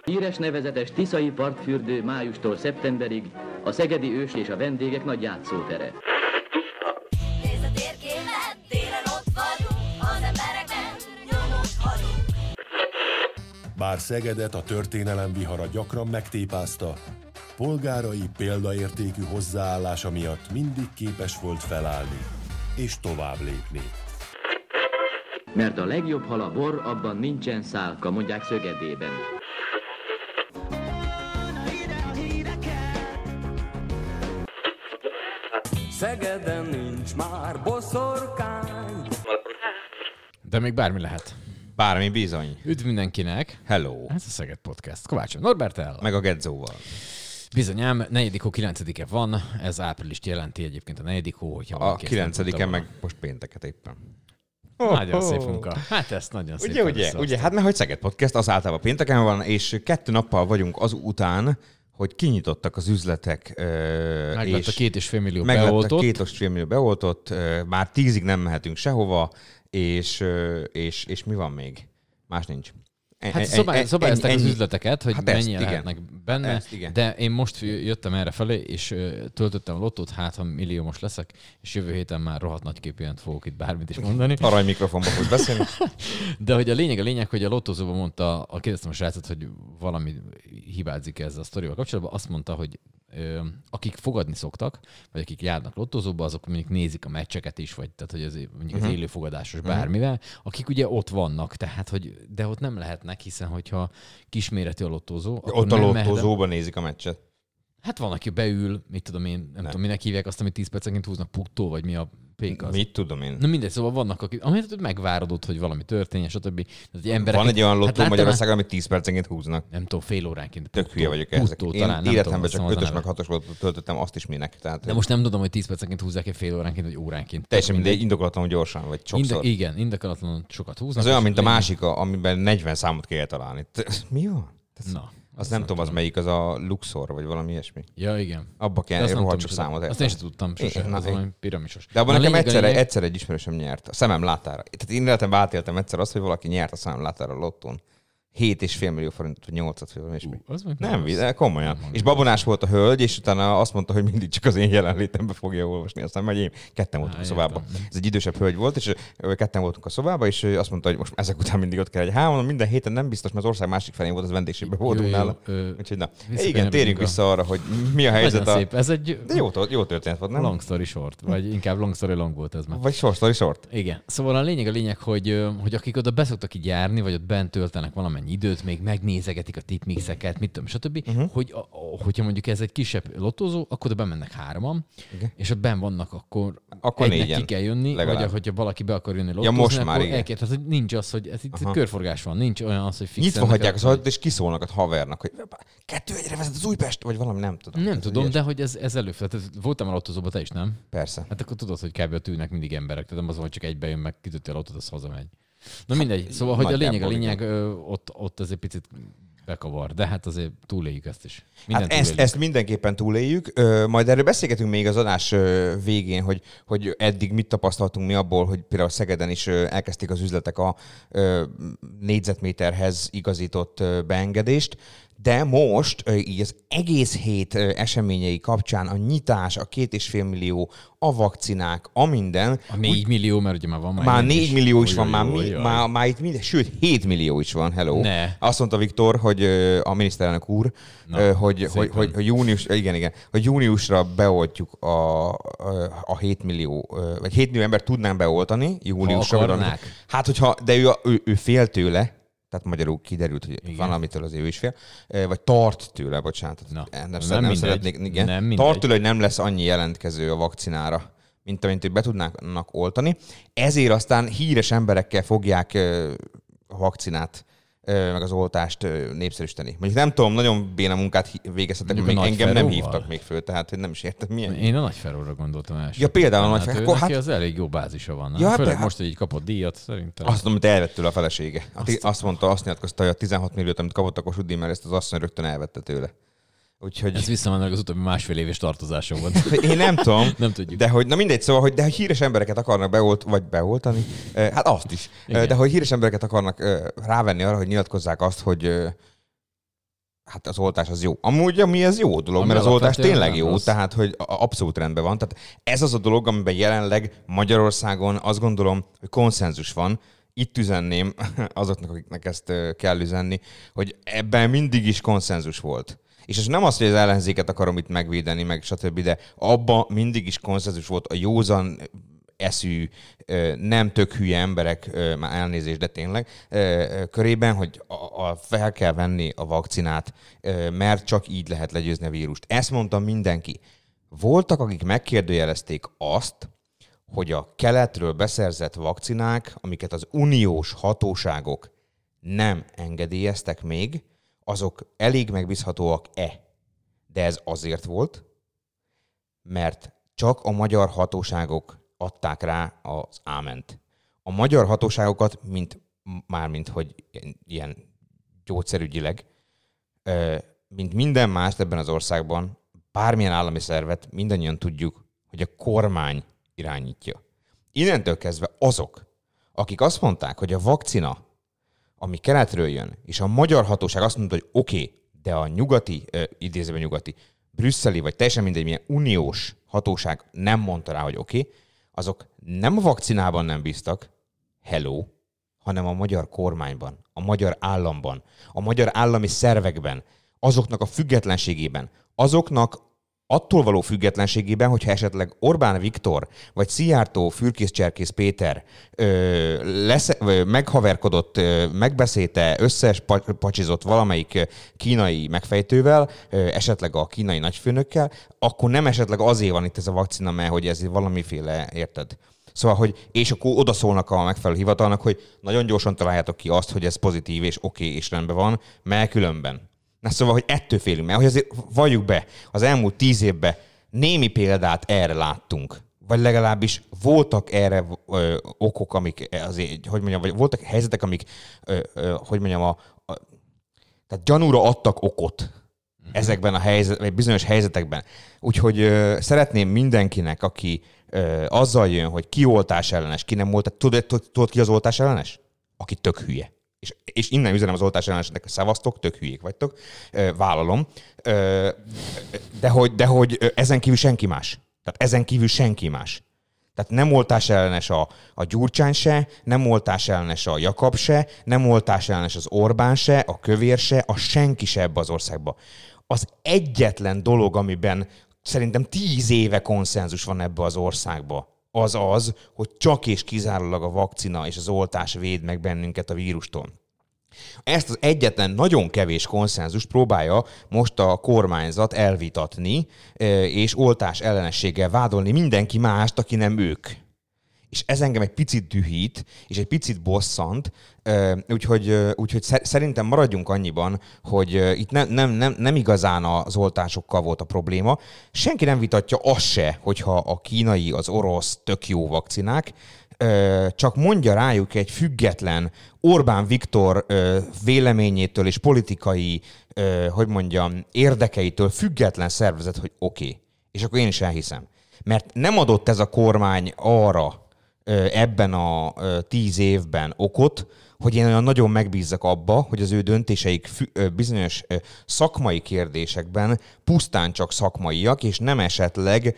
Híres nevezetes tiszai partfürdő májustól szeptemberig a szegedi ős és a vendégek nagy játszótere. Nézd a térképet, télen ott vagyunk, az embereknek nyomot hagyunk. Bár Szegedet a történelem vihara gyakran megtépázta, polgárai példaértékű hozzáállása miatt mindig képes volt felállni és tovább lépni. Mert a legjobb hal a bor, abban nincsen szálka, mondják Szögedében. Szegeden nincs már boszorkány. De még bármi lehet. Bármi bizony. Üdv mindenkinek. Hello. Ez a Szeged Podcast. Kovács Norberttel. Meg a Gedzóval. Bizonyám, 4-9-e van, ez áprilist jelenti egyébként a 4. hogyha a 9-en meg most pénteket éppen. Nagyon szép munka. Hát ezt nagyon szépen Ugye, hát mert hogy Szeged Podcast az általában pénteken van, és 2 nappal vagyunk azután, hogy kinyitottak az üzletek. Meglett a 2,5 millió beoltott. Meglett a 2,5 millió beoltott, már 10-ig nem mehetünk sehova, és mi van még? Más nincs. Hát szabályozták az üzleteket, hogy hát mennyien lehetnek benne, de én most jöttem erre felé, és töltöttem a lottót, hát ha milliómos leszek, és jövő héten már rohadt nagyképűen fogok itt bármit is mondani. Arany mikrofonba fogsz beszélni. De hogy a lényeg, hogy a lottózóban mondta, kérdeztem a srácot, hogy valami hibázik ezzel a sztorival kapcsolatban, azt mondta, hogy akik fogadni szoktak, vagy akik járnak lottózóba, azok mondjuk nézik a meccseket is, vagy tehát, hogy az, mondjuk az élőfogadásos bármivel, akik ugye ott vannak, tehát, hogy de ott nem lehetnek, hiszen hogyha kisméretű a lottózó, akkor ott a lottózóban nézik a meccset. Hát van, aki beül, mit tudom én, nem tudom, minek hívják azt, amit 10 percenként húznak, puttó, vagy mi a pék az. Mit tudom én? Na mindegy, szóval vannak, akik, amit megvárodott, hogy valami történjen, stb. Van egy olyan lottó Magyarországon, amit 10 percenként húznak. Nem tudom, fél óránként. Tök hülye vagyok ezek. Én életemben csak 5-ös meg 6-os lottót töltöttem, azt is minek. Tehát, de most nem tudom, hogy 10 percenként húzzák-e fél óránként, vagy óránként. Teljesen mindegy, indokolatlanul gyorsan, vagy sokszor. Igen, indokolatlanul sokat húznak. Az olyan, mint a másik, amiben 40 számot kell találni. Mi van? Na. Azt nem tudom, az melyik, az a Luxor, vagy valami ilyesmi. Ja, igen. Abba kell rohadt sok számot. Azt én sem tudtam sose, az valami piramisos. De abban nekem egyszer egy ismerősöm nyert, a szemem látára. Tehát én életemben átéltem egyszer azt, hogy valaki nyert a szemem látára a lottón. 7,5 millió forintot, vagy 8-at, vagy ismi. Nem, de komolyan. És babonás volt a hölgy, és utána azt mondta, hogy mindig csak az én jelenlétembe fogja olvasni. Aztán megy én, ketten voltunk a szobában. Ez egy idősebb hölgy volt, és ketten voltunk a szobában, és azt mondta, hogy most ezek után mindig ott kell egy mondom, minden héten nem biztos, mert az ország másik felén volt, az vendégségben voltunk nála. Úgyhogy na. Igen, térjünk vissza arra, hogy mi a helyzet. Szép. Ez egy de jó történet volt, nem? Long story short, vagy inkább long story long volt ez már. Vagy short story short. Igen. Szóval a lényeg, hogy akik oda beszoktak így járni, vagy ott bent töltenek valamennyi időt, még megnézegetik a tipmixeket, mit tudom, stb. Hogyha mondjuk ez egy kisebb lottózó, akkor oda bemennek 3-an, és ott benn vannak, akkor egynek ki kell jönni, legalább. Vagy hogyha valaki be akar jönni lottózni, most már akkor tehát, hogy nincs az, hogy ez itt körforgás van, nincs olyan az, hogy fixen. Nyitva hagyják az ajtót, és kiszólnak a havernak, hogy 2-1-re vezet az Újpest, vagy valami, nem tudom. Nem tudom, de hogy ez előfordul. Voltam a lottózóban, te is, nem? Persze. Hát akkor tudod, hogy kb. Ülnek mindig emberek, tehát nem az, hogy csak egybe jön, meg kitötti a lottót, az hazamegy. Na mindegy, szóval, hogy a lényeg ott ez egy picit bekavar, de hát azért túléljük ezt is. Hát ezt mindenképpen túléljük. Majd erről beszélgetünk még az adás végén, hogy eddig mit tapasztaltunk mi abból, hogy például Szegeden is elkezdték az üzletek a négyzetméterhez igazított beengedést, de most így az egész hét eseményei kapcsán a nyitás, a 2,5 millió, a vakcinák, a minden. A 4 millió, mert ugye már van. Már 4 millió is van, már itt minden, sőt 7 millió is van, hello. Ne. Azt mondta Viktor, hogy a miniszterelnök úr, hogy június, hogy júniusra beoltjuk a 7 millió, vagy 7 millió ember tudnánk beoltani júliusra. Hát, hogyha, de ő fél tőle, tehát magyarul kiderült, hogy valamitől azért ő is fél, vagy tart tőle, bocsánat. Nem szeretnék, igen. Tart tőle, hogy nem lesz annyi jelentkező a vakcinára, mint amint ők be tudnának oltani. Ezért aztán híres emberekkel fogják a vakcinát, meg az oltást népszerűsíteni. Mondjuk nem tudom, nagyon béna munkát végeztetek, még engem nem hívtak még föl, tehát hogy nem is értem milyen. Én a Nagyferóra gondoltam első. Ja, például a Nagyferó. Neki az elég jó bázisa van. Ja, főleg most, hogy így kapott díjat, szerintem. Azt tudom, amit elvett tőle a felesége. Azt nyilatkozta, hogy a 16 milliót, amit kapott a Kossuth díj, mert ezt az asszony rögtön elvette tőle. Úgyhogy... Ez visszamennek az utóbbi 1,5 éves tartozásokban. Én nem tudom. Nem tudjuk. De hogy, na mindegy, szóval, hogy de hogy híres embereket akarnak beoltani, hát azt is. Igen. De hogy híres embereket akarnak rávenni arra, hogy nyilatkozzák azt, hogy hát az oltás az jó. Amúgy ami ez jó dolog, mert az oltás tényleg jó, tehát hogy abszolút rendben van. Tehát ez az a dolog, amiben jelenleg Magyarországon azt gondolom, hogy konszenzus van. Itt üzenném azoknak, akiknek ezt kell üzenni, hogy ebben mindig is konszenzus volt. És ez nem az, hogy az ellenzéket akarom itt megvédeni, meg stb., de abban mindig is konszenzus volt a józan eszű, nem tök hülye emberek, már elnézést, de tényleg, körében, hogy fel kell venni a vakcinát, mert csak így lehet legyőzni a vírust. Ezt mondtam mindenki. Voltak, akik megkérdőjelezték azt, hogy a keletről beszerzett vakcinák, amiket az uniós hatóságok nem engedélyeztek még, azok elég megbízhatóak-e? De ez azért volt, mert csak a magyar hatóságok adták rá az áment. A magyar hatóságokat, mármint hogy ilyen gyógyszerügyileg, mint minden más ebben az országban, bármilyen állami szervet, mindannyian tudjuk, hogy a kormány irányítja. Innentől kezdve azok, akik azt mondták, hogy a vakcina, ami keletről jön, és a magyar hatóság azt mondta, hogy oké, de a nyugati, idézőben nyugati, brüsszeli, vagy teljesen mindegy, milyen uniós hatóság nem mondta rá, hogy oké, azok nem a vakcinában nem bíztak, hello, hanem a magyar kormányban, a magyar államban, a magyar állami szervekben, azoknak a függetlenségében, azoknak attól való függetlenségében, hogyha esetleg Orbán Viktor vagy Szijjártó Fürkész-Cserkész Péter meghaverkodott, megbeszélte, összespacsizott valamelyik kínai megfejtővel, esetleg a kínai nagyfőnökkel, akkor nem esetleg azért van itt ez a vakcina, mert hogy ez valamiféle, érted? Szóval, hogy és akkor odaszólnak a megfelelő hivatalnak, hogy nagyon gyorsan találjátok ki azt, hogy ez pozitív és oké és rendben van, mert különben. Na szóval, hogy ettől félünk, mert hogy azért valljuk be, az elmúlt 10 évben némi példát erre láttunk. Vagy legalábbis voltak erre okok, amik azért, hogy mondjam, vagy voltak helyzetek, amik, hogy mondjam, tehát gyanúra adtak okot ezekben a vagy bizonyos helyzetekben. Úgyhogy szeretném mindenkinek, aki azzal jön, hogy ki oltás ellenes, ki nem oltás, tudod ki az oltás ellenes? Aki tök hülye. És innen üzenem az oltás elleneseknek, szavaztok, tök hülyék vagytok, vállalom. De hogy ezen kívül senki más. Tehát ezen kívül senki más. Tehát nem oltás ellenes a Gyurcsány se, nem oltás ellenes a Jakab se, nem oltás ellenes az Orbán se, a Kövér se, a senki se ebbe az országba. Az egyetlen dolog, amiben szerintem 10 éve konszenzus van ebbe az országba, az, hogy csak és kizárólag a vakcina és az oltás véd meg bennünket a vírustól. Ezt az egyetlen nagyon kevés konszenzust próbálja most a kormányzat elvitatni, és oltás ellenességgel vádolni mindenki mást, aki nem ők. És ez engem egy picit dühít, és egy picit bosszant, úgyhogy szerintem maradjunk annyiban, hogy itt nem igazán az oltásokkal volt a probléma. Senki nem vitatja azt se, hogyha a kínai, az orosz tök jó vakcinák, csak mondja rájuk egy független Orbán Viktor véleményétől és politikai, érdekeitől független szervezet, hogy oké. És akkor én is elhiszem. Mert nem adott ez a kormány arra ebben a 10 évben okot, hogy én olyan nagyon megbízzak abba, hogy az ő döntéseik bizonyos szakmai kérdésekben pusztán csak szakmaiak, és nem esetleg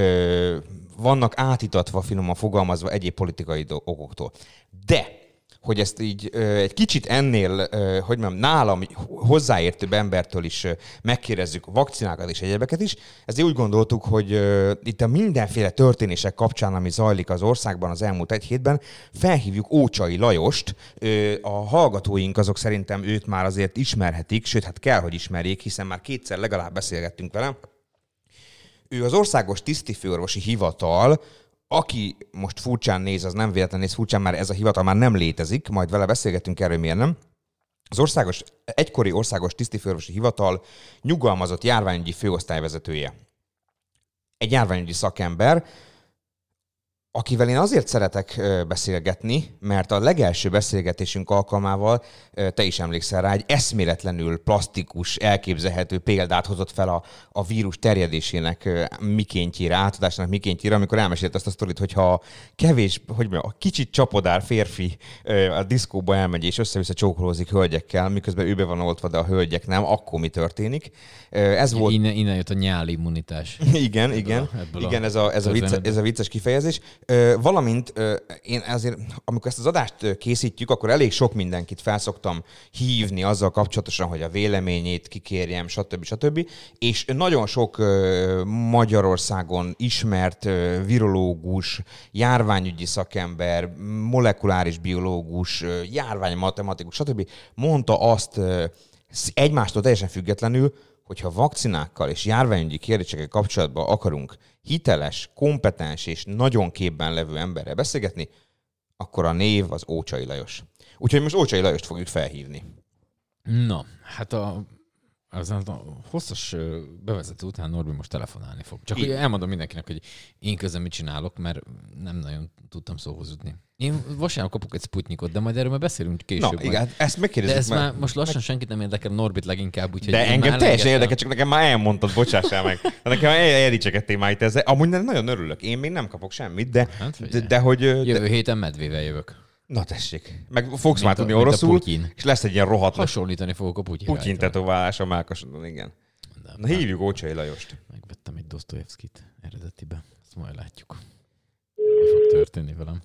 vannak átitatva, finoman fogalmazva egyéb politikai okoktól. De, hogy ezt így egy kicsit ennél, nálam hozzáértőbb embertől is megkérdezzük vakcinákat és egyebeket is, ezért úgy gondoltuk, hogy itt a mindenféle történések kapcsán, ami zajlik az országban az elmúlt egy hétben, felhívjuk Ócsai Lajost. A hallgatóink azok szerintem őt már azért ismerhetik, sőt, hát kell, hogy ismerjék, hiszen már 2-szer legalább beszélgettünk vele. Ő az Országos Tisztifőorvosi Hivatal, aki most furcsán néz, az nem véletlenül néz furcsán, már ez a hivatal már nem létezik, majd vele beszélgetünk erről, miért nem. Az egykori Országos Tisztifőorvosi Hivatal nyugalmazott járványügyi főosztályvezetője. Egy járványügyi szakember, akivel én azért szeretek beszélgetni, mert a legelső beszélgetésünk alkalmával, te is emlékszel rá, egy eszméletlenül plastikus, elképzelhető példát hozott fel a vírus terjedésének mikéntjére, átadásának mikéntjére, amikor elmesélt azt a sztorit, hogyha kevés, a kicsit csapodár férfi a diszkóba elmegy és össze-vissza csókolózik hölgyekkel, miközben ő be van oltva, de a hölgyek nem, akkor mi történik? Ez volt... Innen jött a nyálimmunitás. Igen, ez a vicces kifejezés. Valamint én azért, amikor ezt az adást készítjük, akkor elég sok mindenkit felszoktam hívni azzal kapcsolatosan, hogy a véleményét kikérjem, stb. És nagyon sok Magyarországon ismert virológus, járványügyi szakember, molekuláris biológus, járványmatematikus, stb. Mondta azt egymástól teljesen függetlenül, hogyha vakcinákkal és járványügyi kérdésekkel kapcsolatban akarunk hiteles, kompetens és nagyon képben levő emberrel beszélgetni, akkor a név az Ócsai Lajos. Úgyhogy most Ócsai Lajost fogjuk felhívni. Na, hát az a hosszas bevezető után Norbi most telefonálni fog. Csak elmondom mindenkinek, hogy én közben mit csinálok, mert nem nagyon tudtam szóhoz jutni. Én vasárnap kapok egy Sputnikot, de majd erről már beszélünk később. Na, igen, ezt megkérdezzük. De ezt már most lassan senkit nem érdekel, Norbit leginkább. Úgyhogy de engem teljesen érdekel, csak nekem már elmondtad, bocsássál meg. Nekem eldicsekedtél már itt ezzel. Amúgy nagyon örülök. Én még nem kapok semmit, de hogy... Jövő héten medvével jövök. Na tessék. Meg fogsz már tudni oroszul, és lesz egy ilyen rohadt... Hasonlítani fogok a Putyinra. Putyin tetoválás a mákasodon, igen. Na hívjuk Ócsai Lajost. Megvettem egy Dostoyevskit eredetibe. Ezt majd látjuk. Mi fog történni velem.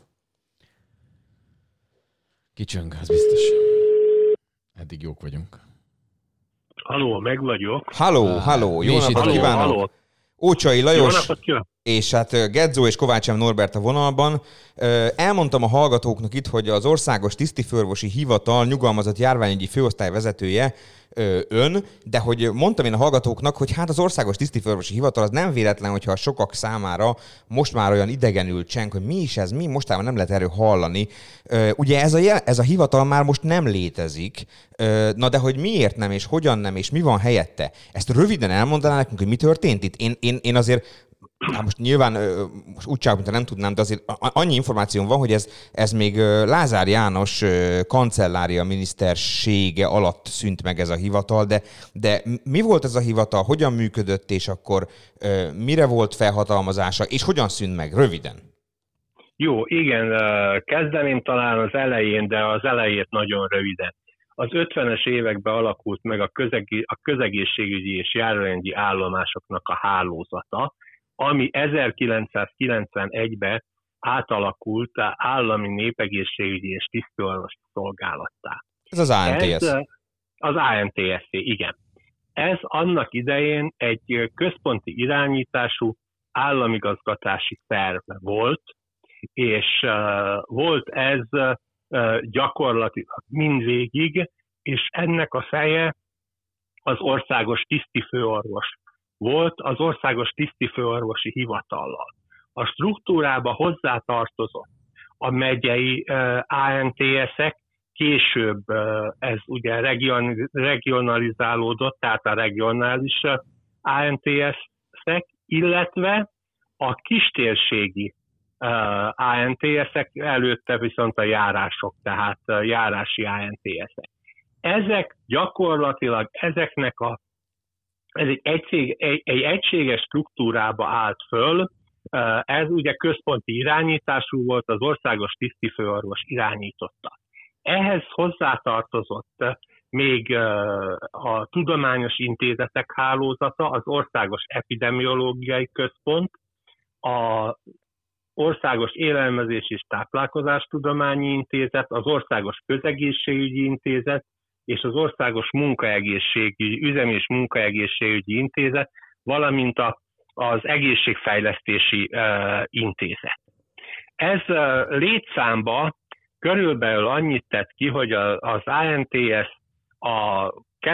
Kicsöng, az biztos. Eddig jók vagyunk. Haló, meg vagyok. Halló, jó napot kívánok! Ócsai Lajos, és hát Gedzó és Kovács M. Norbert a vonalban. Elmondtam a hallgatóknak itt, hogy az Országos Tisztifőorvosi Hivatal nyugalmazott járványügyi főosztály vezetője ön, de hogy mondtam én a hallgatóknak, hogy hát az Országos Tisztifőorvosi Hivatal az nem véletlen, hogyha a sokak számára most már olyan idegenül cseng, hogy mi is ez, mostában nem lehet erről hallani. Ugye ez a hivatal már most nem létezik, na de hogy miért nem, és hogyan nem, és mi van helyette? Ezt röviden elmondaná nekünk, hogy mi történt itt? Én azért... Hát most nyilván úgy csak, mint nem tudnám, de azért annyi információm van, hogy ez még Lázár János kancellária minisztersége alatt szűnt meg ez a hivatal, de mi volt ez a hivatal, hogyan működött, és akkor mire volt felhatalmazása, és hogyan szűnt meg? Röviden. Jó, igen, kezdeném talán az elején, de az elejét nagyon röviden. Az 50-es években alakult meg a közegészségügyi és járványügyi állomásoknak a hálózata, ami 1991-ben átalakult állami népegészségügyi és tisztiorvosi szolgálattá. Ez az ANTS. Az ANTS, igen. Ez annak idején egy központi irányítású államigazgatási szerv volt, és volt ez gyakorlatilag mindvégig, és ennek a feje az országos tisztifőorvos volt az Országos Tisztifőorvosi Hivatallal. A struktúrába hozzátartozott a megyei ANTS-ek, később ez ugye regionalizálódott, tehát a regionális ANTS-ek, illetve a kistérségi ANTS-ek, előtte viszont a járások, tehát járási ANTS-ek. Ezek gyakorlatilag ez egy egységes struktúrába állt föl, ez ugye központi irányítású volt, az Országos Tisztifőorvos irányította. Ehhez hozzátartozott még a Tudományos Intézetek Hálózata, az Országos Epidemiológiai Központ, az Országos Élelmezés és Táplálkozástudományi Intézet, az Országos Közegészségügyi Intézet, és az Országos Üzemi és Munkaegészségügyi Intézet, valamint az Egészségfejlesztési Intézet. Ez létszámba körülbelül annyit tett ki, hogy az ANTS a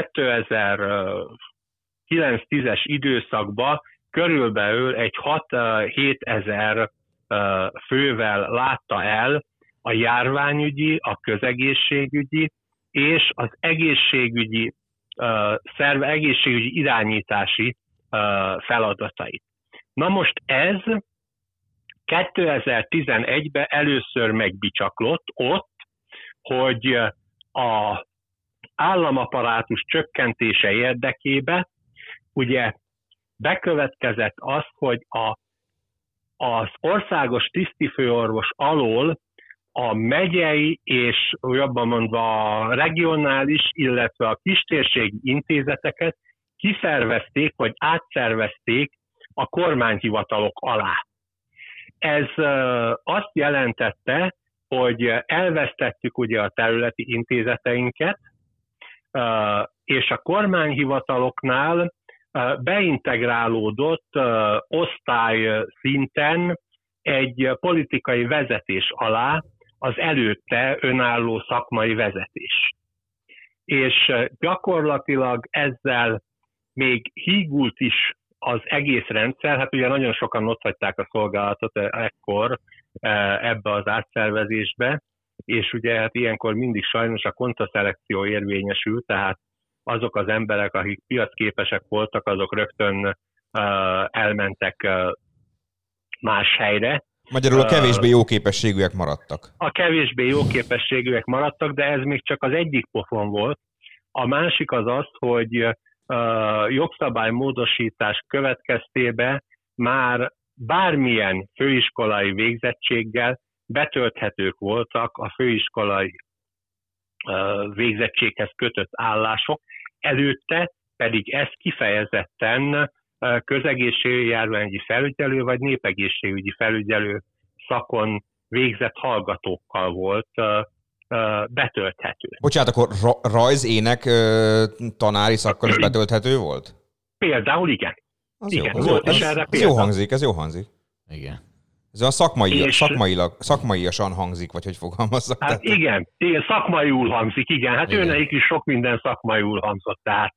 2009-10-es időszakban körülbelül egy 6-7 ezer fővel látta el a járványügyi, a közegészségügyi és az egészségügyi irányítási feladatait. Na most ez 2011-ben először megbicsaklott ott, hogy az államaparátus csökkentése érdekében ugye bekövetkezett az, hogy az országos tisztifőorvos alól a megyei és jobban mondva a regionális, illetve a kistérségi intézeteket kiszervezték, vagy átszervezték a kormányhivatalok alá. Ez azt jelentette, hogy elvesztettük ugye a területi intézeteinket, és a kormányhivataloknál beintegrálódott osztály szinten egy politikai vezetés alá az előtte önálló szakmai vezetés. És gyakorlatilag ezzel még hígult is az egész rendszer, hát ugye nagyon sokan ott hagyták a szolgálatot ekkor ebbe az átszervezésbe, és ugye hát ilyenkor mindig sajnos a kontraszelekció érvényesül, tehát azok az emberek, akik piacképesek voltak, azok rögtön elmentek más helyre. Magyarul a kevésbé jó képességűek maradtak. A kevésbé jó képességűek maradtak, de ez még csak az egyik pofon volt. A másik az az, hogy jogszabálymódosítás következtében már bármilyen főiskolai végzettséggel betölthetők voltak a főiskolai végzettséghez kötött állások, előtte pedig ez kifejezetten közegészségügyi járványügyi felügyelő vagy népegészségügyi felügyelő szakon végzett hallgatókkal volt betölthető. Bocsánat, akkor rajz, ének tanári szakkal is betölthető volt? Például igen. Ez jó hangzik. Igen. Ez a szakmaiasan hangzik, vagy hogy fogalmazzak? Hát igen, szakmaiul hangzik, igen. Hát őneik is sok minden szakmaiul hangzott, tehát.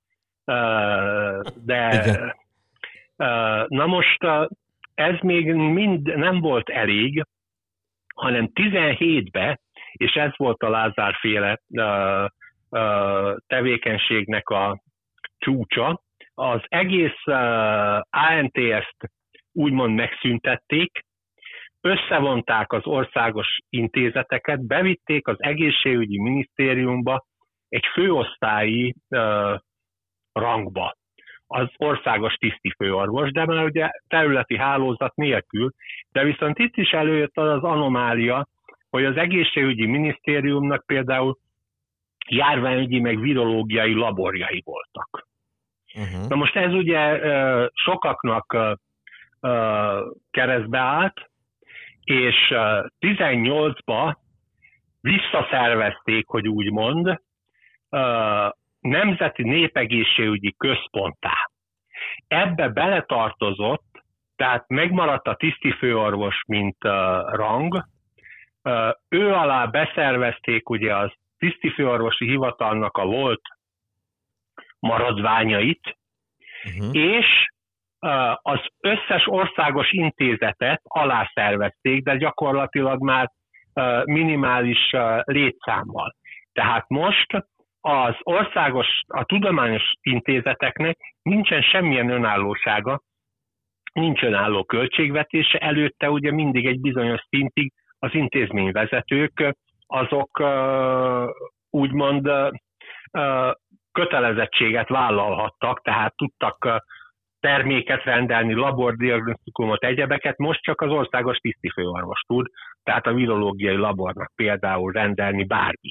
Na most ez még mind nem volt elég, hanem 17-ben, és ez volt a Lázár-féle tevékenységnek a csúcsa, az egész ANTS-t úgymond megszüntették, összevonták az országos intézeteket, bevitték az egészségügyi minisztériumba egy főosztályi rangba az országos tisztifőorvos, de már ugye területi hálózat nélkül, de viszont itt is előjött az anomália, hogy az egészségügyi minisztériumnak például járványügyi meg virológiai laborjai voltak. Na most ez ugye sokaknak keresztbe állt, és 18-ba visszaszervezték, hogy úgy mond, Nemzeti Népegészségügyi Központtá. Ebbe beletartozott, tehát megmaradt a tisztifőorvos, mint rang, ő alá beszervezték ugye az tisztifőorvosi hivatalnak a volt maradványait, és az összes országos intézetet alászervezték, de gyakorlatilag már minimális létszámmal. Tehát most az országos, a tudományos intézeteknek nincsen semmilyen önállósága, nincs önálló költségvetése, előtte ugye mindig egy bizonyos szintig az intézményvezetők azok úgymond kötelezettséget vállalhattak, tehát tudtak terméket rendelni, labordiagnosztikumot, egyebeket, most csak az országos tisztifőorvos tud, tehát a virológiai labornak például rendelni bármi.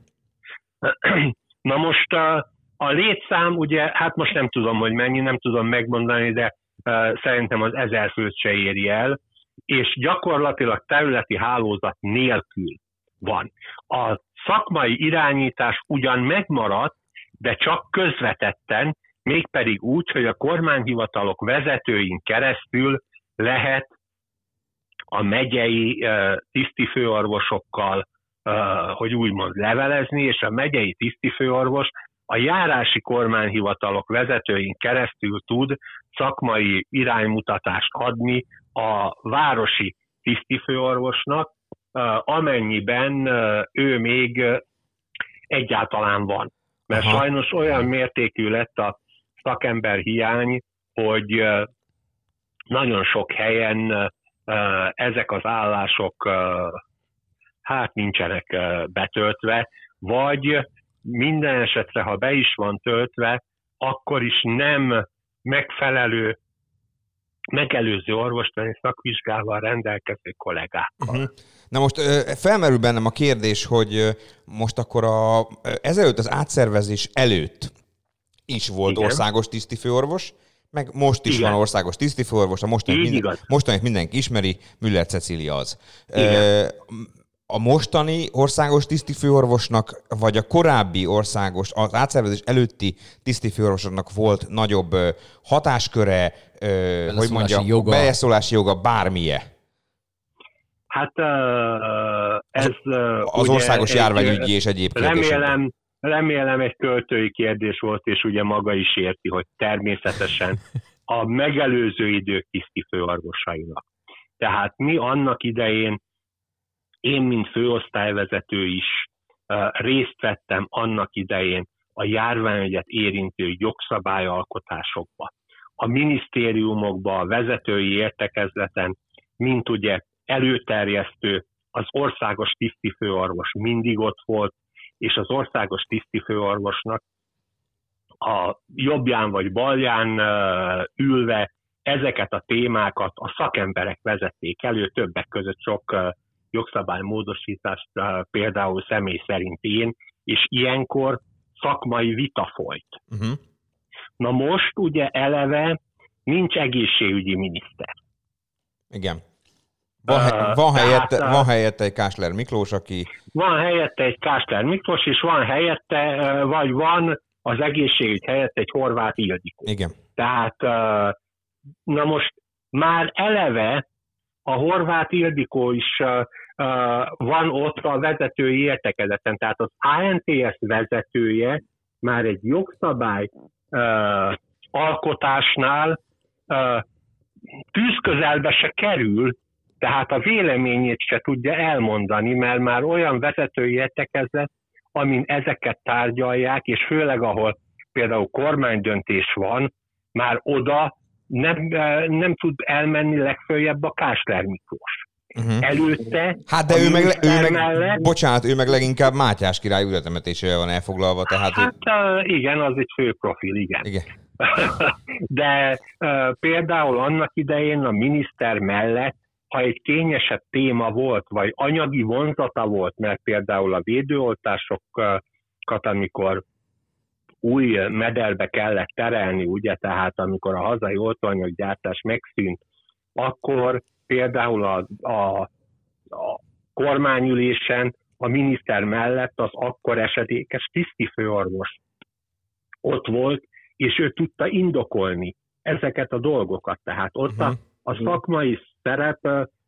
Na most a létszám, ugye, hát most nem tudom, hogy mennyi, nem tudom megmondani, de szerintem az 1000 főt se éri el, és gyakorlatilag területi hálózat nélkül van. A szakmai irányítás ugyan megmaradt, de csak közvetetten, mégpedig úgy, hogy a kormányhivatalok vezetőin keresztül lehet a megyei tisztifőorvosokkal, hogy úgymond levelezni, és a megyei tisztifőorvos a járási kormányhivatalok vezetőin keresztül tud szakmai iránymutatást adni a városi tisztifőorvosnak, amennyiben ő még egyáltalán van. Mert sajnos olyan mértékű lett a szakember hiány, hogy nagyon sok helyen ezek az állások hát nincsenek betöltve, vagy minden esetre, ha be is van töltve, akkor is nem megfelelő, megelőző orvostani szakvizsgával rendelkező kollégákkal. Na most felmerül bennem a kérdés, hogy most akkor ezelőtt az átszervezés előtt is volt országos tisztifőorvos, meg most is van országos tisztifőorvos, a mostanit mindenki ismeri, Müller Cecília az. A mostani országos tisztifőorvosnak, vagy a korábbi országos, az átszervezés előtti tisztifőorvosoknak volt nagyobb hatásköre, hogy mondjam, beleszólási joga, bármilyen? Hát ez... Az országos járványügyi és egyéb kérdések. Remélem egy költői kérdés volt, és ugye maga is érti, hogy természetesen a megelőző idők tisztifőorvosainak. Tehát mi annak idején, én, mint főosztályvezető is részt vettem annak idején a járványügyet érintő jogszabályalkotásokba. A minisztériumokban, a vezetői értekezleten, mint ugye előterjesztő, az országos tisztifőorvos mindig ott volt, és az országos tisztifőorvosnak a jobbján vagy balján ülve ezeket a témákat a szakemberek vezették elő, többek között sok jogszabálymódosítást például személy szerint én, és ilyenkor szakmai vita folyt. Na most ugye eleve nincs egészségügyi miniszter. Igen. Van helyette egy Kásler Miklós, aki... Van helyette egy Kásler Miklós, és van helyette, vagy van az egészségügy helyett egy Horváth Ildikó. Igen. Tehát, na most már eleve a Horváth Ildikó is van ott a vezetői értekezeten, tehát az ANTS vezetője már egy jogszabály alkotásnál tűzközelbe se kerül, tehát a véleményét se tudja elmondani, mert már olyan vezetői értekezlet, amin ezeket tárgyalják, és főleg ahol például kormánydöntés van, már oda nem tud elmenni legföljebb a Kásler Miklós. Előtte... Hát de ő meg leginkább Mátyás király ületemetésével van elfoglalva, tehát... Hát igen, az egy fő profil, igen. De például annak idején a miniszter mellett, ha egy kényesebb téma volt, vagy anyagi vonzata volt, mert például a védőoltásokat, amikor új mederbe kellett terelni, ugye, tehát amikor a hazai oltóanyaggyártás megszűnt, akkor például a kormányülésen a miniszter mellett az akkor esedékes tisztifőorvos ott volt, és ő tudta indokolni ezeket a dolgokat. Tehát ott a szakmai szerep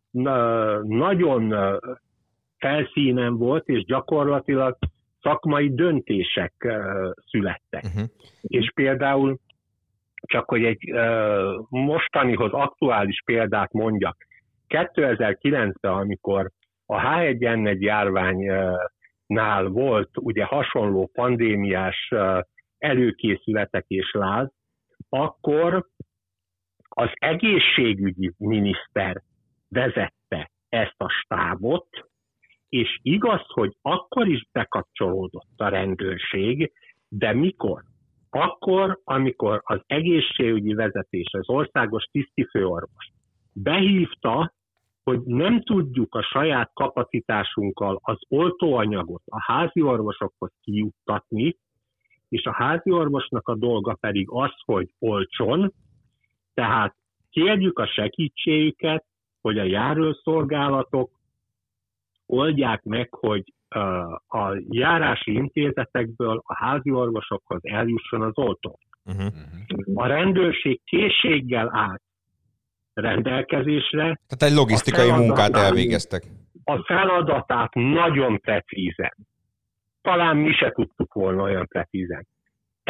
nagyon felszínen volt, és gyakorlatilag szakmai döntések születtek. És például, csak hogy egy mostanihoz aktuális példát mondjak, 2009-ben, amikor a H1N1 járványnál volt ugye hasonló pandémiás előkészületek és láz, akkor az egészségügyi miniszter vezette ezt a stábot, és igaz, hogy akkor is bekapcsolódott a rendőrség, de mikor? Akkor, amikor az egészségügyi vezetés, az országos tisztifőorvos behívta, hogy nem tudjuk a saját kapacitásunkkal az oltóanyagot a házi orvosokhoz kijuttatni, és a házi orvosnak a dolga pedig az, hogy oltson, tehát kérjük a segítségüket, hogy a járőrszolgálatok oldják meg, hogy a járási intézetekből a házi orvosokhoz eljusson az oltó. A rendőrség készséggel állt rendelkezésre. Tehát egy logisztikai munkát elvégeztek. A feladatát nagyon precízen. Talán mi se tudtuk volna olyan precízen.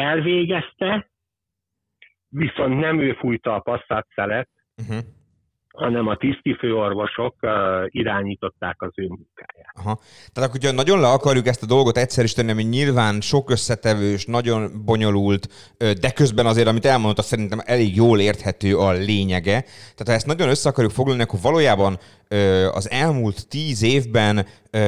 Elvégezte, viszont nem ő fújta a passzát szelet, hanem a tisztifőorvosok irányították az ő munkáját. Aha. Tehát akkor, hogyha nagyon le akarjuk ezt a dolgot egyszerűsíteni, ami nyilván sok összetevős, nagyon bonyolult, de közben azért, amit elmondott, szerintem elég jól érthető a lényege. Tehát ha ezt nagyon össze akarjuk foglalni, akkor valójában az elmúlt 10 évben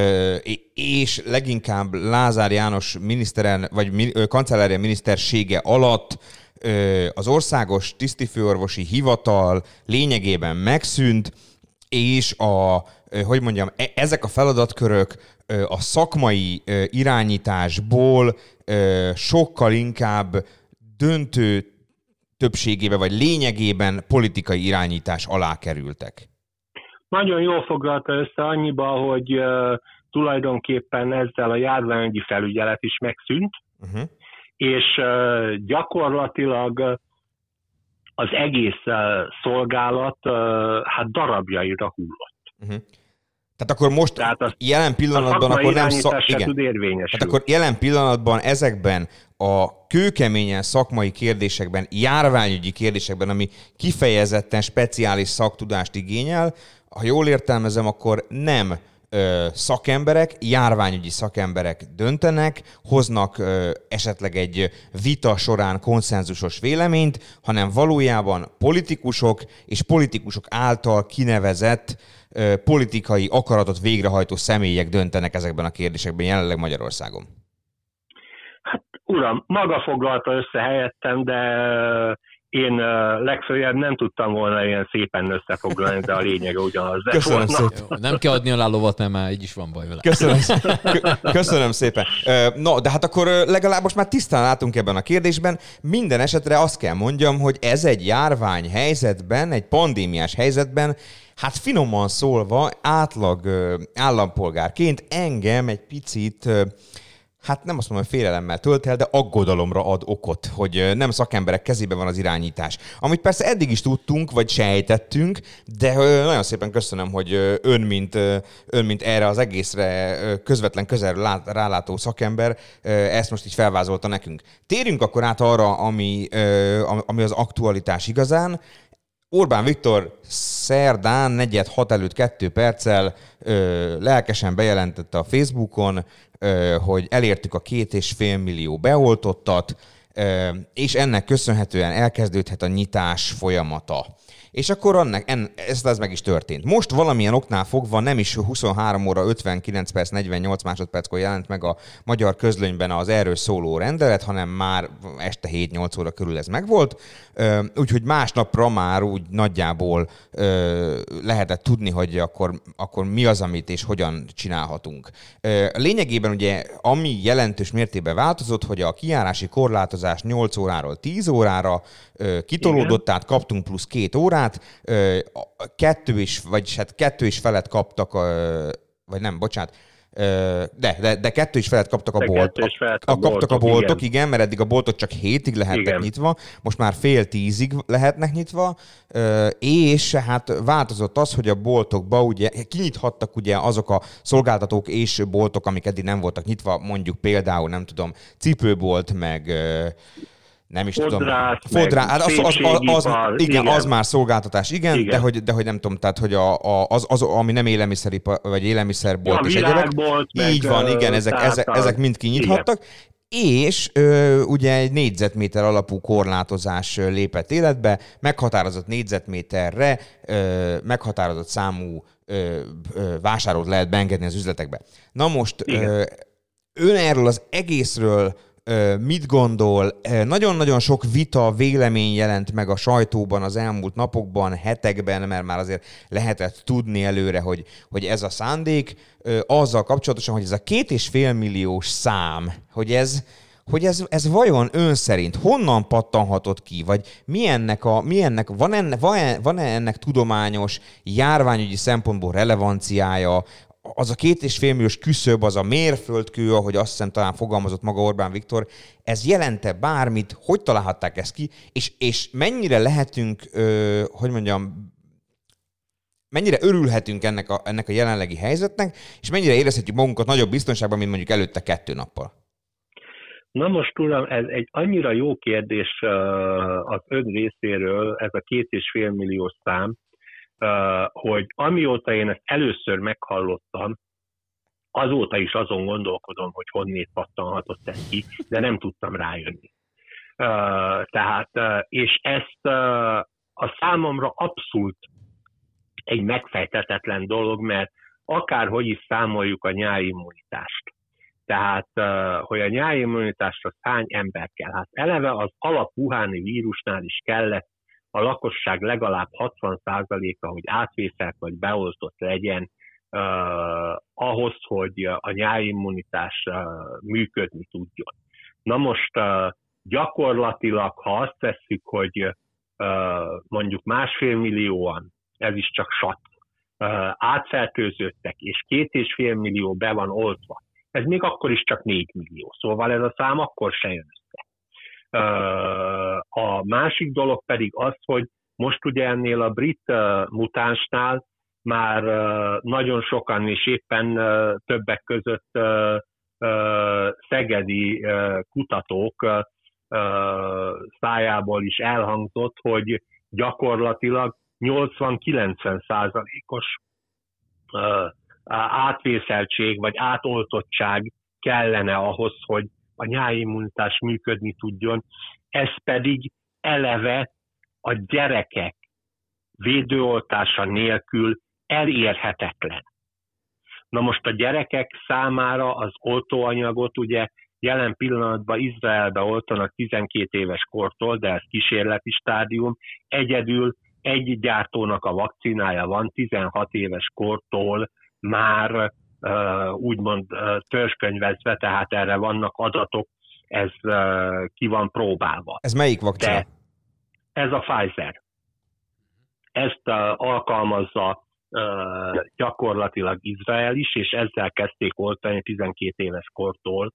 és leginkább Lázár János kancellária minisztersége alatt az országos tisztifőorvosi hivatal lényegében megszűnt, és ezek a feladatkörök a szakmai irányításból sokkal inkább döntő többségében vagy lényegében politikai irányítás alá kerültek. Nagyon jól foglalta össze annyiba, hogy tulajdonképpen ezzel a járványügyi felügyelet is megszűnt, és gyakorlatilag az egész szolgálat darabjaira hullott. Tehát akkor most jelen pillanatban akkor nem Tehát akkor jelen pillanatban ezekben a kőkeményen szakmai kérdésekben, járványügyi kérdésekben, ami kifejezetten speciális szaktudást igényel, ha jól értelmezem, akkor nem szakemberek, járványügyi szakemberek döntenek, hoznak esetleg egy vita során konszenzusos véleményt, hanem valójában politikusok és politikusok által kinevezett politikai akaratot végrehajtó személyek döntenek ezekben a kérdésekben jelenleg Magyarországon. Hát uram, maga foglalta össze helyettem, de én legfőjebb nem tudtam volna ilyen szépen összefoglalni, de a lényege ugyanaz. Köszönöm szépen. Nem kell adni alá lovat, mert már így is van baj vele. Köszönöm szépen. No, de hát akkor legalább most már tisztán látunk ebben a kérdésben. Minden esetre azt kell mondjam, hogy ez egy járvány helyzetben, egy pandémiás helyzetben, hát finoman szólva átlag állampolgárként engem egy picit... hát nem azt mondom, hogy félelemmel tölt el, de aggodalomra ad okot, hogy nem szakemberek kezében van az irányítás. Amit persze eddig is tudtunk, vagy sejtettünk, de nagyon szépen köszönöm, hogy ön, mint erre az egészre közvetlen közelről rálátó szakember, ezt most így felvázolta nekünk. Térjünk akkor át arra, ami az aktualitás igazán. Orbán Viktor szerdán 4:06 előtt 2 perccel lelkesen bejelentette a Facebookon, hogy elértük a 2,5 millió beoltottat, és ennek köszönhetően elkezdődhet a nyitás folyamata. És akkor ez meg is történt. Most valamilyen oknál fogva nem is 23 óra 59 perc 48 másodperckor jelent meg a Magyar Közlönyben az erről szóló rendelet, hanem már este 7-8 óra körül ez megvolt. Úgyhogy másnapra már úgy nagyjából lehetett tudni, hogy akkor mi az, amit és hogyan csinálhatunk. Lényegében ugye, ami jelentős mértékben változott, hogy a kijárási korlátozás 8 óráról 10 órára kitolódott, tehát kaptunk plusz 2 órát, 2 is felett kaptak, vagy nem, bocsánat, de 2 is felett kaptak a boltok. Kaptak a boltok, igen, mert eddig a boltok csak 7-ig lehetnek nyitva, most már 9:30-ig lehetnek nyitva, és hát változott az, hogy a boltokba ugye kinyithattak ugye azok a szolgáltatók és boltok, amik eddig nem voltak nyitva, mondjuk például, nem tudom, cipőbolt, meg nem is fodrász, tudom. Igen, az már szolgáltatás, igen. De hogy nem tudom, tehát hogy az ami nem élelmiszeripar, vagy élelmiszerbolt és egyébek. Így van, igen, ezek mind kinyithattak. És ugye egy négyzetméter alapú korlátozás lépett életbe, meghatározott négyzetméterre, meghatározott számú vásárlót lehet beengedni az üzletekbe. Na most ön erről az egészről mit gondol? Nagyon-nagyon sok vita, vélemény jelent meg a sajtóban az elmúlt napokban, hetekben, mert már azért lehetett tudni előre, hogy ez a szándék. Azzal kapcsolatosan, hogy ez a 2,5 milliós szám, hogy ez vajon ön szerint honnan pattanhatott ki, vagy van-e ennek tudományos, járványügyi szempontból relevanciája? Az a 2,5 milliós küszöb, az a mérföldkő, ahogy azt hiszem talán fogalmazott maga Orbán Viktor, ez jelente bármit, hogy találhatták ezt ki, és mennyire lehetünk, mennyire örülhetünk ennek a jelenlegi helyzetnek, és mennyire érezhetjük magunkat nagyobb biztonságban, mint mondjuk előtte 2 nappal? Na most, uram, ez egy annyira jó kérdés az ön részéről, ez a 2,5 milliós szám. hogy amióta én ezt először meghallottam, azóta is azon gondolkodom, hogy honnét pattanhatott ez ki, de nem tudtam rájönni. Tehát, és ezt a számomra abszolút egy megfejtetetlen dolog, mert akárhogy is számoljuk a nyáimmunitást. Tehát, hogy a nyáimmunitásra hány ember kell. Hát eleve az alap-wuhani vírusnál is kellett a lakosság legalább 60%-a, hogy átvészelt vagy beoltott legyen, ahhoz, hogy a nyáimmunitás működni tudjon. Na most gyakorlatilag, ha azt tesszük, hogy mondjuk 1,5 millióan, ez is csak sat, átfertőződtek, és 2,5 millió be van oltva, ez még akkor is csak 4 millió. Szóval ez a szám akkor se jön össze. A másik dolog pedig az, hogy most ugye ennél a brit mutánsnál már nagyon sokan, és éppen többek között szegedi kutatók szájából is elhangzott, hogy gyakorlatilag 80-90%-os átvészeltség vagy átoltottság kellene ahhoz, hogy a nyáimmunitás működni tudjon. Ez pedig eleve a gyerekek védőoltása nélkül elérhetetlen. Na most a gyerekek számára az oltóanyagot ugye jelen pillanatban Izraelbe oltanak 12 éves kortól, de ez kísérleti stádium. Egyedül egy gyártónak a vakcinája van 16 éves kortól már úgymond törzskönyvezve, tehát erre vannak adatok, ez ki van próbálva. Ez melyik vakcina? De ez a Pfizer. Ezt alkalmazza gyakorlatilag Izrael is, és ezzel kezdték oltani 12 éves kortól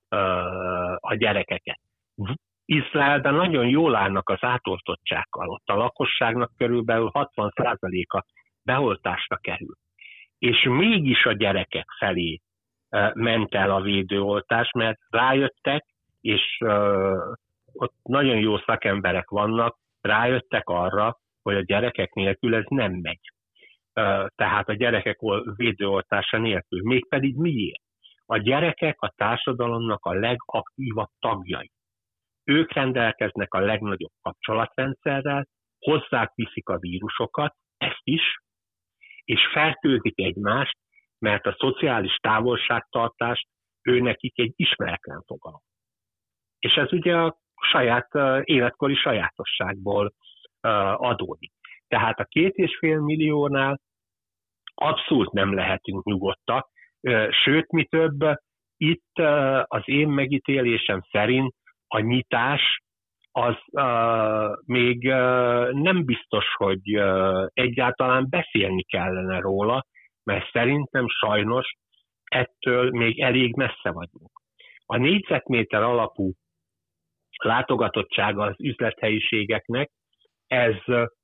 a gyerekeket. Izraelben nagyon jól állnak az átoltottsággal. Ott a lakosságnak körülbelül 60%-a beoltásra kerül. És mégis a gyerekek felé ment el a védőoltás, mert rájöttek, és ott nagyon jó szakemberek vannak, rájöttek arra, hogy a gyerekek nélkül ez nem megy. Tehát a gyerekek védőoltása nélkül. Mégpedig miért? A gyerekek a társadalomnak a legaktívabb tagjai. Ők rendelkeznek a legnagyobb kapcsolatrendszerrel, hozzák viszik a vírusokat, ezt is, és fertőzik egymást, mert a szociális távolságtartás őnekik egy ismeretlen fogalom. És ez ugye a saját életkori sajátosságból adódik. Tehát a 2,5 milliónál abszolút nem lehetünk nyugodtak, sőt, mi több, itt az én megítélésem szerint a nyitás az még nem biztos, hogy egyáltalán beszélni kellene róla, mert szerintem sajnos ettől még elég messze vagyunk. A négyzetméter alapú látogatottsága az üzlethelyiségeknek, ez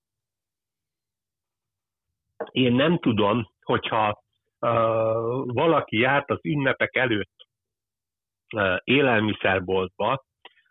én nem tudom, hogyha valaki járt az ünnepek előtt élelmiszerboltba,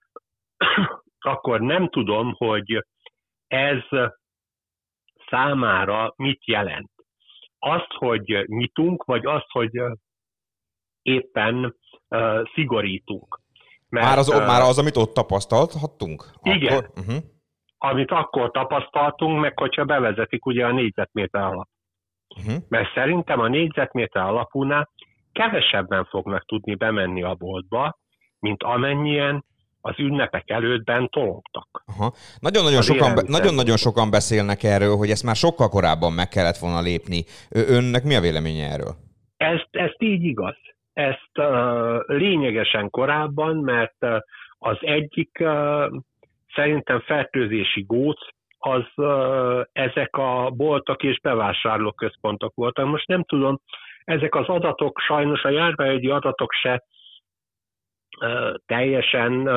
akkor nem tudom, hogy ez számára mit jelent. Azt, hogy nyitunk, vagy azt, hogy éppen szigorítunk. Mert, már az, amit ott tapasztalhattunk? Igen. Akkor? Amit akkor tapasztaltunk, meg hogyha bevezetik ugye a négyzetméter alap. Mert szerintem a négyzetméter alapúnál kevesebben fognak tudni bemenni a boltba, mint amennyien az ünnepek előtt bent tologtak. Nagyon-nagyon sokan beszélnek erről, hogy ezt már sokkal korábban meg kellett volna lépni. Önnek mi a véleménye erről? Ez így igaz. Ezt lényegesen korábban, mert az egyik szerintem fertőzési góc, az ezek a boltok és bevásárlóközpontok voltak. Most nem tudom, ezek az adatok, sajnos a járványügyi adatok se teljesen,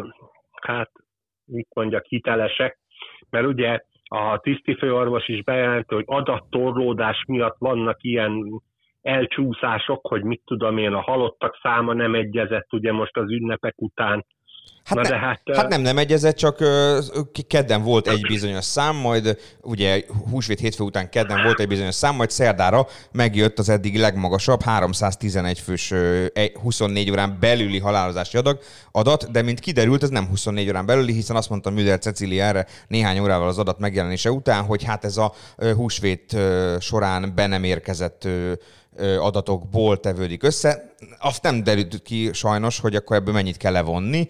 hitelesek, mert ugye a tisztifőorvos is bejelenti, hogy adattorlódás miatt vannak ilyen elcsúszások, hogy mit tudom én, a halottak száma nem egyezett ugye most az ünnepek után Hát nem egyezett, csak kedden volt egy bizonyos szám, majd ugye húsvét hétfő után kedden volt egy bizonyos szám, majd szerdára megjött az eddig legmagasabb 311 fős 24 órán belüli halálozási adat, de mint kiderült, ez nem 24 órán belüli, hiszen azt mondta Müller Cecília erre néhány órával az adat megjelenése után, hogy hát ez a húsvét során be nem érkezett adatokból tevődik össze. Azt nem derült ki sajnos, hogy akkor ebből mennyit kell levonni.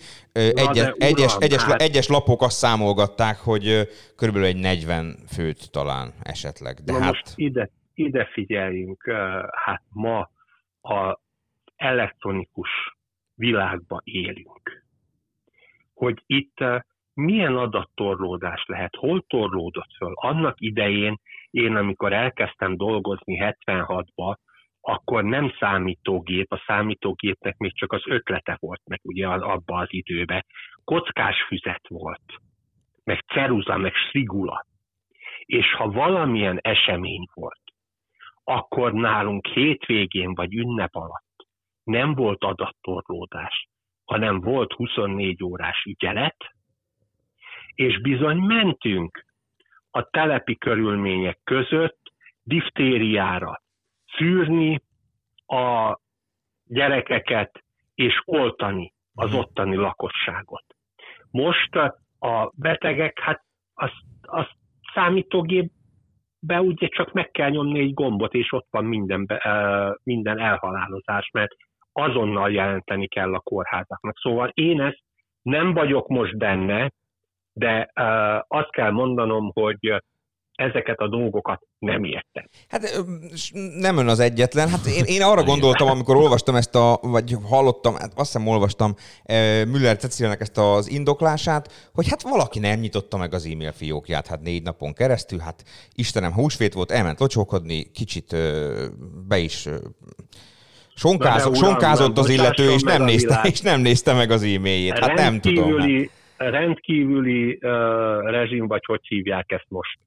Egyes lapok azt számolgatták, hogy körülbelül egy 40 főt talán esetleg. De most ide figyeljünk, hát ma a elektronikus világban élünk. Hogy itt milyen adattorlódás lehet, hol torlódott föl. Annak idején én, amikor elkezdtem dolgozni 76-ba, akkor nem számítógép, a számítógépnek még csak az ötlete volt meg ugye abban az időben. Kockás füzet volt, meg ceruza, meg strigula. És ha valamilyen esemény volt, akkor nálunk hétvégén vagy ünnep alatt nem volt adattorlódás, hanem volt 24 órás ügyelet, és bizony mentünk a telepi körülmények között diftériára szűrni a gyerekeket és oltani az ottani lakosságot. Most a betegek, hát azt számítógépbe ugye csak meg kell nyomni egy gombot, és ott van minden elhalálozás, mert azonnal jelenteni kell a kórházaknak. Szóval én ezt nem vagyok most benne, de azt kell mondanom, hogy ezeket a dolgokat nem értem. Hát nem ön az egyetlen. Hát én arra gondoltam, amikor olvastam vagy hallottam, hát azt hiszem olvastam Müller Cecíliának ezt az indoklását, hogy hát valaki nem nyitotta meg az e-mail fiókját, hát 4 napon keresztül, hát Istenem, húsvét volt, elment locsókodni, kicsit be is sonkázott az illető, és nem nézte meg az e-mailjét. Hát nem tudom. Rendkívüli rezsim, vagy hogy hívják ezt most?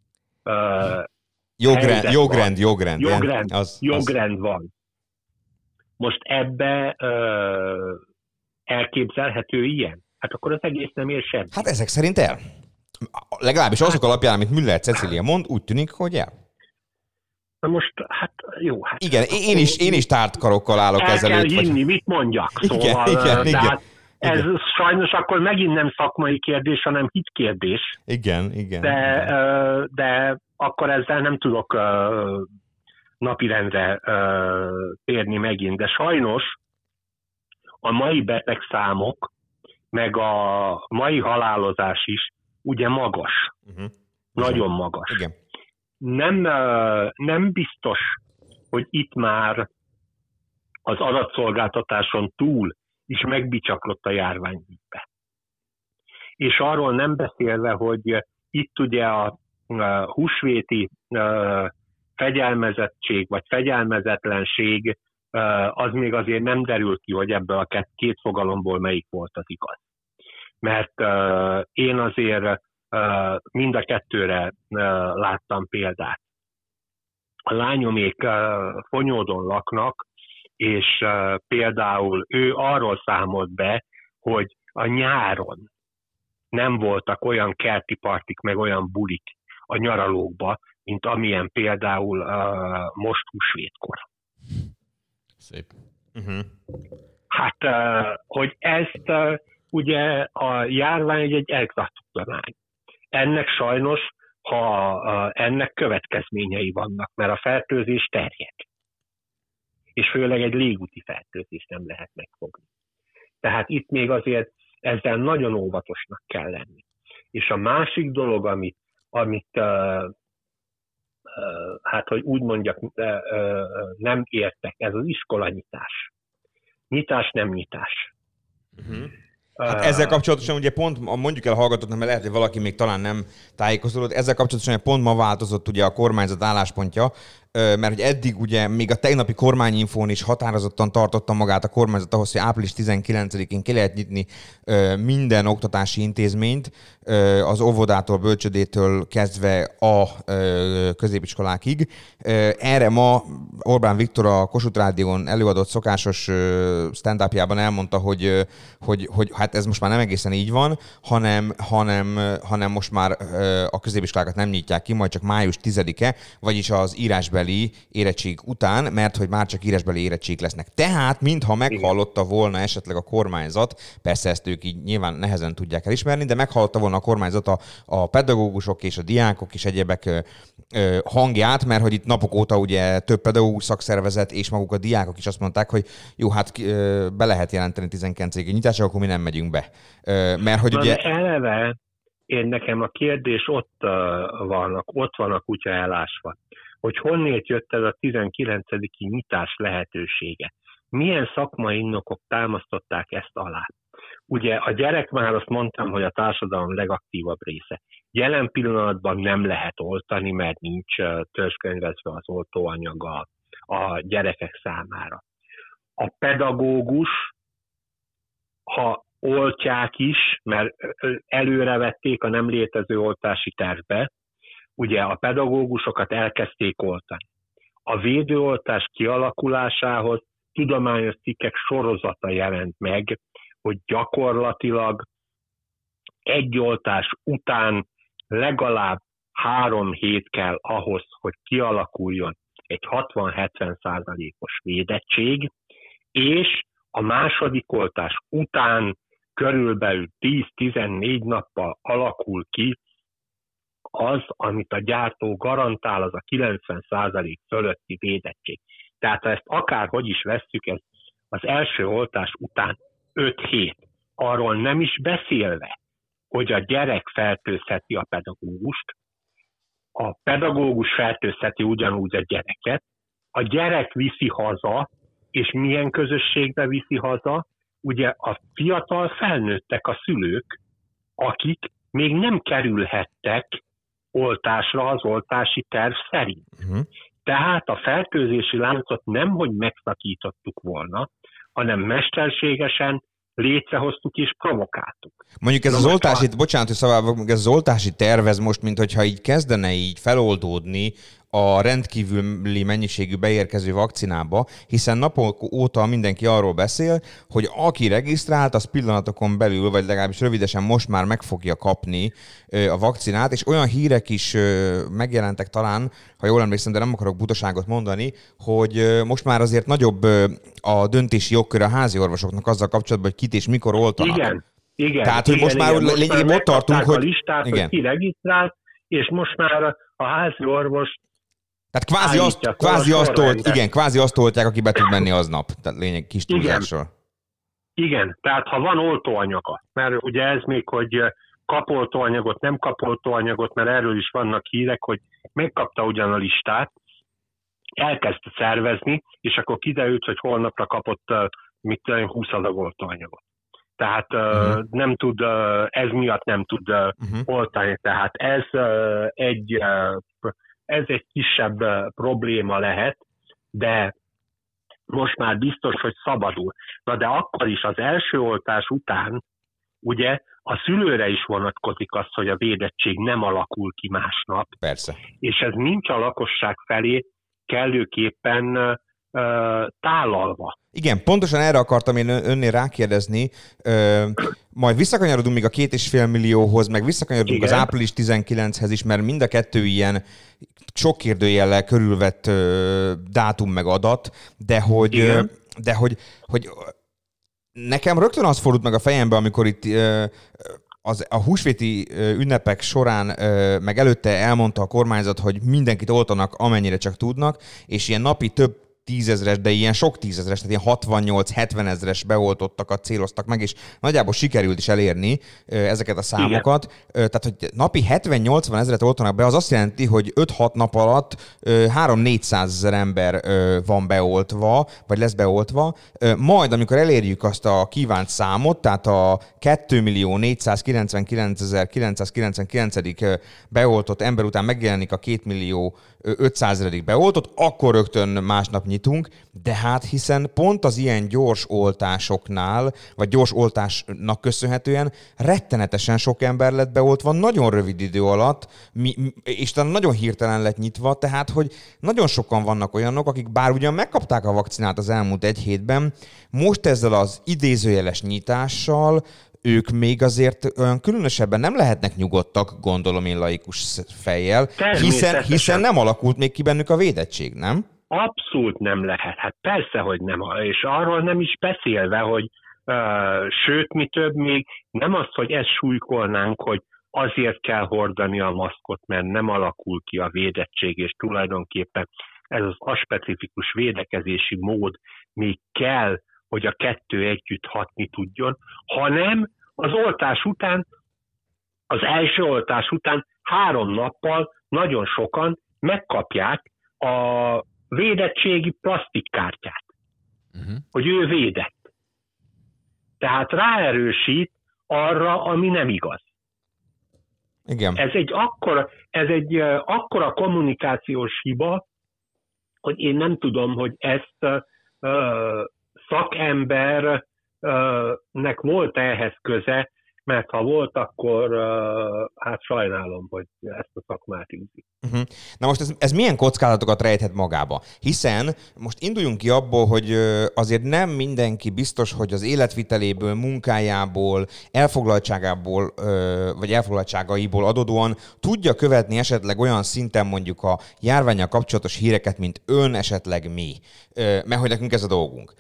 Jogrend van. Most ebbe elképzelhető ilyen? Hát akkor az egész nem ér semmi. Hát ezek szerint el. Legalábbis azok alapján, amit Müller Cecília mond, úgy tűnik, hogy el. Na most, hát jó. Hát igen, én is tárt karokkal állok ezelőtt. El kell hinni, mit mondjak. Szóval, igen. Ez sajnos akkor megint nem szakmai kérdés, hanem hitkérdés. Igen. De akkor ezzel nem tudok napirendre térni megint. De sajnos a mai betegszámok, meg a mai halálozás is ugye magas. Nagyon magas. Igen. Nem biztos, hogy itt már az adatszolgáltatáson túl is megbicsaklott a járványügybe. És arról nem beszélve, hogy itt ugye a húsvéti fegyelmezettség vagy fegyelmezetlenség az még azért nem derül ki, hogy ebből a két fogalomból melyik volt az igaz. Mert én azért mind a kettőre láttam példát. A lányomék Fonyódon laknak, és például ő arról számolt be, hogy a nyáron nem voltak olyan kerti partik, meg olyan bulik a nyaralókba, mint amilyen például most húsvétkor. Szép. Hát, hogy ezt ugye a járvány egy exakt tudomány. Ennek sajnos, ha ennek következményei vannak, mert a fertőzés terjed. És főleg egy légúti fertőzést nem lehet megfogni. Tehát itt még azért ezzel nagyon óvatosnak kell lenni. És a másik dolog, amit hát, hogy úgy mondjak, nem értek, ez az iskolanyitás. Nyitás, nem nyitás. Hát ezzel kapcsolatosan ugye pont, mondjuk el hallgatóknak, mert lehet, hogy valaki még talán nem tájékozódott, ezzel kapcsolatosan pont ma változott ugye a kormányzat álláspontja, mert hogy eddig ugye még a tegnapi kormányinfón is határozottan tartotta magát a kormányzat ahhoz, hogy április 19-én ki lehet nyitni minden oktatási intézményt, az óvodától, bölcsödétől kezdve a középiskolákig. Erre ma Orbán Viktor a Kossuth Rádión előadott szokásos stand-upjában elmondta, hogy hát ez most már nem egészen így van, hanem most már a középiskolákat nem nyitják ki, majd csak május 10-e, vagyis az írásbeli érettség után, mert hogy már csak írásbeli érettségek lesznek. Tehát, mintha meghallotta volna esetleg a kormányzat, persze ezt ők így nyilván nehezen tudják elismerni, de meghallotta volna a kormányzat a pedagógusok és a diákok és egyébek hangját, mert hogy itt napok óta ugye több pedagógus szakszervezet és maguk a diákok is azt mondták, hogy jó, hát be lehet jelenteni 19-ig nyitásra, akkor mi nem megyünk be. Mert hogy ugye... Eleve nekem a kérdés ott van a kutya elásva, hogy honnét jött ez a 19. nyitás lehetősége. Milyen szakmai indokok támasztották ezt alá? Ugye a gyerek, már azt mondtam, hogy a társadalom legaktívabb része. Jelen pillanatban nem lehet oltani, mert nincs törzskönyvezve az oltóanyaga a gyerekek számára. A pedagógus, ha oltják is, mert előrevették a nem létező oltási tervbe, ugye a pedagógusokat elkezdték oltani. A védőoltás kialakulásához tudományos cikkek sorozata jelent meg, hogy gyakorlatilag egy oltás után legalább 3 hét kell ahhoz, hogy kialakuljon egy 60-70%-os védettség, és a második oltás után körülbelül 10-14 nappal alakul ki az, amit a gyártó garantál, az a 90% fölötti védettség. Tehát ha ezt akárhogy is vesszük, ez az első oltás után 5 hét. Arról nem is beszélve, hogy a gyerek fertőzheti a pedagógust, a pedagógus fertőzheti ugyanúgy a gyereket, a gyerek viszi haza, és milyen közösségbe viszi haza? Ugye a fiatal felnőttek a szülők, akik még nem kerülhettek oltásra az oltási terv szerint. Tehát a fertőzési láncot nemhogy megszakítottuk volna, hanem mesterségesen létrehoztuk és provokáltuk. Mondjuk ez az oltási, bocsánat, hogy szabad, ez az oltási terv, ez most, mintha így kezdene így feloldódni a rendkívüli mennyiségű beérkező vakcinába, hiszen napok óta mindenki arról beszél, hogy aki regisztrált, az pillanatokon belül, vagy legalábbis rövidesen most már meg fogja kapni a vakcinát, és olyan hírek is megjelentek talán, ha jól emlékszem, de nem akarok butaságot mondani, hogy most már azért nagyobb a döntési jogkör a házi orvosoknak azzal kapcsolatban, hogy kit és mikor oltanak. Igen. Tehát, hogy most már lényegében ott tartunk, hogy... a listát, igen. Hogy ki regisztrált, és most már a házi orvos tehát kvázi azt oltják, aki be tud menni aznap. Tehát lényeg kis túlzással. Igen, tehát ha van oltóanyaga, mert ugye ez még, hogy kap oltóanyagot, nem kap oltóanyagot, mert erről is vannak hírek, hogy megkapta ugyan a listát, elkezdte szervezni, és akkor kiderült, hogy holnapra kapott 20 adag oltóanyagot. Tehát nem tud, ez miatt nem tud oltani. Tehát ez egy kisebb probléma lehet, de most már biztos, hogy szabadul. Na de akkor is az első oltás után ugye a szülőre is vonatkozik az, hogy a védettség nem alakul ki másnap. Persze. És ez nincs a lakosság felé kellőképpen tálalva. Igen, pontosan erre akartam én önnél rákérdezni. Majd visszakanyarodunk még a 2,5 millióhoz, meg visszakanyarodunk az április 19-hez is, mert mind a kettő ilyen sok kérdőjellel körülvett dátum meg adat, de hogy nekem rögtön az fordult meg a fejembe, amikor itt a húsvéti ünnepek során meg előtte elmondta a kormányzat, hogy mindenkit oltanak, amennyire csak tudnak, és ilyen napi több 10 000-es, de ilyen sok 10 000-es, tehát ilyen 68-70 000-es beoltottakat céloztak meg, és nagyjából sikerült is elérni ezeket a számokat. Tehát, hogy napi 70-80 000-et oltanak be, az azt jelenti, hogy 5-6 nap alatt 300-400 000 ember van beoltva, vagy lesz beoltva. Majd, amikor elérjük azt a kívánt számot, tehát a 2.499.999. beoltott ember után megjelenik a 2.500.000. beoltott, akkor rögtön másnap nyitunk, de hát hiszen pont az ilyen gyors oltásoknál, vagy gyors oltásnak köszönhetően rettenetesen sok ember lett beoltva nagyon rövid idő alatt, és talán nagyon hirtelen lett nyitva, tehát hogy nagyon sokan vannak olyanok, akik bár ugyan megkapták a vakcinát az elmúlt egy hétben, most ezzel az idézőjeles nyitással ők még azért olyan különösebben nem lehetnek nyugodtak, gondolom én laikus fejjel, hiszen nem alakult még ki bennük a védettség, nem? Abszolút nem lehet. Hát persze, hogy nem. És arról nem is beszélve, hogy sőt, mi több, még nem azt, hogy ezt súlykolnánk, hogy azért kell hordani a maszkot, mert nem alakul ki a védettség, és tulajdonképpen ez az aspecifikus védekezési mód még kell, hogy a kettő együtt hatni tudjon, hanem az oltás után, az első oltás után 3 nappal nagyon sokan megkapják a védettségi plastikkártyát, hogy ő védett. Tehát ráerősít arra, ami nem igaz. Igen. Ez egy akkora kommunikációs hiba, hogy én nem tudom, hogy ezt szakembernek volt ehhez köze, mert ha volt, akkor hát sajnálom, hogy ezt a szakmát űzik. Na most ez milyen kockázatokat rejthet magába? Hiszen most induljunk ki abból, hogy azért nem mindenki biztos, hogy az életviteléből, munkájából, elfoglaltságából, vagy elfoglaltságaiból adódóan tudja követni esetleg olyan szinten mondjuk a járvánnyal kapcsolatos híreket, mint ön, esetleg mi. Mert hogy nekünk ez a dolgunk.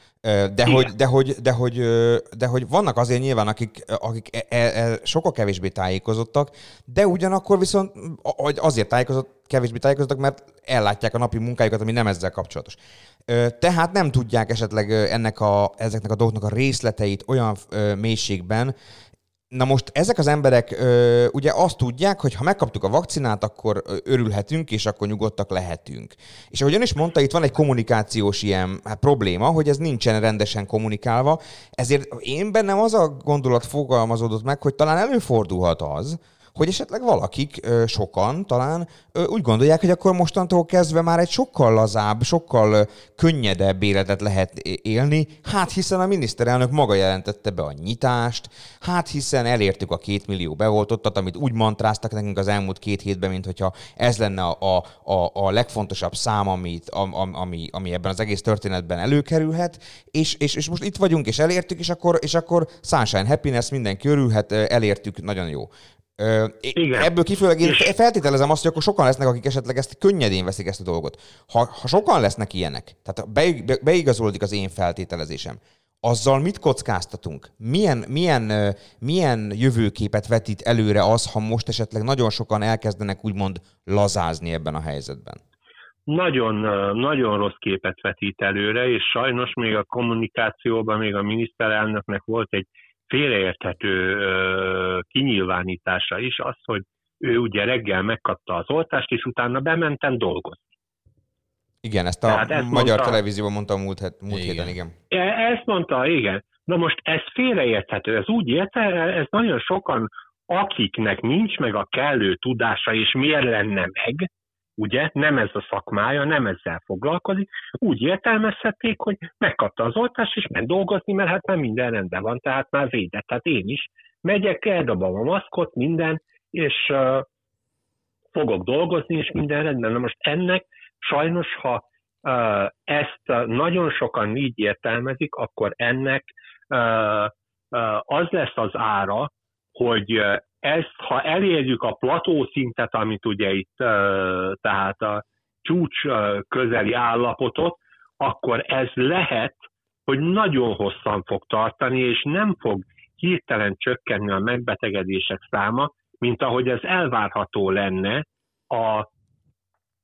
De hogy vannak azért nyilván, akik sokkal kevésbé tájékozottak, de ugyanakkor viszont azért kevésbé tájékozottak, mert ellátják a napi munkájukat, ami nem ezzel kapcsolatos. Tehát nem tudják esetleg ezeknek a dolgoknak a részleteit olyan mélységben. Na most ezek az emberek ugye azt tudják, hogy ha megkaptuk a vakcinát, akkor örülhetünk, és akkor nyugodtak lehetünk. És ahogy ön is mondta, itt van egy kommunikációs ilyen probléma, hogy ez nincsen rendesen kommunikálva, ezért én bennem az a gondolat fogalmazódott meg, hogy talán előfordulhat az, hogy esetleg valakik, sokan talán úgy gondolják, hogy akkor mostantól kezdve már egy sokkal lazább, sokkal könnyedebb életet lehet élni, hát hiszen a miniszterelnök maga jelentette be a nyitást, hát hiszen elértük a 2 millió beoltottat, amit úgy mantráztak nekünk az elmúlt 2 hétben, mint hogyha ez lenne a legfontosabb szám, ami ebben az egész történetben előkerülhet, és most itt vagyunk, és elértük, és akkor sunshine, happiness, mindenki örülhet, elértük, nagyon jó. Igen. Ebből kifolyólag én feltételezem azt, hogy akkor sokan lesznek, akik esetleg ezt könnyedén veszik ezt a dolgot. Ha sokan lesznek ilyenek, tehát beigazolódik az én feltételezésem, azzal mit kockáztatunk? Milyen jövőképet vetít előre az, ha most esetleg nagyon sokan elkezdenek úgymond lazázni ebben a helyzetben? Nagyon, nagyon rossz képet vetít előre, és sajnos még a kommunikációban, még a miniszterelnöknek volt egy félreérthető kinyilvánítása is, az, hogy ő ugye reggel megkapta az oltást, és utána bementem dolgozni. Igen, ezt a magyar televízióban mondta múlt héten, igen. Ezt mondta, igen. Na most ez félreérthető, ez úgy érte, ez nagyon sokan, akiknek nincs meg a kellő tudása, és miért lenne meg, ugye, nem ez a szakmája, nem ezzel foglalkozik, úgy értelmezhették, hogy megkapta az oltást, és ment dolgozni, mert hát már minden rendben van, tehát már védett. Tehát én is megyek, eldobom a maszkot, minden, és fogok dolgozni, és minden rendben. Na most ennek sajnos, ha ezt nagyon sokan így értelmezik, akkor ennek az lesz az ára, hogy ezt, ha elérjük a platószintet, amit ugye itt, tehát a csúcs közeli állapotot, akkor ez lehet, hogy nagyon hosszan fog tartani, és nem fog hirtelen csökkenni a megbetegedések száma, mint ahogy ez elvárható lenne a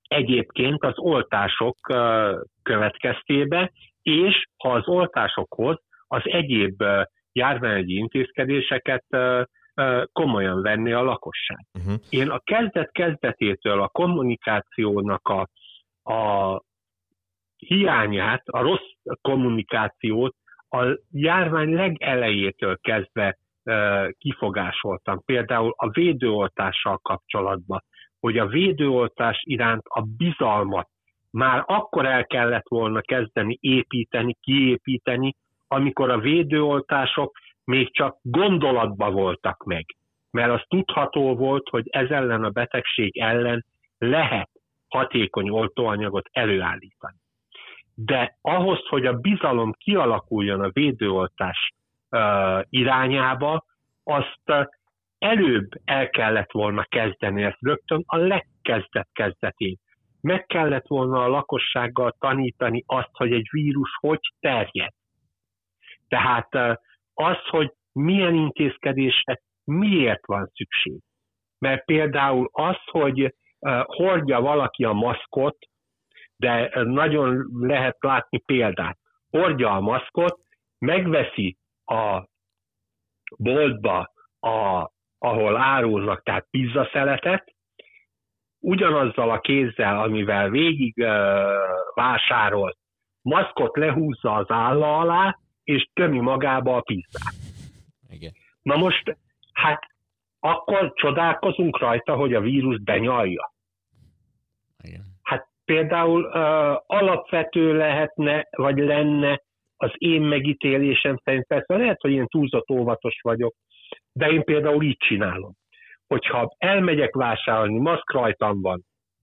egyébként az oltások következtében, és ha az oltásokhoz az egyéb járványügyi intézkedéseket komolyan venni a lakosság. Én a kezdet-kezdetétől a kommunikációnak a hiányát, a rossz kommunikációt a járvány legelejétől kezdve kifogásoltam. Például a védőoltással kapcsolatban, hogy a védőoltás iránt a bizalmat már akkor el kellett volna kezdeni építeni, kiépíteni, amikor a védőoltások még csak gondolatban voltak meg. Mert az tudható volt, hogy ez ellen a betegség ellen lehet hatékony oltóanyagot előállítani. De ahhoz, hogy a bizalom kialakuljon a védőoltás irányába, azt előbb el kellett volna kezdeni, ezt rögtön a legkezdet-kezdetén. Meg kellett volna a lakossággal tanítani azt, hogy egy vírus hogy terjed. Tehát az, hogy milyen intézkedésre miért van szükség. Mert például az, hogy hordja valaki a maszkot, de nagyon lehet látni példát. Hordja a maszkot, megveszi a boltba, ahol árulnak, tehát pizzaszeletet, ugyanazzal a kézzel, amivel végig vásárolt, maszkot lehúzza az álla alá, és tömi magába a pizzát. Igen. Na most, hát akkor csodálkozunk rajta, hogy a vírus benyalja. Igen. Hát például alapvető lehetne, vagy lenne az én megítélésem szerint, persze lehet, hogy én túlzott óvatos vagyok, de én például így csinálom. Hogyha elmegyek vásárolni, maszk rajtam van,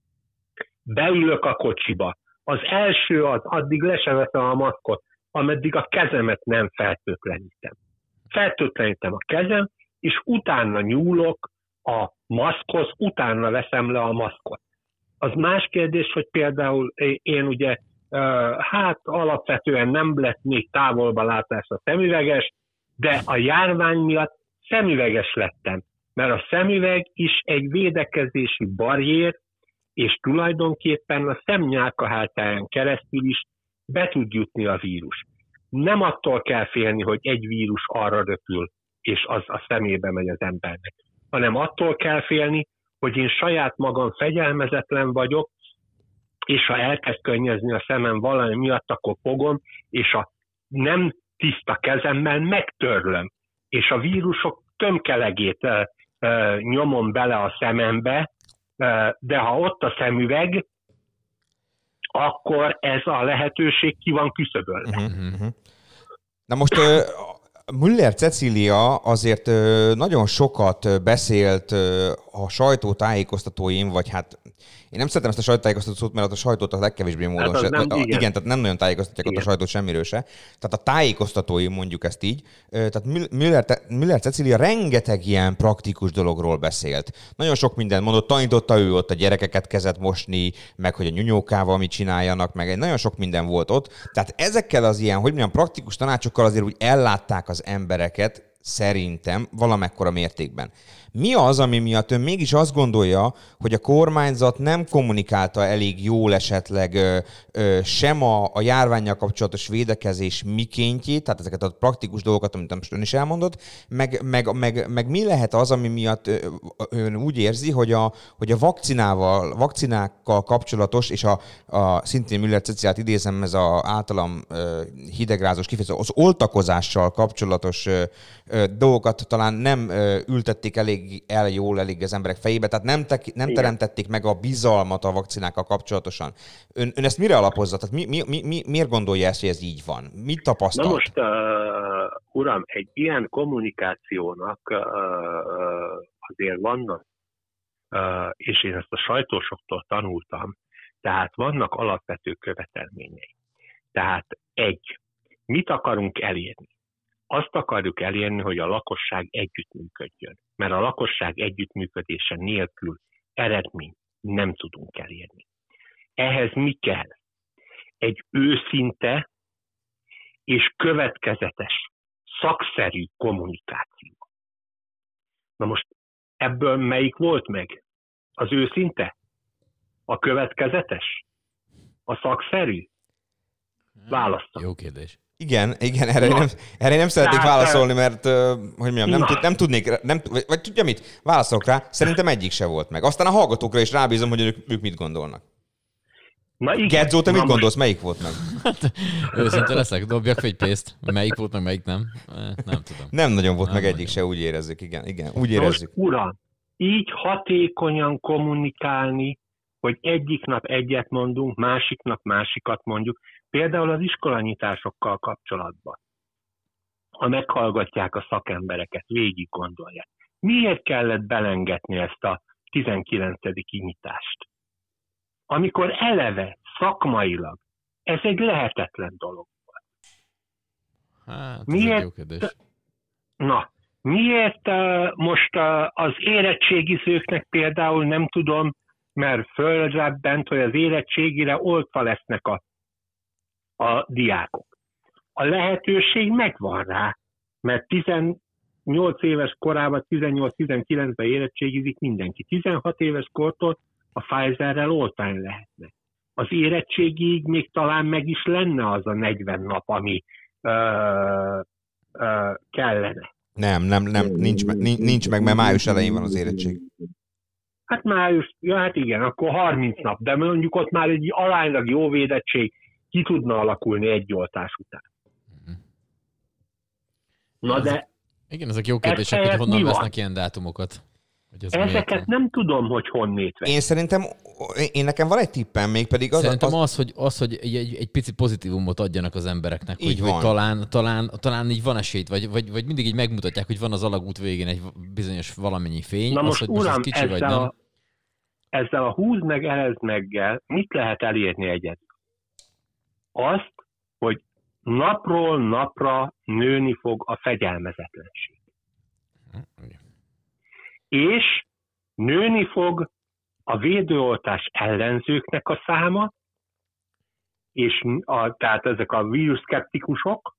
beülök a kocsiba, az első az, addig le sem veszem a maszkot, ameddig a kezemet nem fertőtlenítem. Fertőtlenítem a kezem, és utána nyúlok a maszkhoz, utána veszem le a maszkot. Az más kérdés, hogy például én ugye, hát alapvetően nem lett még távolba látás a szemüveges, de a járvány miatt szemüveges lettem. Mert a szemüveg is egy védekezési barjér, és tulajdonképpen a szemnyálkaháltáján keresztül is be tud jutni a vírus. Nem attól kell félni, hogy egy vírus arra röpül, és az a szemébe megy az embernek, hanem attól kell félni, hogy én saját magam fegyelmezetlen vagyok, és ha elkezd könnyezni a szemem valami miatt, akkor fogom, és a nem tiszta kezemmel megtörlöm, és a vírusok tömkelegét nyomom bele a szemembe, de ha ott a szemüveg, akkor ez a lehetőség ki van küszöbölve. Na most Müller Cecília azért nagyon sokat beszélt a sajtótájékoztatóim, vagy hát én nem szeretem ezt a sajtótájékoztatót, mert a sajtót a legkevésbé módon igen, tehát nem nagyon tájékoztatják ott a sajtót semmiről se. Tehát a tájékoztatóim, mondjuk ezt így. Tehát Müller Cecília rengeteg ilyen praktikus dologról beszélt. Nagyon sok mindent mondott, tanította ő ott a gyerekeket kezet mosni, meg hogy a nyunyókával mit csináljanak, meg nagyon sok minden volt ott. Tehát ezekkel az ilyen, hogy mondjam, praktikus tanácsokkal azért úgy ellátták az embereket, szerintem valamekkora mértékben. Mi az, ami miatt ön mégis azt gondolja, hogy a kormányzat nem kommunikálta elég jól esetleg sem a járvánnyal kapcsolatos védekezés mikéntjét, tehát ezeket a praktikus dolgokat, amit most ön is elmondott, meg mi lehet az, ami miatt ön úgy érzi, hogy a vakcinákkal kapcsolatos, és a szintén Müller Ceciliát idézem, ez az általam hidegrázós kifejezés, az oltakozással kapcsolatos dolgokat talán nem ültették elég az emberek fejébe, tehát nem teremtették meg a bizalmat a vakcinákkal kapcsolatosan. Ön ezt mire alapozza? Tehát miért gondolja ezt, hogy ez így van? Mit tapasztalt? Na most, uram, egy ilyen kommunikációnak azért vannak, és én ezt a sajtósoktól tanultam, tehát vannak alapvető követelményei. Tehát mit akarunk elérni? Azt akarjuk elérni, hogy a lakosság együttműködjön. Mert a lakosság együttműködése nélkül eredményt nem tudunk elérni. Ehhez mi kell? Egy őszinte és következetes, szakszerű kommunikáció. Na most ebből melyik volt meg? Az őszinte? A következetes? A szakszerű? Választom. Jó kérdés. Igen, erre nem szeretnék válaszolni, mert hogy mondjam, nem tudnék, vagy tudja mit? Válaszolok rá, szerintem egyik se volt meg. Aztán a hallgatókra is rábízom, hogy ők mit gondolnak. Gedzó, te mit gondolsz, melyik volt meg? Őszinte leszek, dobjak egy pénzt. Melyik volt meg, melyik nem? Nem tudom. Nem nagyon volt meg egyik se, úgy érezzük, igen, úgy érezzük. Most, uram, így hatékonyan kommunikálni, hogy egyik nap egyet mondunk, másik nap másikat mondjuk, például az iskolanyitásokkal kapcsolatban. Ha meghallgatják a szakembereket, végig gondolják. Miért kellett belengetni ezt a 19. nyitást? Amikor eleve, szakmailag, ez egy lehetetlen dolog volt. Hát, miért most az érettségizőknek például nem tudom, mert fölrebbent, hogy az érettségire oltva lesznek a diákok. A lehetőség megvan rá, mert 18 éves korában, 18-19-ben érettségizik mindenki. 16 éves kortól a Pfizerrel oltani lehetne. Az érettségig még talán meg is lenne az a 40 nap, ami kellene. Nem, nincs meg, mert május elején van az érettség. Hát május, hát igen, akkor 30 nap, de mondjuk ott már egy aránylag jó védettség ki tudna alakulni egy oltás után. Na de... Igen, ezek jó kérdések, hogy honnan vesznek ilyen dátumokat. Ezeket nem tudom, hogy honnét vesz. Én szerintem, nekem van egy tippem, még pedig szerintem hogy egy pici pozitívumot adjanak az embereknek, hogy talán így van esélyt, vagy mindig így megmutatják, hogy van az alagút végén egy bizonyos valamennyi fény. Na most, hogy uram, most kicsi vagy nem. Ezzel a húz meg, elezd meggel mit lehet elérni egyet? Azt, hogy napról napra nőni fog a fegyelmezetlenség. És nőni fog a védőoltás ellenzőknek a száma, és tehát ezek a vírusszkeptikusok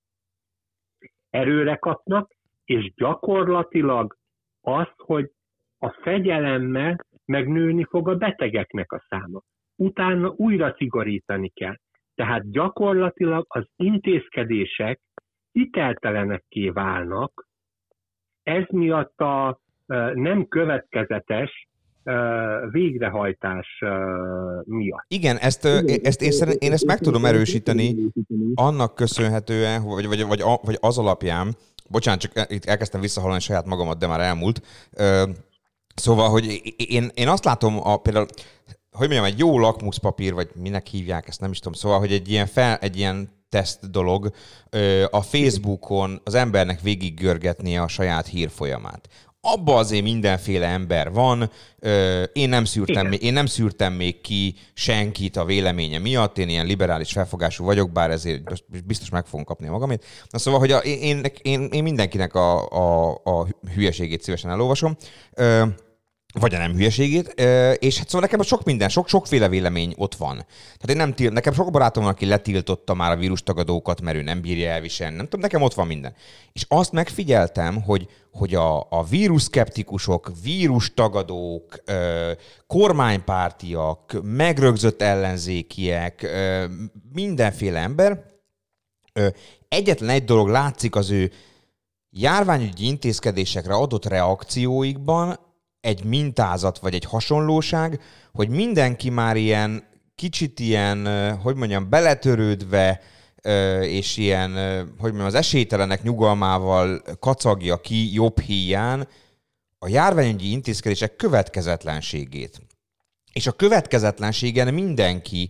erőre kapnak, és gyakorlatilag az, hogy a fegyelemmel megnőni fog a betegeknek a száma. Utána újra szigorítani kell. Tehát gyakorlatilag az intézkedések hiteltelenekké válnak, ez miatt a nem következetes végrehajtás miatt. Igen, én ezt meg tudom erősíteni annak köszönhetően, vagy az alapján, bocsánat, csak itt elkezdtem visszahallani saját magamat, de már elmúlt. Szóval, hogy én azt látom, például, hogy mondjam, egy jó lakmuszpapír, vagy minek hívják, ezt nem is tudom, szóval, hogy egy ilyen teszt dolog, a Facebookon az embernek végiggörgetnie a saját hírfolyamát. Abba azért mindenféle ember van, én nem szűrtem még ki senkit a véleménye miatt, én ilyen liberális felfogású vagyok, bár ezért biztos meg fogom kapni a magamét. Na szóval, hogy én mindenkinek a hülyeségét szívesen elolvasom, vagy a nem hülyeségét, és hát szóval nekem sokféle vélemény ott van. Tehát nekem sok barátom van, aki letiltotta már a vírustagadókat, mert ő nem bírja elviselni, nem tudom, nekem ott van minden. És azt megfigyeltem, hogy a vírusszkeptikusok, vírustagadók, kormánypártiak, megrögzött ellenzékiek, mindenféle ember, egyetlen egy dolog látszik az ő járványügyi intézkedésekre adott reakcióikban, egy mintázat vagy egy hasonlóság, hogy mindenki már kicsit hogy mondjam, beletörődve, és ilyen, hogy mondjam, az esélytelenek nyugalmával kacagja ki jobb híján a járványügyi intézkedések következetlenségét. És a következetlenségen mindenki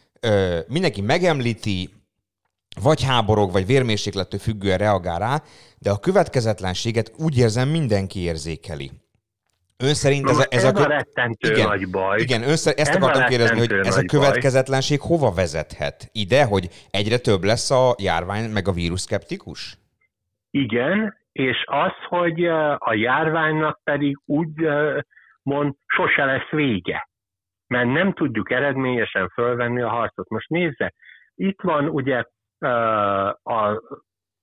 megemlíti, vagy háborog, vagy vérmérséklettől függően reagál rá, de a következetlenséget úgy érzem mindenki érzékeli. Ön szerint ez a rettentő nagy baj. Igen, ezt akartam kérdezni, hogy ez a következetlenség hova vezethet? Ide, hogy egyre több lesz a járvány, meg a vírusszkeptikus? Igen, és az, hogy a járványnak pedig sose lesz vége. Mert nem tudjuk eredményesen fölvenni a harcot. Most nézze, itt van ugye a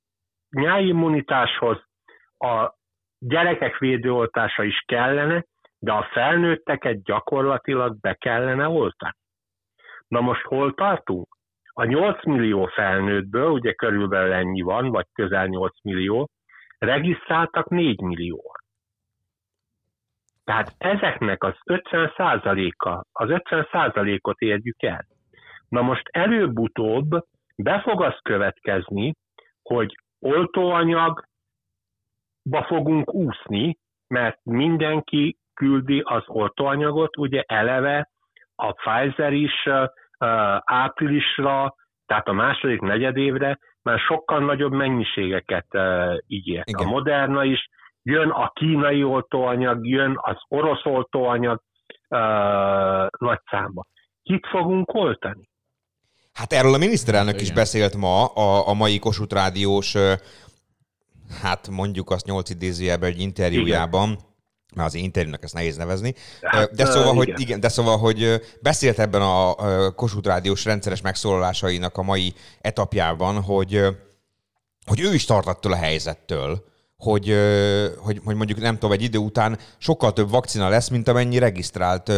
nyári immunitáshoz a gyerekek védőoltása is kellene, de a felnőtteket gyakorlatilag be kellene oltani. Na most hol tartunk? A 8 millió felnőttből, ugye körülbelül ennyi van, vagy közel 8 millió, regisztráltak 4 millió. Tehát ezeknek az 50%-a, az 50%-ot érjük el. Na most előbb-utóbb be fog az következni, hogy oltóanyagba fogunk úszni, mert mindenki küldi az oltóanyagot, ugye eleve a Pfizer is áprilisra, tehát a második negyedévre már sokkal nagyobb mennyiségeket ígért. Igen. A Moderna is, jön a kínai oltóanyag, jön az orosz oltóanyag nagy számba. Kit fogunk oltani? Hát erről a miniszterelnök is beszélt ma a mai Kossuth Rádiós, hát mondjuk azt 8 idézőjelben egy interjújában, mert az interjúnak ezt nehéz nevezni, de szóval, hogy beszélt ebben a Kossuth Rádiós rendszeres megszólalásainak a mai etapjában, hogy ő is tart attól a helyzettől, hogy mondjuk nem tudom, egy idő után sokkal több vakcina lesz, mint amennyi regisztrált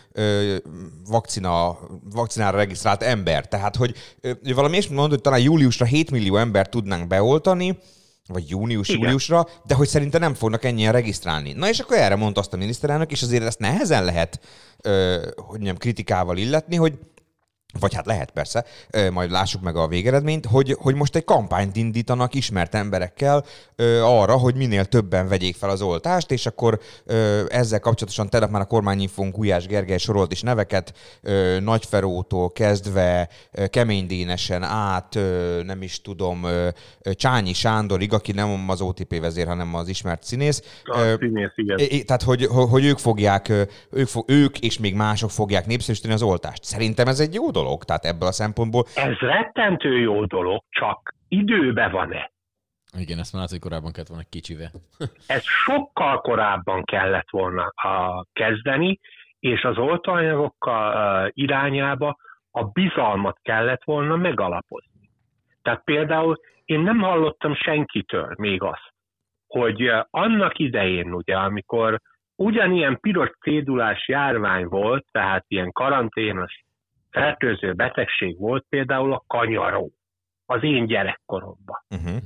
vakcinára regisztrált ember. Tehát, hogy valami is mondod, hogy talán júliusra 7 millió embert tudnánk beoltani, vagy júliusra, de hogy szerintem nem fognak ennyien regisztrálni. Na és akkor erre mondta azt a miniszterelnök, és azért ezt nehezen lehet kritikával illetni, hogy vagy hát lehet persze, majd lássuk meg a végeredményt, hogy most egy kampányt indítanak ismert emberekkel arra, hogy minél többen vegyék fel az oltást, és akkor ezzel kapcsolatosan tegnap már a kormányinfón Gulyás Gergely sorolt is neveket, Nagyferótól kezdve Kemény Dénesen át, nem is tudom, Csányi Sándorig, aki nem az OTP vezér, hanem az ismert színész. Igen. Tehát, hogy ők és még mások fogják népszerűsíteni az oltást. Szerintem ez egy jó dolog, tehát ebből a szempontból. Ez rettentő jó dolog, csak időbe van-e? Igen, ezt már hogy korábban kellett volna kicsive. Ez sokkal korábban kellett volna kezdeni, és az oltóanyagokkal irányába a bizalmat kellett volna megalapozni. Tehát például én nem hallottam senkitől még azt, hogy annak idején, ugye, amikor ugyanilyen piros cédulás járvány volt, tehát ilyen karanténos fertőző betegség volt például a kanyaró az én gyerekkoromban.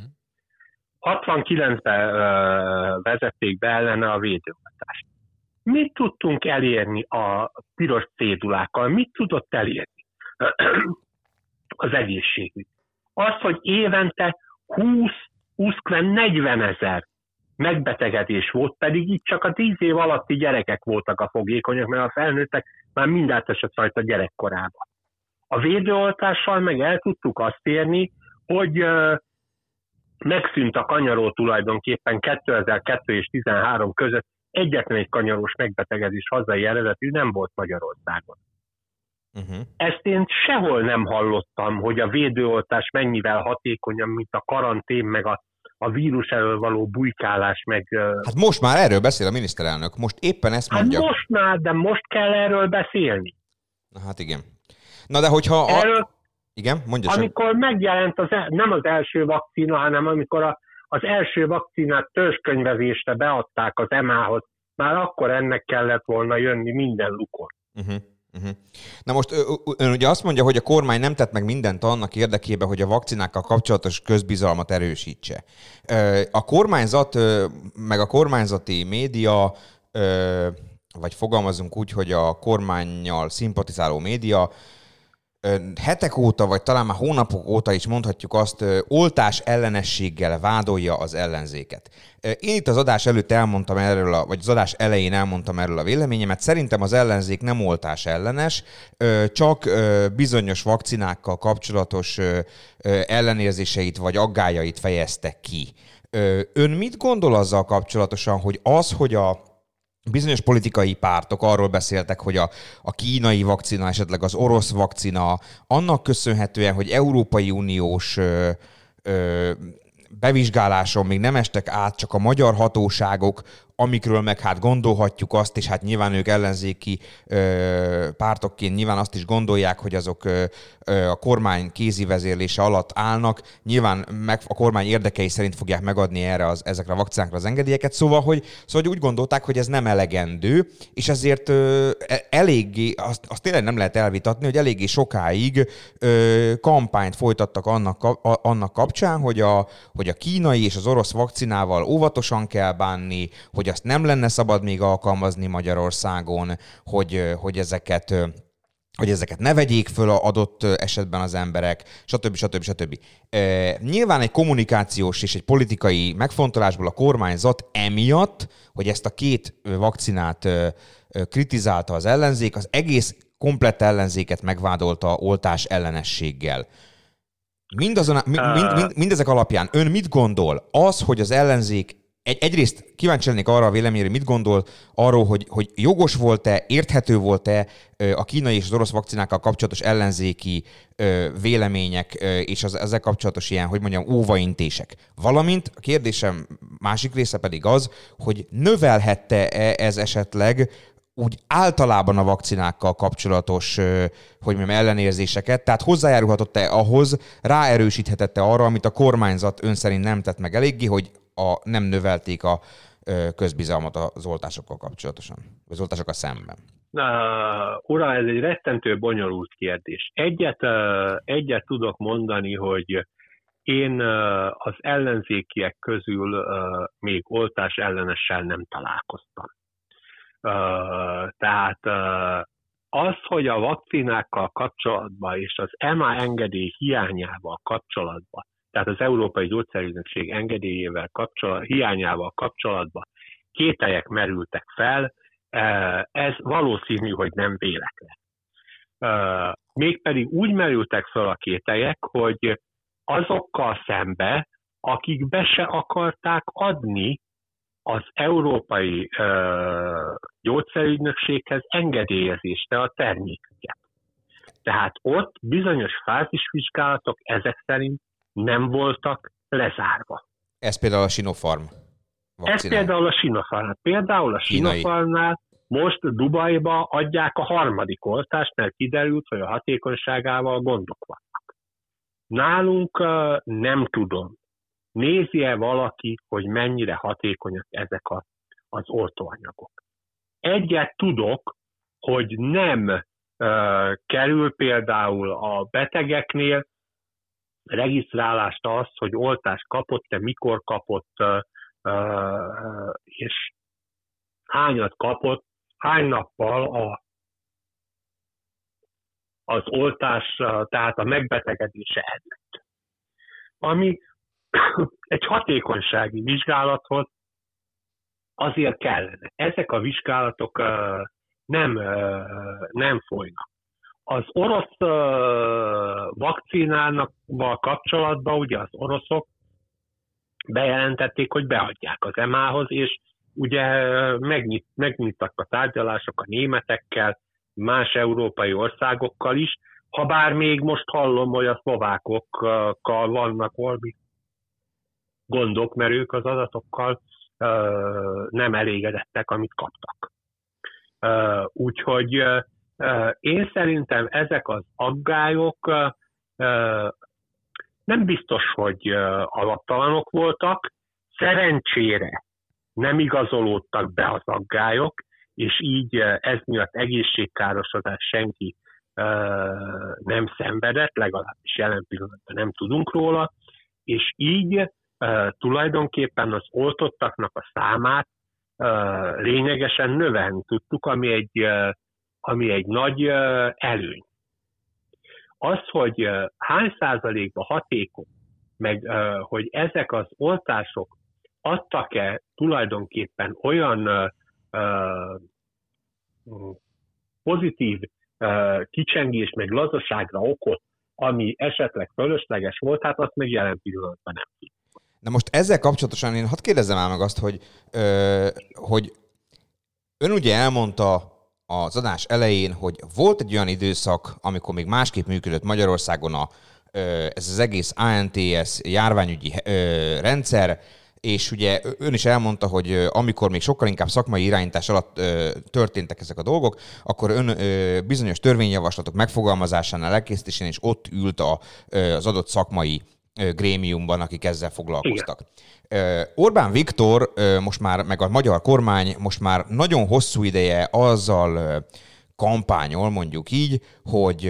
69-ben vezették be ellene a védőoltást. Mit tudtunk elérni a piros cédulákkal? Mit tudott elérni az egészségügy? Az, hogy évente 20-40 ezer megbetegedés volt, pedig itt csak a 10 év alatti gyerekek voltak a fogékonyak, mert a felnőttek már mind átesett rajta gyerekkorában. A védőoltással meg el tudtuk azt érni, hogy megszűnt a kanyaró tulajdonképpen 2002 és 2013 között, egyetlen egy kanyarós megbetegedés hazai eredetű nem volt Magyarországon. Ezt én sehol nem hallottam, hogy a védőoltás mennyivel hatékonyabb, mint a karantén, meg a vírus elől való bujkálás, meg... Hát most már erről beszél a miniszterelnök, most éppen ezt mondja. Hát most már, de most kell erről beszélni. Na hát igen. Na de hogyha... Erről, igen, mondja sem. amikor megjelent nem az első vakcina, hanem amikor az első vakcinát törzskönyvezésre beadták az EMA-hoz, már akkor ennek kellett volna jönni minden lukon. Na most ön ugye azt mondja, hogy a kormány nem tett meg mindent annak érdekében, hogy a vakcinákkal kapcsolatos közbizalmat erősítse. A kormányzat, meg a kormányzati média, vagy fogalmazunk úgy, hogy a kormánnyal szimpatizáló média hetek óta, vagy talán már hónapok óta is mondhatjuk azt, oltás ellenességgel vádolja az ellenzéket. Én itt az adás előtt elmondtam erről, vagy az adás elején elmondtam erről a véleményemet. Szerintem az ellenzék nem oltás ellenes, csak bizonyos vakcinákkal kapcsolatos ellenérzéseit vagy aggályait fejezte ki. Ön mit gondol azzal kapcsolatosan, hogy hogy a bizonyos politikai pártok arról beszéltek, hogy a kínai vakcina, esetleg az orosz vakcina, annak köszönhetően, hogy Európai Uniós bevizsgáláson még nem estek át, csak a magyar hatóságok amikről meg hát gondolhatjuk azt, és hát nyilván ők ellenzéki pártokként nyilván azt is gondolják, hogy azok a kormány kézi vezérlése alatt állnak, nyilván a kormány érdekei szerint fogják megadni ezekre a vakcinákra az engedélyeket, szóval hogy úgy gondolták, hogy ez nem elegendő, és ezért eléggé, azt tényleg nem lehet elvitatni, hogy eléggé sokáig kampányt folytattak annak kapcsán, hogy a kínai és az orosz vakcinával óvatosan kell bánni, hogy azt nem lenne szabad még alkalmazni Magyarországon, hogy ezeket ne vegyék föl adott esetben az emberek, stb. Nyilván egy kommunikációs és egy politikai megfontolásból a kormányzat emiatt, hogy ezt a két vakcinát kritizálta az ellenzék, az egész komplett ellenzéket megvádolta oltás ellenességgel. Mindezek alapján ön mit gondol? Az, hogy az ellenzék egyrészt kíváncsi lennék arra a véleményére, mit gondol arról, hogy jogos volt-e, érthető volt-e a kínai és az orosz vakcinákkal kapcsolatos ellenzéki vélemények és ezzel kapcsolatos ilyen, hogy mondjam, óvaintések. Valamint a kérdésem másik része pedig az, hogy növelhette-e ez esetleg úgy általában a vakcinákkal kapcsolatos, hogy mondjam, ellenérzéseket, tehát hozzájárulhatott-e ahhoz, ráerősíthetette arra, amit a kormányzat ön szerint nem tett meg eléggé, hogy nem növelték a közbizalmat az oltásokkal kapcsolatosan, az oltásokkal szemben? Uram, ez egy rettentő bonyolult kérdés. Egyet tudok mondani, hogy én az ellenzékiek közül még oltás ellenessel nem találkoztam. Tehát az, hogy a vakcinákkal kapcsolatban és az EMA engedély hiányával kapcsolatban, tehát az Európai Gyógyszerügynökség engedélyével hiányával kapcsolatban kételyek merültek fel, ez valószínű, hogy nem véletlen. Mégpedig úgy merültek fel a kételyek, hogy azokkal szembe, akik be se akarták adni az Európai Gyógyszerügynökséghez engedélyezésre a termékeket. Tehát ott bizonyos fázisvizsgálatok ezek szerint nem voltak lezárva. Ez például a Sinopharm vakcinál. Ez például a Sinopharm. Például a Sinopharmnál most Dubajba adják a harmadik oltást, mert kiderült, hogy a hatékonyságával gondok vannak. Nálunk nem tudom. Nézi-e valaki, hogy mennyire hatékonyak ezek az oltóanyagok? Egyet tudok, hogy nem kerül például a betegeknél regisztrálást az, hogy oltást kapott-e, mikor kapott, és hányat kapott, hány nappal az oltás, tehát a megbetegedése előtt. Ami egy hatékonysági vizsgálathoz azért kellene. Ezek a vizsgálatok nem folynak. Az orosz vakcinákkal kapcsolatban ugye az oroszok bejelentették, hogy beadják az EMA-hoz, és ugye megnyittak a tárgyalások a németekkel, más európai országokkal is, habár még most hallom, hogy a szlovákokkal vannak valami gondok, mert ők az adatokkal nem elégedettek, amit kaptak. Úgyhogy én szerintem ezek az aggályok nem biztos, hogy alaptalanok voltak, szerencsére nem igazolódtak be az aggályok, és így ez miatt egészségkárosodás senki nem szenvedett, legalábbis jelen pillanatban nem tudunk róla, és így tulajdonképpen az oltottaknak a számát lényegesen növelni tudtuk, ami egy nagy előny. Az, hogy hány százalékban hatékony, meg hogy ezek az oltások adtak-e tulajdonképpen olyan pozitív kicsengés, meg lazaságra okot, ami esetleg fölösleges volt, hát azt meg jelen pillanatban nem tudjuk. Na most ezzel kapcsolatosan én hadd kérdezzem el meg azt, hogy ön ugye elmondta az adás elején, hogy volt egy olyan időszak, amikor még másképp működött Magyarországon ez az egész ANTS járványügyi rendszer, és ugye ön is elmondta, hogy amikor még sokkal inkább szakmai irányítás alatt történtek ezek a dolgok, akkor ön bizonyos törvényjavaslatok megfogalmazásánál, elkészítésén, és ott ült az adott szakmai grémiumban, akik ezzel foglalkoztak. Igen. Orbán Viktor most már, meg a magyar kormány most már nagyon hosszú ideje azzal kampányol, mondjuk így, hogy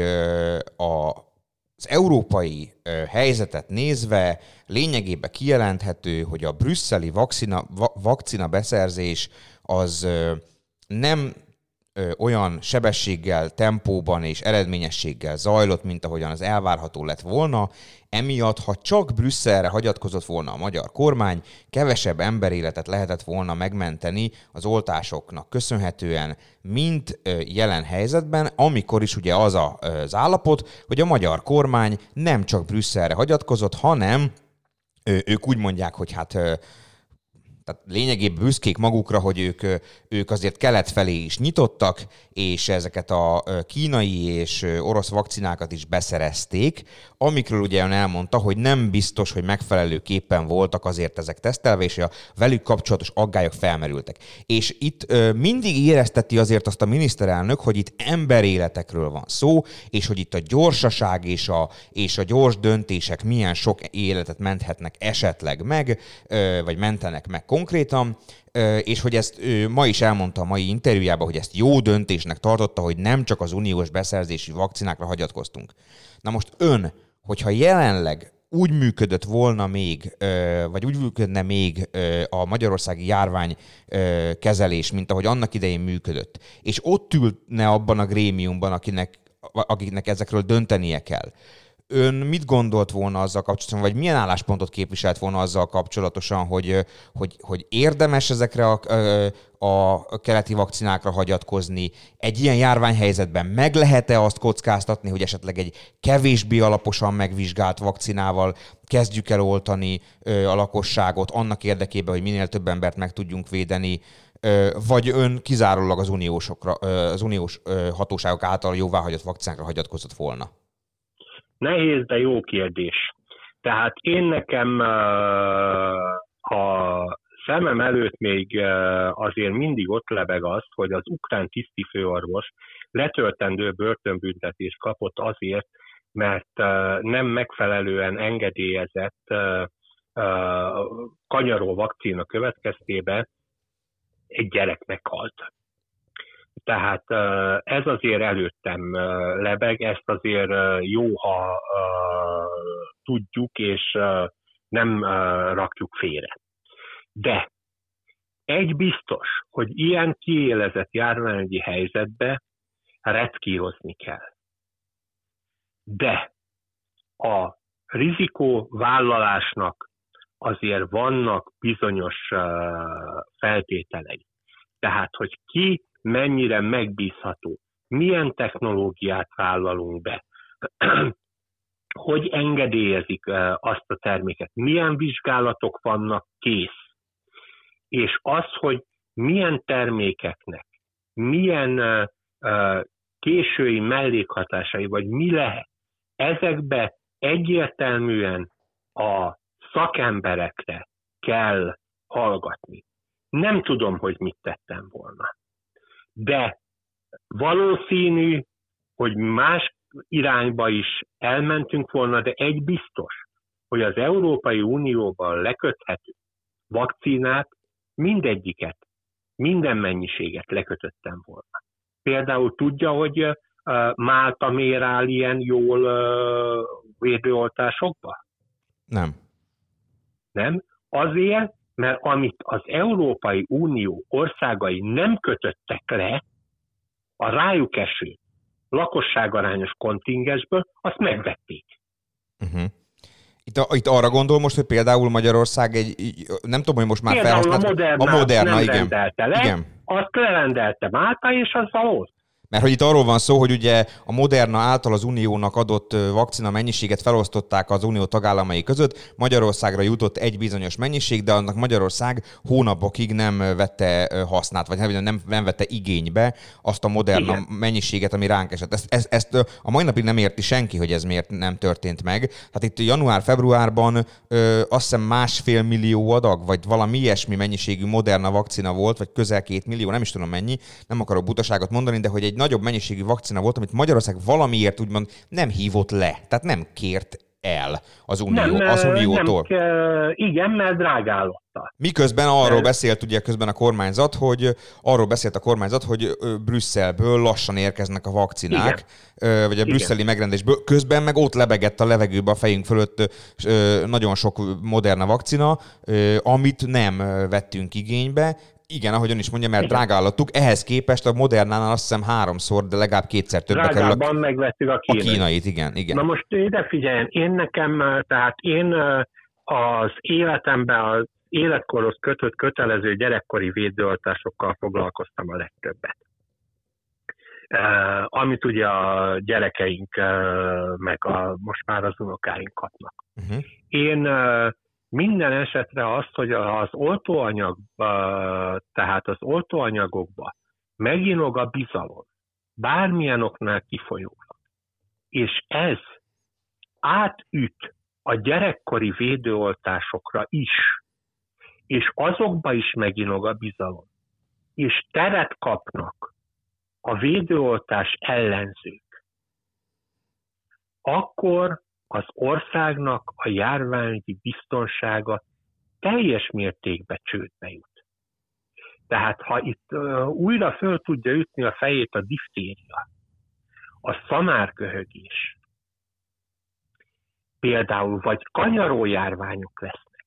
az európai helyzetet nézve lényegében kijelenthető, hogy a brüsszeli vakcina beszerzés az nem olyan sebességgel, tempóban és eredményességgel zajlott, mint ahogyan az elvárható lett volna. Emiatt, ha csak Brüsszelre hagyatkozott volna a magyar kormány, kevesebb emberéletet lehetett volna megmenteni az oltásoknak köszönhetően, mint jelen helyzetben, amikor is ugye az az állapot, hogy a magyar kormány nem csak Brüsszelre hagyatkozott, hanem ők úgy mondják, hogy tehát lényegében büszkék magukra, hogy ők azért kelet felé is nyitottak, és ezeket a kínai és orosz vakcinákat is beszerezték, amikről ugye ön elmondta, hogy nem biztos, hogy megfelelőképpen voltak azért ezek tesztelve, és a velük kapcsolatos aggályok felmerültek. És itt mindig érezteti azért azt a miniszterelnök, hogy itt emberéletekről van szó, és hogy itt a gyorsaság és a gyors döntések milyen sok életet menthetnek esetleg meg, vagy mentenek meg konkrétan, és hogy ezt ma is elmondta a mai interjújában, hogy ezt jó döntésnek tartotta, hogy nem csak az uniós beszerzési vakcinákra hagyatkoztunk. Na most ön, hogyha jelenleg úgy működött volna még, vagy úgy működne még a magyarországi járvány kezelés, mint ahogy annak idején működött, és ott ülne abban a grémiumban, akiknek ezekről döntenie kell, ön mit gondolt volna azzal kapcsolatosan, vagy milyen álláspontot képviselt volna azzal kapcsolatosan, hogy érdemes ezekre a keleti vakcinákra hagyatkozni? Egy ilyen járványhelyzetben meg lehet-e azt kockáztatni, hogy esetleg egy kevésbé alaposan megvizsgált vakcinával kezdjük el oltani a lakosságot annak érdekében, hogy minél több embert meg tudjunk védeni, vagy ön kizárólag az uniós hatóságok által jóváhagyott vakcinákra hagyatkozott volna? Nehéz, de jó kérdés. Tehát én nekem a szemem előtt még azért mindig ott lebeg az, hogy az ukrán tisztifőorvos letöltendő börtönbüntetést kapott azért, mert nem megfelelően engedélyezett kanyaró vakcina következtében egy gyerek meghalt. Tehát ez azért előttem lebeg, ezt azért jó, ha tudjuk, és nem rakjuk félre. De egy biztos, hogy ilyen kiélezett járványügyi helyzetbe reckírozni kell. De a rizikóvállalásnak azért vannak bizonyos feltételei. Tehát, hogy ki mennyire megbízható, milyen technológiát vállalunk be, hogy engedélyezik azt a terméket, milyen vizsgálatok vannak kész, és az, hogy milyen termékeknek, milyen késői mellékhatásai, vagy mi lehet, ezekbe egyértelműen a szakemberekre kell hallgatni. Nem tudom, hogy mit tettem volna. De valószínű, hogy más irányba is elmentünk volna, de egy biztos, hogy az Európai Unióban leköthető vakcinát, mindegyiket, minden mennyiséget lekötöttem volna. Például tudja, hogy Málta miért áll ilyen jól védőoltásokba? Nem. Nem? Azért, mert amit az Európai Unió országai nem kötöttek le, a rájuk eső lakosságarányos kontingensből, azt megvették. Uh-huh. Itt arra gondol most, hogy például Magyarország nem tudom, hogy most már felhasznált... A Moderna igen. rendelte le, igen. azt lerendelte Málta, és azzal volt. Mert hogy itt arról van szó, hogy ugye a Moderna által az Uniónak adott vakcina mennyiséget felosztották az Unió tagállamai között, Magyarországra jutott egy bizonyos mennyiség, de annak Magyarország hónapokig nem vette hasznát, vagy nem vette igénybe azt a Moderna mennyiséget, ami ránk esett. Ezt a mai napig nem érti senki, hogy ez miért nem történt meg. Hát itt január-februárban azt hiszem 1,5 millió adag, vagy valami ilyesmi mennyiségű Moderna vakcina volt, vagy közel 2 millió, nem is tudom mennyi, nem akarok butaságot mondani, de hogy egy nagyobb mennyiségű vakcina volt, amit Magyarország valamiért úgymond nem hívott le, tehát nem kért el az Uniótól. Igen, mert drágállotta. Miközben arról beszélt ugye közben a kormányzat, hogy Brüsszelből lassan érkeznek a vakcinák, vagy a brüsszeli megrendelésből. Közben meg ott lebegett a levegőbe a fejünk fölött nagyon sok Moderna vakcina, amit nem vettünk igénybe. Igen, ahogy ön is mondja, mert drágállattuk. Ehhez képest a Modernánál azt hiszem 3-szor, de legalább 2-szer többbe kerül. Drágában megvettük a kínait, igen. Na most ide figyeljen, én az életemben az életkorhoz kötött kötelező gyerekkori védőoltásokkal foglalkoztam a legtöbbet. Amit ugye a gyerekeink, meg most már az unokáink kapnak. Én minden esetre azt, hogy az oltóanyagokba meginog a bizalom, bármilyen oknál kifolyólag, és ez átüt a gyerekkori védőoltásokra is, és azokba is meginog a bizalom, és teret kapnak a védőoltás ellenzők, akkor az országnak a járványi biztonsága teljes mértékben csődbe jut. Tehát ha itt újra föl tudja ütni a fejét a diftéria, a szamárköhögés, például, vagy kanyarójárványok lesznek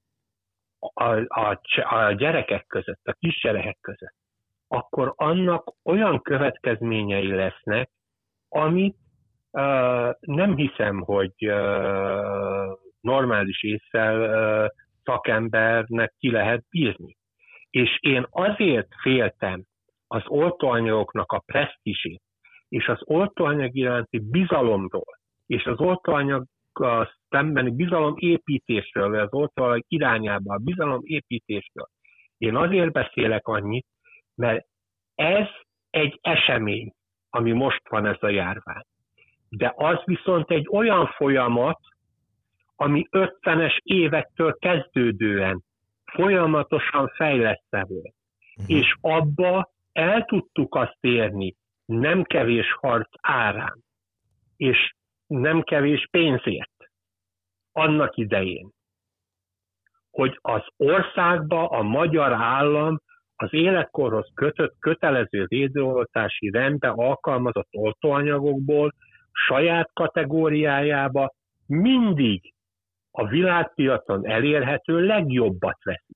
a gyerekek között, a kisgyerekek között, akkor annak olyan következményei lesznek, amit nem hiszem, hogy normális ésszel szakembernek ki lehet bírni. És én azért féltem az oltóanyagoknak a presztízsét, és az oltóanyag iránti bizalomról, és az oltóanyag szembeni bizalomépítésről, vagy az oltóanyag irányába a bizalomépítésről. Én azért beszélek annyit, mert ez egy esemény, ami most van, ez a járvány. De az viszont egy olyan folyamat, ami 50-es évektől kezdődően folyamatosan fejlesztve volt. És abba el tudtuk azt érni nem kevés harc árán, és nem kevés pénzért annak idején, hogy az országba a magyar állam az életkorhoz kötött kötelező védőoltási rendbe alkalmazott oltóanyagokból saját kategóriájába mindig a világpiacon elérhető legjobbat veszi.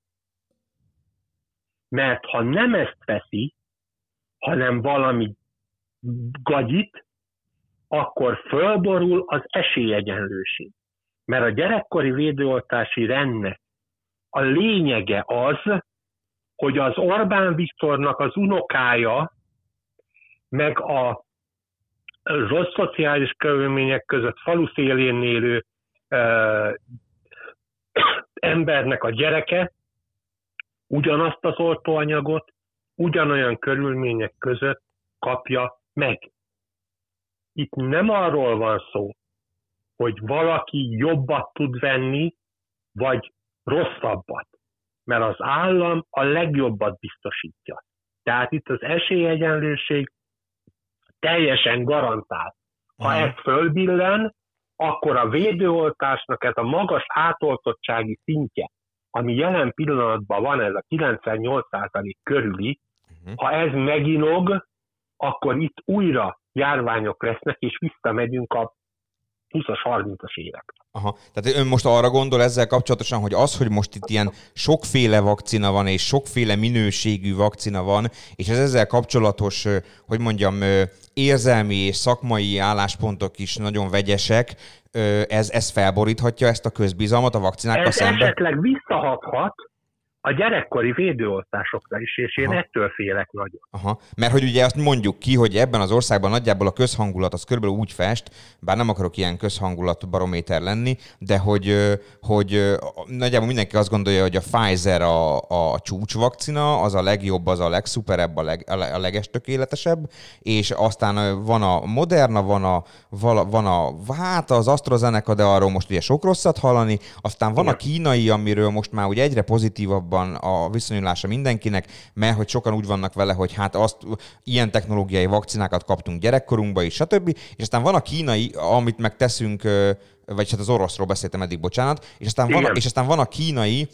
Mert ha nem ezt veszi, hanem valami gagyit, akkor fölborul az esélyegyenlőség. Mert a gyerekkori védőoltási rendnek a lényege az, hogy az Orbán Viktornak az unokája, meg a rossz szociális körülmények között falu szélén élő embernek a gyereke ugyanazt az oltóanyagot ugyanolyan körülmények között kapja meg. Itt nem arról van szó, hogy valaki jobbat tud venni, vagy rosszabbat, mert az állam a legjobbat biztosítja. Tehát itt az esélyegyenlőség teljesen garantált. Ha ez fölbillen, akkor a védőoltásnak ez a magas átoltottsági szintje, ami jelen pillanatban van, ez a 98% körüli, ha ez meginog, akkor itt újra járványok lesznek, és visszamegyünk a 20-as, 30-as évekre. Aha. Tehát ön most arra gondol ezzel kapcsolatosan, hogy az, hogy most itt ilyen sokféle vakcina van, és sokféle minőségű vakcina van, és ez ezzel kapcsolatos, hogy mondjam, érzelmi és szakmai álláspontok is nagyon vegyesek, ez felboríthatja ezt a közbizalmat a vakcinákkal szemben? Ez esetleg visszahathat a gyerekkori védőoltásokra is, és én ettől félek nagyon. Aha. Mert hogy ugye azt mondjuk ki, hogy ebben az országban nagyjából a közhangulat az körülbelül úgy fest, bár nem akarok ilyen közhangulatbarométer lenni, de hogy nagyjából mindenki azt gondolja, hogy a Pfizer a csúcsvakcina, az a legjobb, az a legszuperebb, a legestökéletesebb, és aztán van a Moderna, van az AstraZeneca, de arról most ugye sok rosszat hallani, aztán van a kínai, amiről most már ugye egyre pozitívabban a viszonyulása mindenkinek, mert hogy sokan úgy vannak vele, hogy hát ilyen technológiai vakcinákat kaptunk gyerekkorunkba is, stb. És aztán van a kínai, amit meg teszünk, vagy hát az oroszról beszéltem eddig, bocsánat, és aztán van a kínai,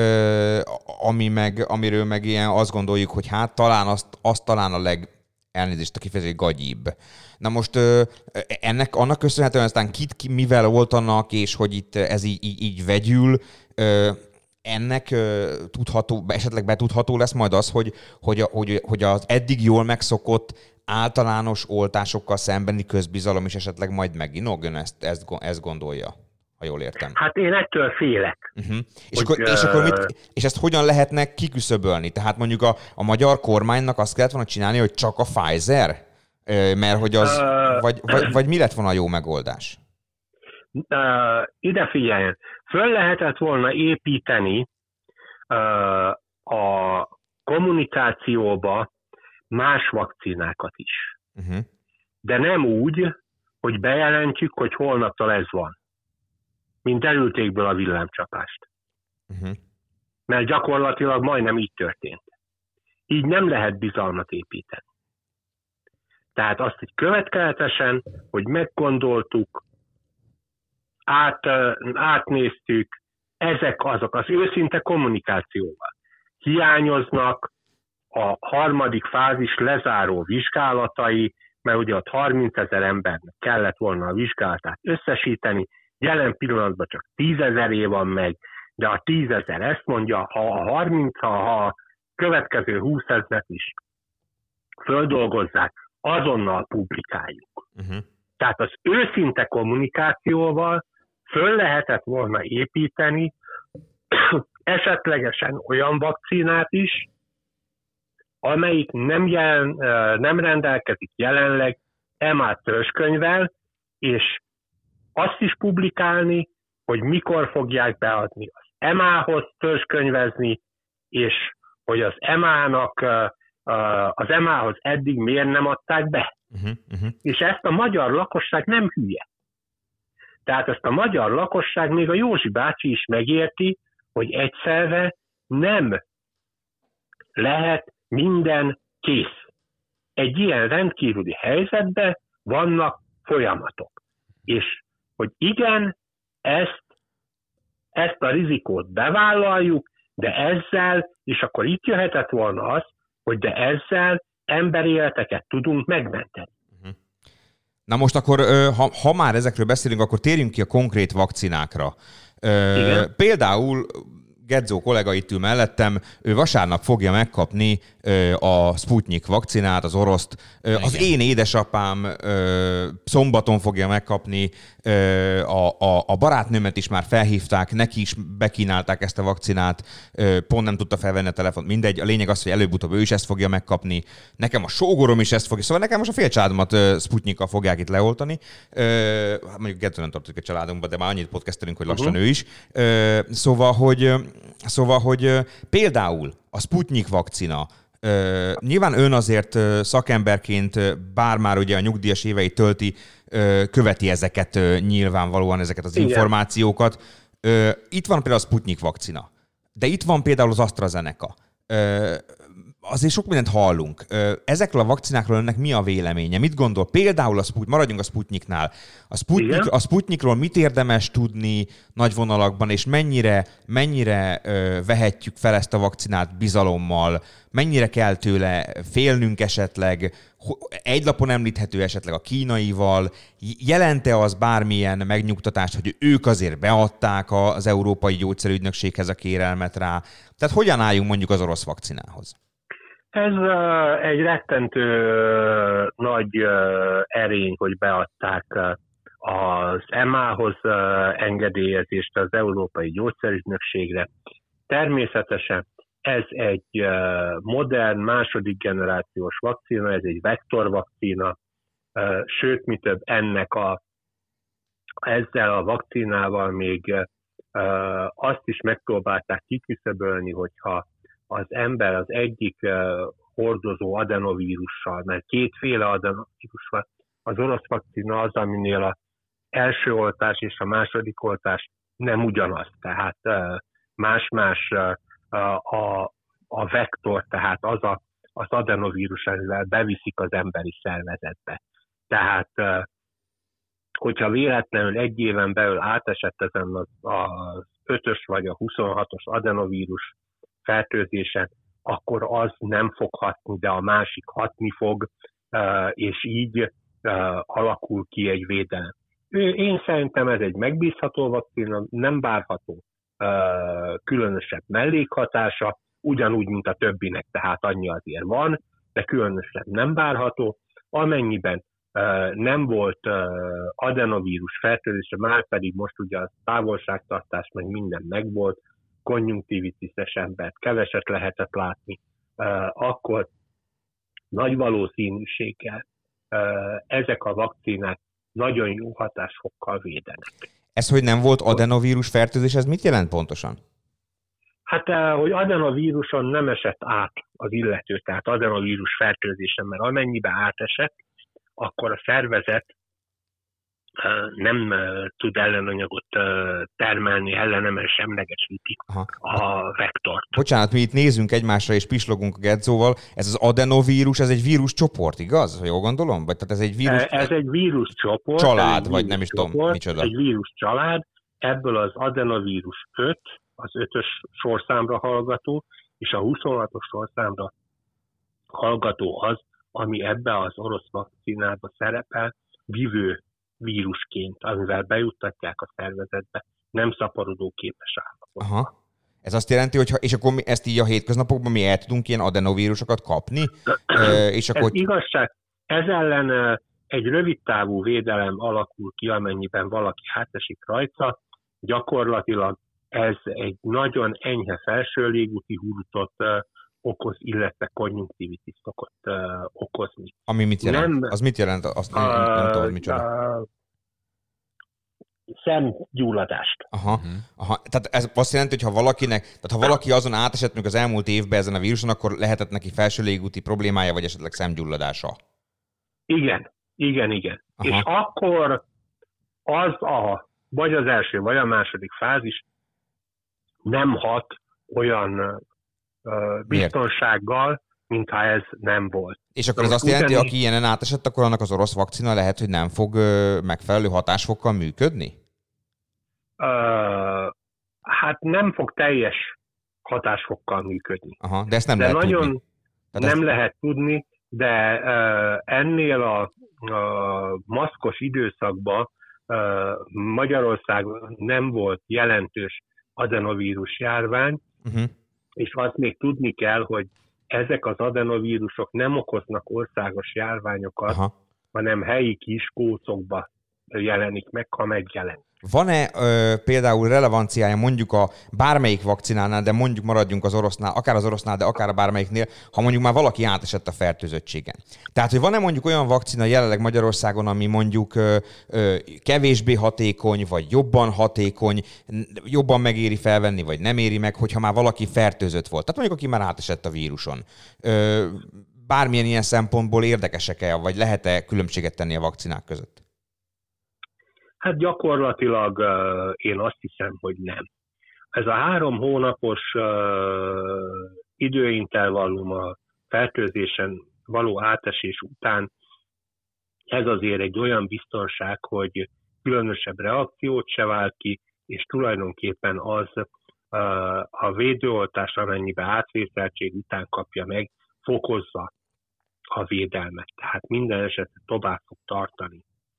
amiről meg ilyen azt gondoljuk, hogy hát talán a elnézést a kifejezés gagyibb. Na most annak köszönhetően aztán mivel oltanak, és hogy itt ez így vegyül, ennek esetleg betudható lesz majd az, hogy az eddig jól megszokott általános oltásokkal szembeni közbizalom is esetleg majd meginog? Ön ezt gondolja, ha jól értem. Hát én ettől félek. És ezt hogyan lehetne kiküszöbölni? Tehát mondjuk a magyar kormánynak azt kellett volna csinálni, hogy csak a Pfizer? Mert hogy az, vagy mi lett volna a jó megoldás? Ide figyeljen. Föl lehetett volna építeni a kommunikációba más vakcinákat is. De nem úgy, hogy bejelentjük, hogy holnaptól ez van. Mint elültékből a villámcsapást. Mert gyakorlatilag majdnem így történt. Így nem lehet bizalmat építeni. Tehát azt így következetesen, hogy meggondoltuk, átnéztük, ezek azok az őszinte kommunikációval. Hiányoznak a harmadik fázis lezáró vizsgálatai, mert ugye ott 30 000 embernek kellett volna a vizsgálatát összesíteni, jelen pillanatban csak 10 000 van meg, de a 10 000 ezt mondja, ha a következő 20 000 is földolgozzák, azonnal publikáljuk. Tehát az őszinte kommunikációval föl lehetett volna építeni esetlegesen olyan vakcinát is, amelyik nem rendelkezik jelenleg EMA törzskönyvvel, és azt is publikálni, hogy mikor fogják beadni az EMA-hoz törzskönyvezni, és hogy az EMA-hoz eddig miért nem adták be. És ezt a magyar lakosság nem hülye. Tehát ezt a magyar lakosság, még a Józsi bácsi is megérti, hogy egyszerre nem lehet minden kész. Egy ilyen rendkívüli helyzetben vannak folyamatok. És hogy igen, ezt a rizikót bevállaljuk, de ezzel, és akkor itt jöhetett volna az, hogy de ezzel emberéleteket tudunk megmenteni. Na most akkor, ha már ezekről beszélünk, akkor térjünk ki a konkrét vakcinákra. Például Gedzó kollega itt ül mellettem, ő vasárnap fogja megkapni a Sputnik vakcinát, az oroszt. Az én édesapám szombaton fogja megkapni, a barátnőmet is már felhívták, neki is bekínálták ezt a vakcinát, pont nem tudta felvenni a telefont, mindegy. A lényeg az, hogy előbb-utóbb ő is ezt fogja megkapni. Nekem a sógorom is ezt fogja, szóval nekem most a fél családomat Sputnikkal fogják itt leoltani. Mondjuk Gedzó nem tartozik a családunkba, de már annyit podcastelünk, hogy lassan ő is. Szóval, hogy például a Sputnik vakcina, nyilván ön azért szakemberként, bár már ugye a nyugdíjas éveit tölti, követi ezeket nyilvánvalóan, ezeket az információkat. Itt van például a Sputnik vakcina, de itt van például az AstraZeneca. Azért sok mindent hallunk. Ezekről a vakcinákról önnek mi a véleménye? Mit gondol? Például maradjunk a Sputniknál. A Sputnikról mit érdemes tudni nagy vonalakban, és mennyire vehetjük fel ezt a vakcinát bizalommal? Mennyire kell tőle félnünk esetleg? Egy lapon említhető esetleg a kínaival. Jelente az bármilyen megnyugtatást, hogy ők azért beadták az Európai Gyógyszerügynökséghez a kérelmet rá? Tehát hogyan álljunk mondjuk az orosz vakcinához? Ez egy rettentő nagy erény, hogy beadták az EMA-hoz engedélyezést az Európai Gyógyszerügynökségre. Természetesen Ez egy modern, második generációs vakcína, ez egy vektorvakcína, sőt, mi több, ezzel a vakcínával még azt is megpróbálták kiküszöbölni, hogyha az ember az egyik hordozó adenovírussal, mert kétféle adenovírus van, az orosz vakcína az, aminél az első oltás és a második oltás nem ugyanaz, tehát más-más a vektor, tehát az adenovírus, amivel beviszik az emberi szervezetbe. Tehát, hogyha véletlenül egy éven belül átesett ezen az 5-ös vagy a 26-os adenovírus fertőzésen, akkor az nem fog hatni, de a másik hatni fog, és így alakul ki egy védelem. Én szerintem ez egy megbízható vakcína, nem várható különösebb mellékhatása, ugyanúgy, mint a többinek, tehát annyi azért van, de különösebb nem várható. Amennyiben nem volt adenovírus fertőzése, már pedig most ugye a távolságtartás meg minden megvolt, konjunktivitiszes embert keveset lehetett látni, akkor nagy valószínűséggel ezek a vakcínák nagyon jó hatásfokkal védenek. Ez, hogy nem volt adenovírus fertőzés, ez mit jelent pontosan? Hát, hogy adenovíruson nem esett át az illető, tehát adenovírus fertőzésen, mert amennyiben átesett, akkor a szervezet nem tud ellenanyagot termelni, ellenemen semlegesíti a vektort. Bocsánat, mi itt nézünk egymásra és pislogunk a Gedzóval. Ez az adenovírus, ez egy víruscsoport, igaz? Jól gondolom? Vagy tehát ez egy vírus... Ez egy víruscsoport. Család, vagy nem is tudom, micsoda. Egy víruscsalád, ebből az adenovírus 5, az 5-ös sorszámra hallgató, és a 26-os sorszámra hallgató az, ami ebbe az orosz vakcinába szerepel, vívő vírusként, amivel bejuttatják a szervezetbe, nem szaporodó képes állapotban. Aha. Ez azt jelenti, hogy és akkor ezt így a hétköznapokban mi el tudunk ilyen adenovírusokat kapni? És akkor... Ez igazság. Ez ellen egy rövidtávú védelem alakul ki, amennyiben valaki átesik rajta. Gyakorlatilag ez egy nagyon enyhe felső légúti hurtot okoz, illetve konjunktivitis szokott okozni. Ami mit jelent? Az mit jelent? Azt nem tudom, micsoda. Szemgyulladást. Aha. Tehát ez azt jelenti, hogy ha valaki azon átesett még az elmúlt évben ezen a víruson, akkor lehetett neki felső légúti problémája, vagy esetleg szemgyulladása. Igen. Aha. És akkor vagy az első, vagy a második fázis nem hat olyan biztonsággal, mintha ez nem volt. És akkor ez azt jelenti, hogy aki ilyenen átesett, akkor annak az orosz vakcina lehet, hogy nem fog megfelelő hatásfokkal működni? Hát nem fog teljes hatásfokkal működni. Aha, de ezt nem lehet tudni. Nem lehet tudni, de ennél a maszkos időszakban Magyarországon nem volt jelentős adenovírus járvány, és azt még tudni kell, hogy ezek az adenovírusok nem okoznak országos járványokat, hanem helyi kis kócokba jelenik meg, ha megjelenik. Van-e például relevanciája mondjuk a bármelyik vakcinánál, de mondjuk maradjunk az orosznál, akár az orosznál, de akár a bármelyiknél, ha mondjuk már valaki átesett a fertőzöttségen. Tehát, hogy van-e mondjuk olyan vakcina jelenleg Magyarországon, ami mondjuk kevésbé hatékony, vagy jobban hatékony, jobban megéri felvenni, vagy nem éri meg, hogyha már valaki fertőzött volt. Tehát mondjuk, aki már átesett a víruson. Bármilyen ilyen szempontból érdekesek-e, vagy lehet-e különbséget tenni a vakcinák között? Hát gyakorlatilag én azt hiszem, hogy nem. Ez a 3 hónapos időintervallum a fertőzésen való átesés után, ez azért egy olyan biztonság, hogy különösebb reakciót se vált ki, és tulajdonképpen az a védőoltás, amennyiben átvészeltség után kapja meg, fokozza a védelmet. Tehát minden esetben tovább fog tartani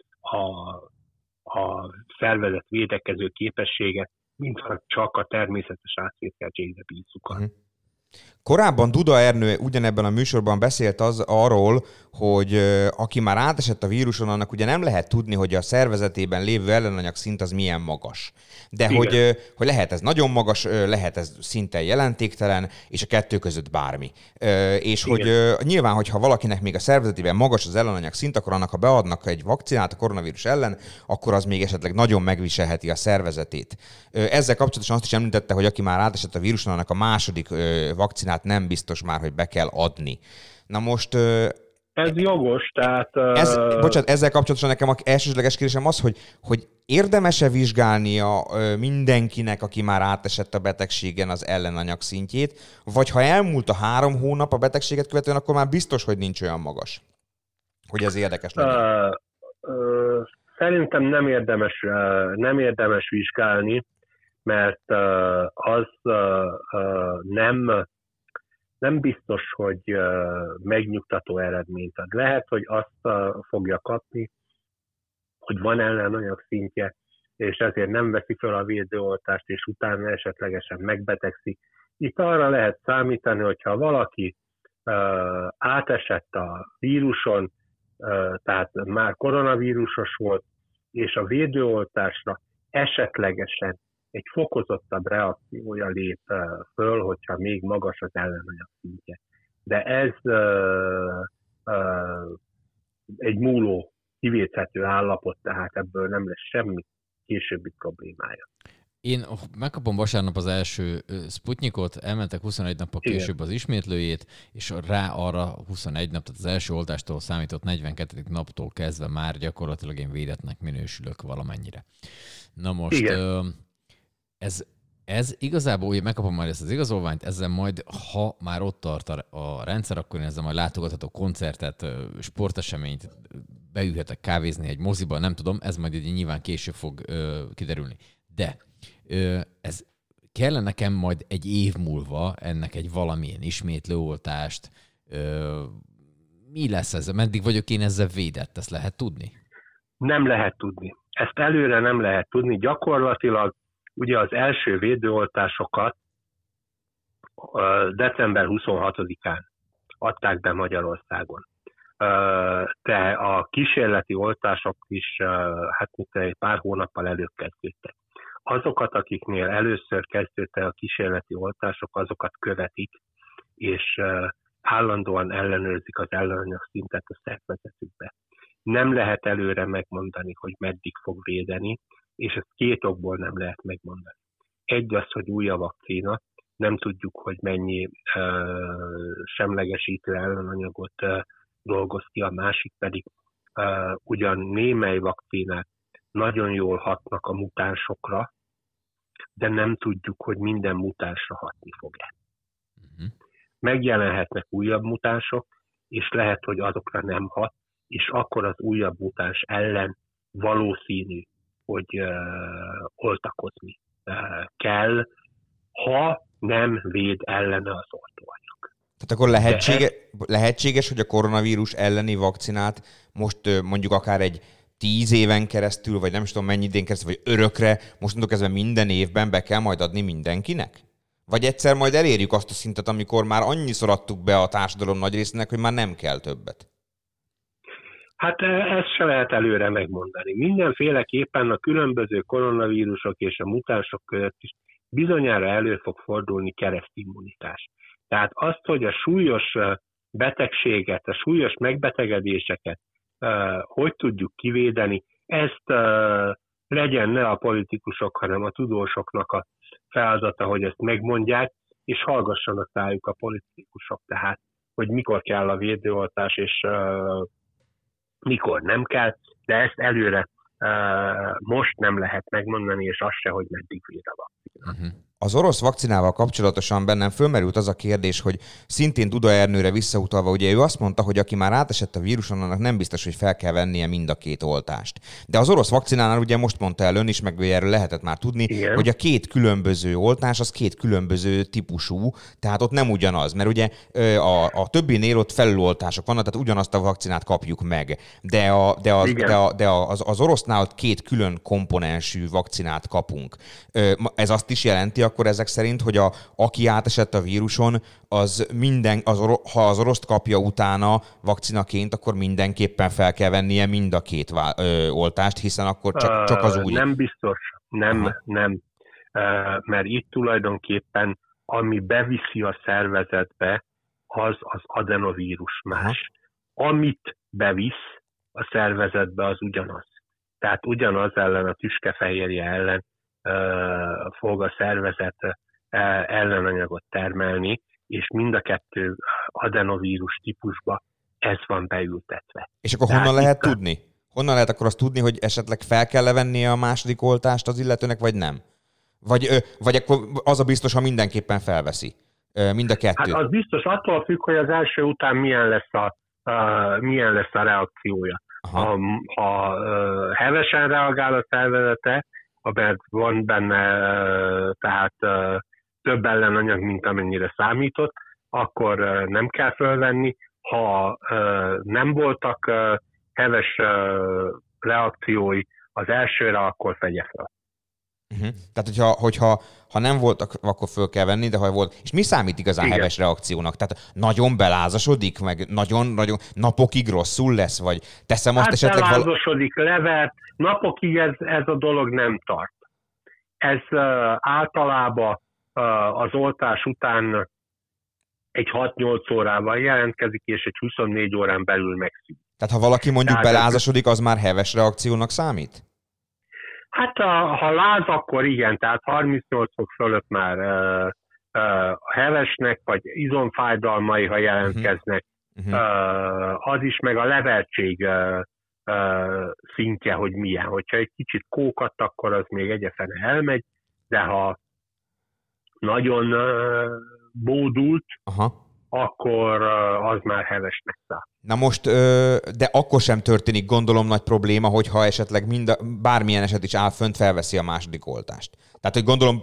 a szervezet védekező képessége, mintha csak a természetes átvételtségre bízzuk. Korábban Duda Ernő ugyanebben a műsorban beszélt arról, hogy aki már átesett a víruson, annak ugye nem lehet tudni, hogy a szervezetében lévő ellenanyag szint az milyen magas. De hogy lehet ez nagyon magas, lehet ez szinte jelentéktelen, és a kettő között bármi. És igen. Hogy nyilván, hogyha valakinek még a szervezetében magas az ellenanyag szint, akkor annak, ha beadnak egy vakcinát a koronavírus ellen, akkor az még esetleg nagyon megviselheti a szervezetét. Ezzel kapcsolatosan azt is említette, hogy aki már átesett a víruson, annak a második vakcinát nem biztos már, hogy be kell adni. Na most... Ez jogos, tehát... Bocsánat, ezzel kapcsolatosan nekem az elsődleges kérdésem az, hogy érdemes-e vizsgálnia mindenkinek, aki már átesett a betegségen az ellenanyag szintjét, vagy ha elmúlt a 3 hónap a betegséget követően, akkor már biztos, hogy nincs olyan magas, hogy ez érdekes legyen? Szerintem nem érdemes vizsgálni, mert az nem biztos, hogy megnyugtató eredményt ad. Lehet, hogy azt fogja kapni, hogy van ellenanyag szintje, és ezért nem veszi fel a védőoltást, és utána esetlegesen megbetegszik. Itt arra lehet számítani, hogyha valaki átesett a víruson, tehát már koronavírusos volt, és a védőoltásra esetlegesen egy fokozottabb reakciója lép föl, hogyha még magas az ellenanyag szintje. De ez egy múló, kivéthető állapot, tehát ebből nem lesz semmi későbbi problémája. Én megkapom vasárnap az első Sputnikot, elmentek 21 nappal később az ismétlőjét, és rá arra 21 nap, tehát az első oltástól számított 42. naptól kezdve már gyakorlatilag én védettnek minősülök valamennyire. Na most... Ez igazából, ugye megkapom majd ezt az igazolványt, ezzel majd, ha már ott tart a rendszer, akkor én ezzel majd látogathatok koncertet, sporteseményt, beülhetek kávézni egy moziba, nem tudom, ez majd így nyilván később fog kiderülni. De ez kellene nekem majd egy év múlva ennek egy valamilyen ismétlőoltást, mi lesz ez? Meddig vagyok én ezzel védett? Ezt lehet tudni? Nem lehet tudni. Ezt előre nem lehet tudni. Gyakorlatilag ugye az első védőoltásokat december 26-án adták be Magyarországon. De a kísérleti oltások is egy pár hónappal előbb kezdődtek. Azokat, akiknél először kezdődtek a kísérleti oltások, azokat követik, és állandóan ellenőrzik az ellenanyag szintet a szervezetükbe. Nem lehet előre megmondani, hogy meddig fog védeni, és ezt 2 okból nem lehet megmondani. Egy az, hogy új a vakcína, nem tudjuk, hogy mennyi semlegesítő ellenanyagot dolgoz ki, a másik pedig ugyan némely vakcínák nagyon jól hatnak a mutánsokra, de nem tudjuk, hogy minden mutánsra hatni fog-e. Megjelenhetnek újabb mutánsok, és lehet, hogy azokra nem hat, és akkor az újabb mutáns ellen valószínű, hogy oltakozni kell, ha nem véd ellene az oltóanyag. Tehát akkor lehetséges, hogy a koronavírus elleni vakcinát most mondjuk akár egy 10 éven keresztül, vagy nem is tudom mennyi idén keresztül, vagy örökre, mostantól kezdve minden évben be kell majd adni mindenkinek? Vagy egyszer majd elérjük azt a szintet, amikor már annyiszor adtuk be a társadalom nagy részének, hogy már nem kell többet? Hát ezt se lehet előre megmondani. Mindenféleképpen a különböző koronavírusok és a mutánsok között is bizonyára elő fog fordulni keresztimmunitás. Tehát azt, hogy a súlyos betegséget, a súlyos megbetegedéseket hogy tudjuk kivédeni, ezt legyen ne a politikusok, hanem a tudósoknak a feladata, hogy ezt megmondják, és hallgassanak rájuk a politikusok, tehát, hogy mikor kell a védőoltás, és mikor nem kell, de ezt előre most nem lehet megmondani, és azt se, hogy meddig véd a vakcina. Az orosz vakcinával kapcsolatosan bennem fölmerült az a kérdés, hogy szintén Duda Ernőre visszautalva, ugye ő azt mondta, hogy aki már átesett a víruson, annak nem biztos, hogy fel kell vennie mind a 2 oltást. De az orosz vakcinánál ugye most mondta el ön is, meg erről lehetett már tudni, igen, hogy a 2 különböző oltás az 2 különböző típusú, tehát ott nem ugyanaz, mert ugye a többinél ott felüloltások vannak, tehát ugyanazt a vakcinát kapjuk meg. De az orosznál 2 külön komponensű vakcinát kapunk. Ez azt is jelenti akkor ezek szerint, hogy aki átesett a víruson, ha az oroszt kapja utána vakcinaként, akkor mindenképpen fel kell vennie mind a két oltást, hiszen akkor csak az úgy... Nem biztos, nem. Mert itt tulajdonképpen, ami beviszi a szervezetbe, az adenovírus más. Amit bevisz a szervezetbe, az ugyanaz. Tehát ugyanaz ellen, a tüskefehérje ellen fog a szervezet ellenanyagot termelni, és mind a kettő adenovírus típusba ez van beültetve. És akkor honnan lehet tudni? Honnan lehet akkor azt tudni, hogy esetleg fel kell levennie a második oltást az illetőnek, vagy nem? Vagy akkor az a biztos, ha mindenképpen felveszi? Mind a kettő. Hát az biztos, attól függ, hogy az első után milyen lesz a reakciója. Ha hevesen reagál a szervezete, mert van benne tehát több ellenanyag, mint amennyire számított, akkor nem kell fölvenni. Ha nem voltak heves reakciói az elsőre, akkor vegye fel. Tehát, hogyha nem voltak, akkor föl kell venni, de ha volt... És mi számít igazán heves reakciónak? Tehát nagyon belázasodik, meg nagyon napokig rosszul lesz, vagy teszem azt esetleg... belázasodik, levert, napokig ez a dolog nem tart. Ez általában az oltás után egy 6-8 órával jelentkezik, és egy 24 órán belül megszűnik. Tehát ha valaki mondjuk belázasodik, az már heves reakciónak számít? Hát ha láz, akkor igen, tehát 38 fok fölött már hevesnek, vagy izomfájdalmai, ha jelentkeznek, az is, meg a levertség szintje, hogy milyen. Hogyha egy kicsit kókat, akkor az még egyefene elmegy, de ha nagyon bódult, akkor az már hevesnek számít. Na most, de akkor sem történik, gondolom, nagy probléma, hogyha esetleg bármilyen eset is áll fönt, felveszi a második oltást. Tehát, hogy gondolom,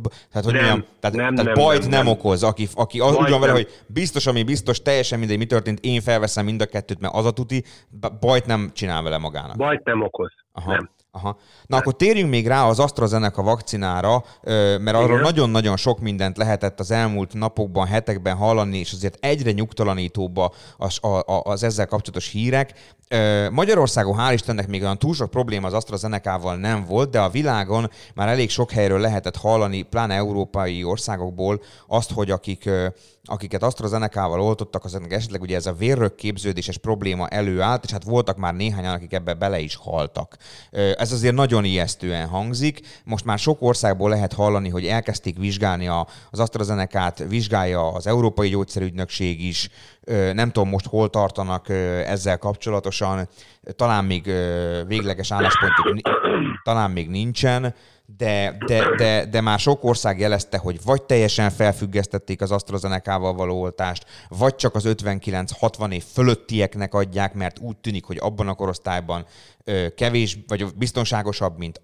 bajt nem okoz, aki úgy van vele, hogy biztos, ami biztos, teljesen mindegy, mi történt, én felveszem mind a kettőt, mert az a tuti, bajt nem csinál vele magának. Bajt nem okoz, nem. Na akkor térjünk még rá az AstraZeneca vakcinára, mert arról nagyon-nagyon sok mindent lehetett az elmúlt napokban, hetekben hallani, és azért egyre nyugtalanítóbb az ezzel kapcsolatos hírek. Magyarországon hál' Istennek még olyan túl sok probléma az AstraZenecával nem volt, de a világon már elég sok helyről lehetett hallani, pláne európai országokból azt, hogy akiket AstraZenecával oltottak, azoknak esetleg ugye ez a vérrögképződéses probléma előállt, és hát voltak már néhányan, akik ebbe bele is haltak. Ez azért nagyon ijesztően hangzik. Most már sok országból lehet hallani, hogy elkezdték vizsgálni az AstraZenecát, vizsgálja az Európai Gyógyszerügynökség is. Nem tudom most hol tartanak ezzel kapcsolatosan, talán még végleges álláspontjuk talán még nincsen, de már sok ország jelezte, hogy vagy teljesen felfüggesztették az AstraZenecával való oltást, vagy csak az 59-60 év fölöttieknek adják, mert úgy tűnik, hogy abban a korosztályban kevés, vagy biztonságosabb, mint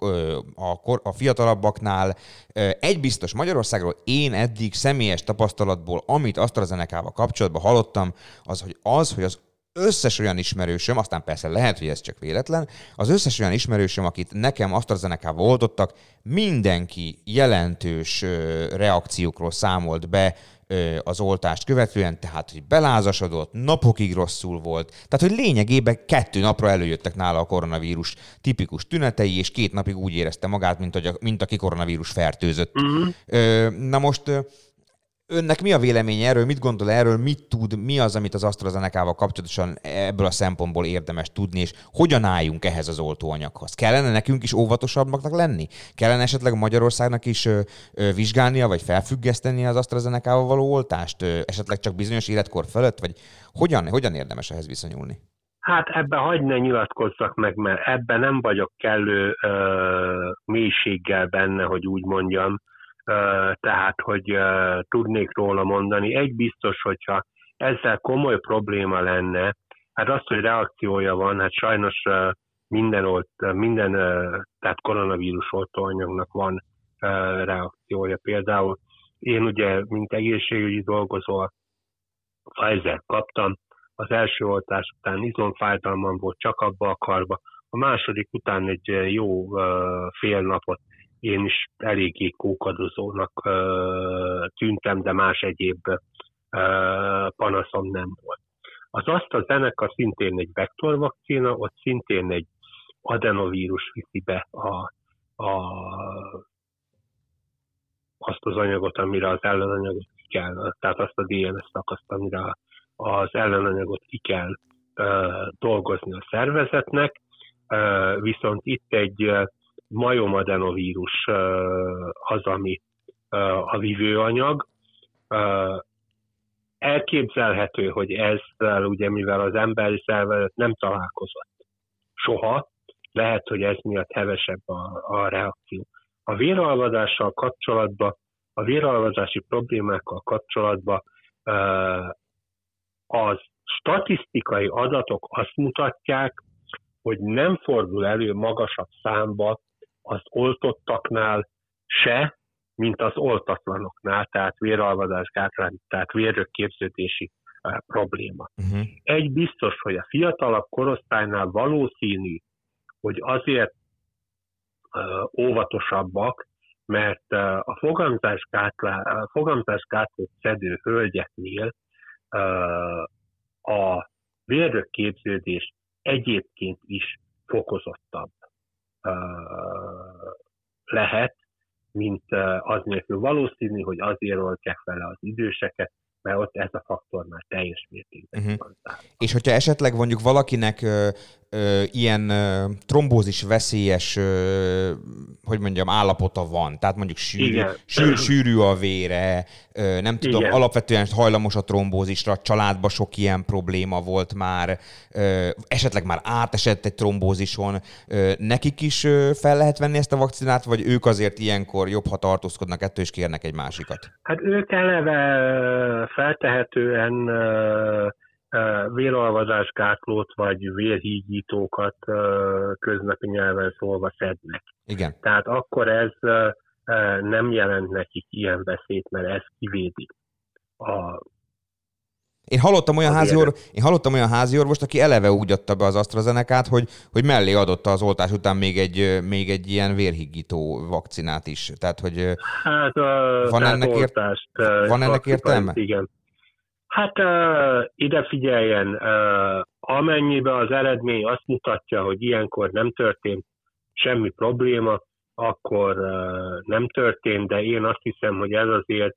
a fiatalabbaknál. Egy biztos, Magyarországról én eddig személyes tapasztalatból, amit AstraZenecával kapcsolatban hallottam, hogy az összes olyan ismerősöm, aztán persze lehet, hogy ez csak véletlen, az összes olyan ismerősöm, akit nekem AstraZenecával oltottak, mindenki jelentős reakciókról számolt be az oltást követően, tehát, hogy belázasodott, napokig rosszul volt, tehát, hogy lényegében 2 napra előjöttek nála a koronavírus tipikus tünetei, és 2 napig úgy érezte magát, mint aki koronavírus fertőzött. Na most önnek mi a véleménye erről, mit gondol erről, mit tud, mi az, amit az AstraZenecával kapcsolatosan ebből a szempontból érdemes tudni, és hogyan álljunk ehhez az oltóanyaghoz? Kellene nekünk is óvatosabbnak lenni? Kellene esetleg Magyarországnak is vizsgálnia, vagy felfüggeszteni az AstraZenecával való oltást? Esetleg csak bizonyos életkor fölött? Vagy hogyan érdemes ehhez viszonyulni? Hát ebben hagyd ne nyilatkozzak meg, mert ebben nem vagyok kellő mélységgel benne, hogy úgy mondjam. Tehát, hogy tudnék róla mondani. Egy biztos, hogyha ezzel komoly probléma lenne, hát az, hogy reakciója van, hát sajnos minden tehát koronavírus oltóanyagnak van reakciója. Például én ugye, mint egészségügyi dolgozó, Pfizer kaptam, az első oltás után izomfájdalmam volt csak abba a karba, a második után egy jó fél napot én is eléggé kókadozónak tűntem, de más egyéb panaszom nem volt. Az AstraZeneca szintén egy vektorvakcina, ott szintén egy adenovírus viszi be azt az anyagot, amire az ellenanyagot ki kell, tehát azt a DNS szakaszt, amire az ellenanyagot ki kell dolgozni a szervezetnek, viszont itt egy majomadenovírus az, ami a vívőanyag. Elképzelhető, hogy ezzel, ugye, mivel az emberi szervezet nem találkozott soha, lehet, hogy ez miatt hevesebb a reakció. A véralvadással kapcsolatban, a véralvadási problémákkal kapcsolatban az statisztikai adatok azt mutatják, hogy nem fordul elő magasabb számba az oltottaknál se, mint az oltatlanoknál, tehát véralvadás gátlány, tehát vérrögképződési probléma. Egy biztos, hogy a fiatalabb korosztálynál valószínű, hogy azért óvatosabbak, mert a fogamzásgátlót szedő hölgyeknél a vérrögképződés egyébként is fokozottabb lehet, mint az nélkül. Valószínű, hogy azért oltják vele az időseket, mert ott ez a faktor már teljes mértékben van. És hogyha esetleg mondjuk valakinek ilyen trombózis veszélyes, hogy mondjam, állapota van, tehát mondjuk sűrű a vére, nem tudom, igen, alapvetően hajlamos a trombózisra, családban sok ilyen probléma volt már, esetleg már átesett egy trombózison, nekik is fel lehet venni ezt a vakcinát, vagy ők azért ilyenkor jobb, ha tartózkodnak ettől, és kérnek egy másikat? Hát ők eleve feltehetően véralvadásgátlót vagy vérhígítókat köznapi nyelven szólva szednek. Igen. Tehát akkor ez nem jelent nekik ilyen veszélyt, mert ez kivédi Én hallottam olyan háziorvost, aki eleve úgy adta be az AstraZenecát, hogy mellé adotta az oltás után még egy ilyen vérhigító vakcinát is. Tehát, hogy hát, van ennek értelme? Igen. Hát ide figyeljen, amennyiben az eredmény azt mutatja, hogy ilyenkor nem történt semmi probléma, akkor nem történt, de én azt hiszem, hogy ez azért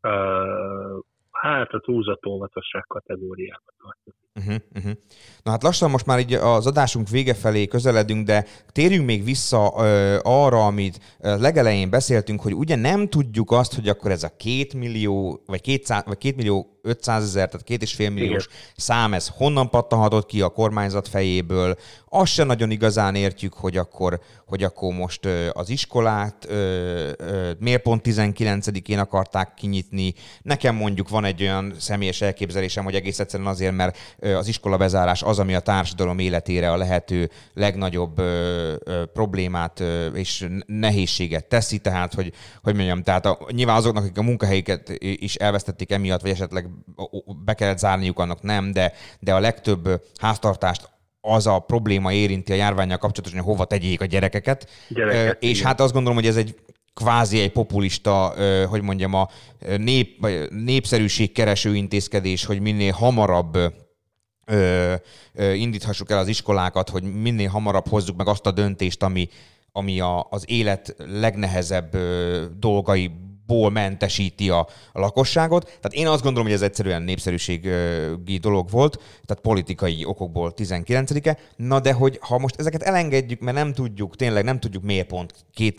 hát a túlzott óvatosság kategóriába tartozik. Na hát lassan most már így az adásunk vége felé közeledünk, de térjünk még vissza arra, amit legelején beszéltünk, hogy ugye nem tudjuk azt, hogy akkor ez a 2 millió, vagy 2 millió 500 000, tehát 2,5 milliós szám, ez honnan pattanhatott ki a kormányzat fejéből. Azt sem nagyon igazán értjük, hogy akkor most az iskolát miért pont 19-én akarták kinyitni. Nekem mondjuk van egy olyan személyes elképzelésem, hogy egész egyszerűen azért, mert az iskola bezárás az, ami a társadalom életére a lehető legnagyobb problémát és nehézséget teszi, tehát, hogy mondjam, tehát nyilván azoknak, akik a munkahelyüket is elvesztették emiatt, vagy esetleg be kellett zárniuk, annak nem, de a legtöbb háztartást az a probléma érinti a járvánnyal kapcsolatosan, hogy hova tegyék a gyerekeket. És igen, hát azt gondolom, hogy ez egy kvázi egy populista, hogy mondjam, a népszerűségkereső intézkedés, hogy minél hamarabb indíthassuk el az iskolákat, hogy minél hamarabb hozzuk meg azt a döntést, ami az élet legnehezebb dolgaiból mentesíti a lakosságot. Tehát én azt gondolom, hogy ez egyszerűen népszerűségi dolog volt, tehát politikai okokból 19-e. Na de hogy ha most ezeket elengedjük, mert nem tudjuk, tényleg nem tudjuk miért pont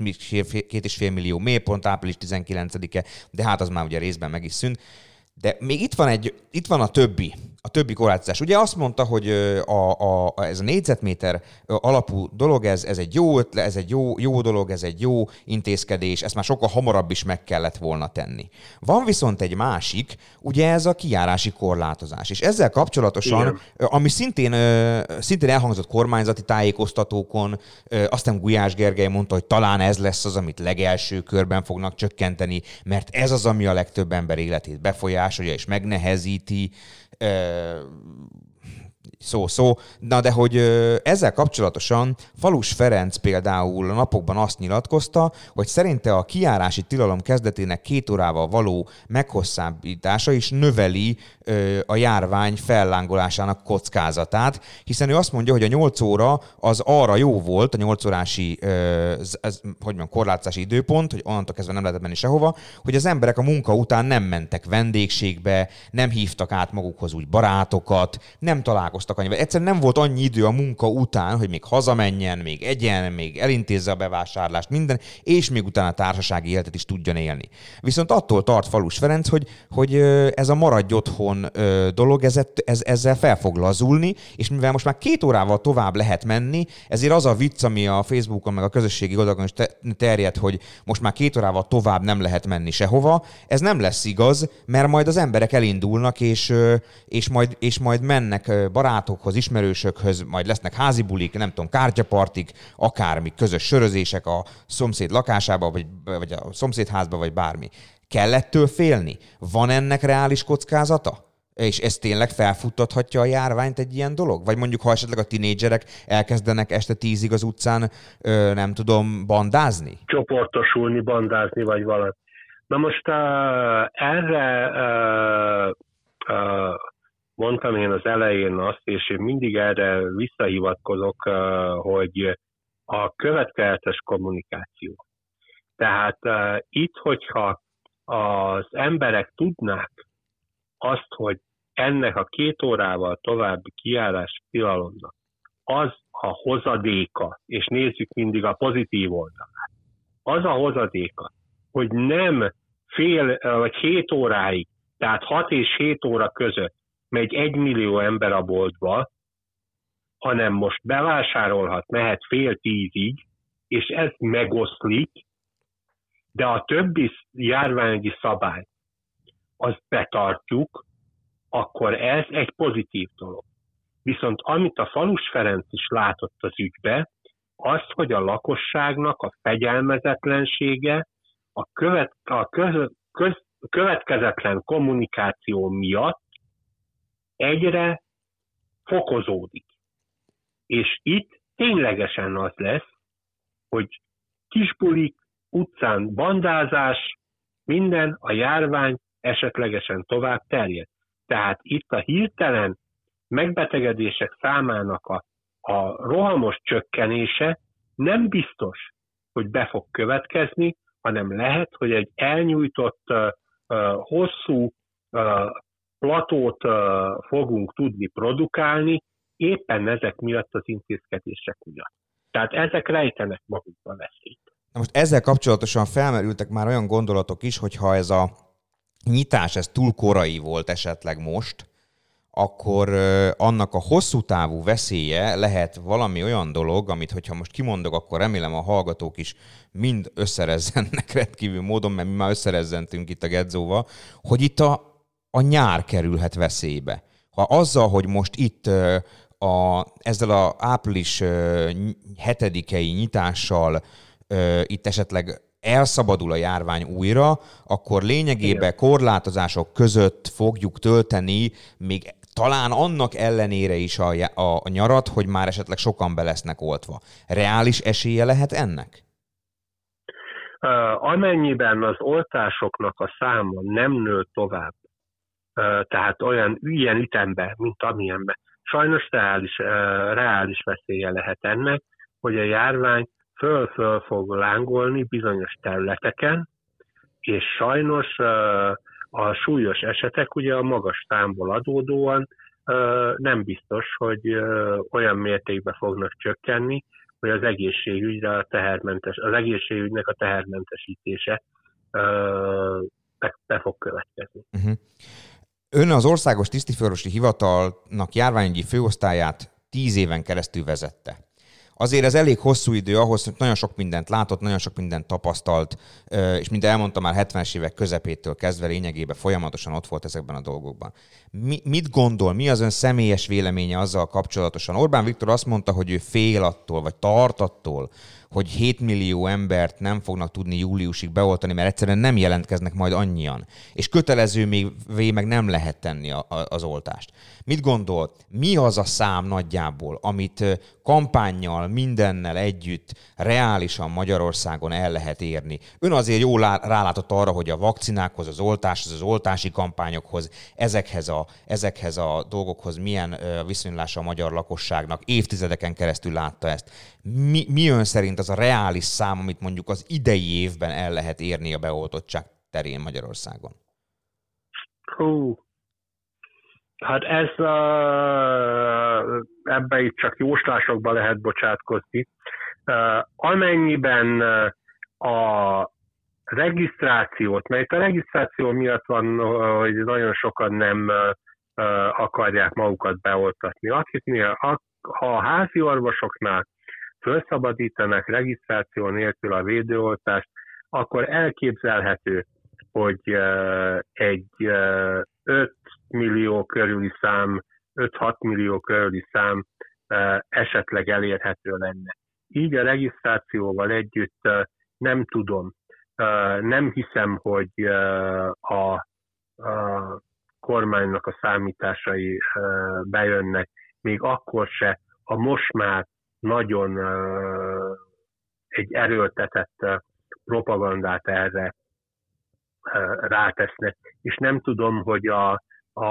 2,5 millió, miért pont április 19-e, de hát az már ugye részben meg is szűnt. De még itt van a többi korlátozás. Ugye azt mondta, hogy ez a négyzetméter alapú dolog, ez egy jó ötlet, ez egy jó dolog, ez egy jó intézkedés, ezt már sokkal hamarabb is meg kellett volna tenni. Van viszont egy másik, ugye ez a kijárási korlátozás. És ezzel kapcsolatosan, igen, ami szintén elhangzott kormányzati tájékoztatókon, aztán Gulyás Gergely mondta, hogy talán ez lesz az, amit legelső körben fognak csökkenteni, mert ez az, ami a legtöbb ember életét befolyásolja és megnehezíti. szó. Na de hogy ezzel kapcsolatosan Falus Ferenc például a napokban azt nyilatkozta, hogy szerinte a kijárási tilalom kezdetének 2 órával való meghosszabbítása is növeli a járvány fellángolásának kockázatát, hiszen ő azt mondja, hogy a 8 óra az arra jó volt, a 8 órási korlátozási időpont, hogy onnantól kezdve nem lehetett menni sehova, hogy az emberek a munka után nem mentek vendégségbe, nem hívtak át magukhoz úgy barátokat, nem találkoztak annyival. Egyszerűen nem volt annyi idő a munka után, hogy még hazamenjen, még egyen, még elintézze a bevásárlást, minden, és még utána a társasági életet is tudjon élni. Viszont attól tart Falus Ferenc, hogy ez a maradj otthon dolog, ezzel fel fog lazulni, és mivel most már 2 órával tovább lehet menni, ezért az a vicc, ami a Facebookon meg a közösségi oldalakon is terjed, hogy most már 2 órával tovább nem lehet menni sehova, ez nem lesz igaz, mert majd az emberek elindulnak, és majd mennek barátokhoz, ismerősökhöz, majd lesznek házi bulik, nem tudom, kártyapartik, akármi, közös sörözések a szomszéd lakásába, vagy a szomszédházba, vagy bármi. Kell ettől félni? Van ennek reális kockázata? És ez tényleg felfuttathatja a járványt egy ilyen dolog? Vagy mondjuk, ha esetleg a tinédzserek elkezdenek este 10-ig az utcán, nem tudom, bandázni? Csoportosulni, bandázni, vagy valami. Na most erre mondtam én az elején azt, és én mindig erre visszahivatkozok, hogy a következetes kommunikáció. Tehát itt, hogyha az emberek tudnák azt, hogy ennek a 2 órával további kijárás tilalomnak az a hozadéka, és nézzük mindig a pozitív oldalát, az a hozadéka, hogy nem fél vagy 7 óráig, tehát 6 és 7 óra között megy 1 millió ember a boltba, hanem most bevásárolhat, mehet fél 10-ig, és ez megoszlik, de a többi járványi szabály, azt betartjuk, akkor ez egy pozitív dolog. Viszont amit a Falus Ferenc is látott az ügybe, az, hogy a lakosságnak a fegyelmezetlensége, a következetlen kommunikáció miatt egyre fokozódik. És itt ténylegesen az lesz, hogy kisbulik, utcán bandázás, minden, a járvány esetlegesen tovább terjed. Tehát itt a hirtelen megbetegedések számának a rohamos csökkenése nem biztos, hogy be fog következni, hanem lehet, hogy egy elnyújtott, hosszú platót fogunk tudni produkálni, éppen ezek miatt az intézkedések miatt. Tehát ezek rejtenek magukba veszélyt. Na most ezzel kapcsolatosan felmerültek már olyan gondolatok is, hogyha ez a nyitás, ez túl korai volt esetleg most, akkor annak a hosszú távú veszélye lehet valami olyan dolog, amit hogyha most kimondok, akkor remélem a hallgatók is mind összerezzennek rendkívül módon, mert mi már összerezzentünk itt a Gedzóval, hogy itt a nyár kerülhet veszélybe. Ha azzal, hogy most itt ezzel az április 7-i nyitással itt esetleg elszabadul a járvány újra, akkor lényegében korlátozások között fogjuk tölteni még talán annak ellenére is a nyarat, hogy már esetleg sokan be lesznek oltva. Reális esélye lehet ennek? Amennyiben az oltásoknak a száma nem nő tovább, tehát ilyen ütemben, mint amilyenben, sajnos reális veszélye lehet ennek, hogy a járvány föl fog lángolni bizonyos területeken, és sajnos a súlyos esetek ugye a magas számból adódóan nem biztos, hogy olyan mértékben fognak csökkenni, hogy az egészségügynek a tehermentesítése be fog következni. Uh-huh. Ön az Országos Tisztifőorvosi Hivatalnak járványügyi főosztályát 10 éven keresztül vezette. Azért ez elég hosszú idő ahhoz, hogy nagyon sok mindent látott, nagyon sok mindent tapasztalt, és mint elmondtam, már 70-es évek közepétől kezdve lényegében folyamatosan ott volt ezekben a dolgokban. Mit gondol, mi az ön személyes véleménye azzal kapcsolatosan? Orbán Viktor azt mondta, hogy ő fél attól, vagy tart attól, hogy 7 millió embert nem fognak tudni júliusig beoltani, mert egyszerűen nem jelentkeznek majd annyian. És kötelezővé meg nem lehet tenni az oltást. Mit gondol, mi az a szám nagyjából, amit kampánnyal, mindennel együtt reálisan Magyarországon el lehet érni? Ön azért jól rálátott arra, hogy a vakcinákhoz, az oltáshoz, az oltási kampányokhoz, ezekhez a dolgokhoz milyen viszonyulása a magyar lakosságnak, évtizedeken keresztül látta ezt. Mi ön szerint az a reális szám, amit mondjuk az idei évben el lehet érni a beoltottság terén Magyarországon? Hát ebbe itt csak jóslásokba lehet bocsátkozni. Amennyiben a regisztrációt, mert a regisztráció miatt van, hogy nagyon sokan nem akarják magukat beoltatni. Ha a házi orvosoknál felszabadítanak regisztráció nélkül a védőoltást, akkor elképzelhető, hogy egy 5 millió körüli szám, 5-6 millió körüli szám esetleg elérhető lenne. Így a regisztrációval együtt nem tudom, nem hiszem, hogy a kormánynak a számításai bejönnek, még akkor se, ha most már nagyon egy erőltetett propagandát erre rátesznek, és nem tudom, hogy a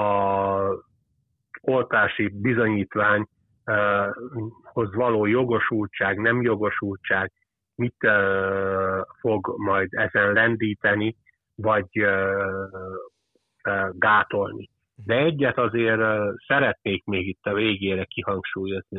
oltási bizonyítványhoz való jogosultság, nem jogosultság mit fog majd ezen lendíteni, vagy gátolni. De egyet azért szeretnék még itt a végére kihangsúlyozni,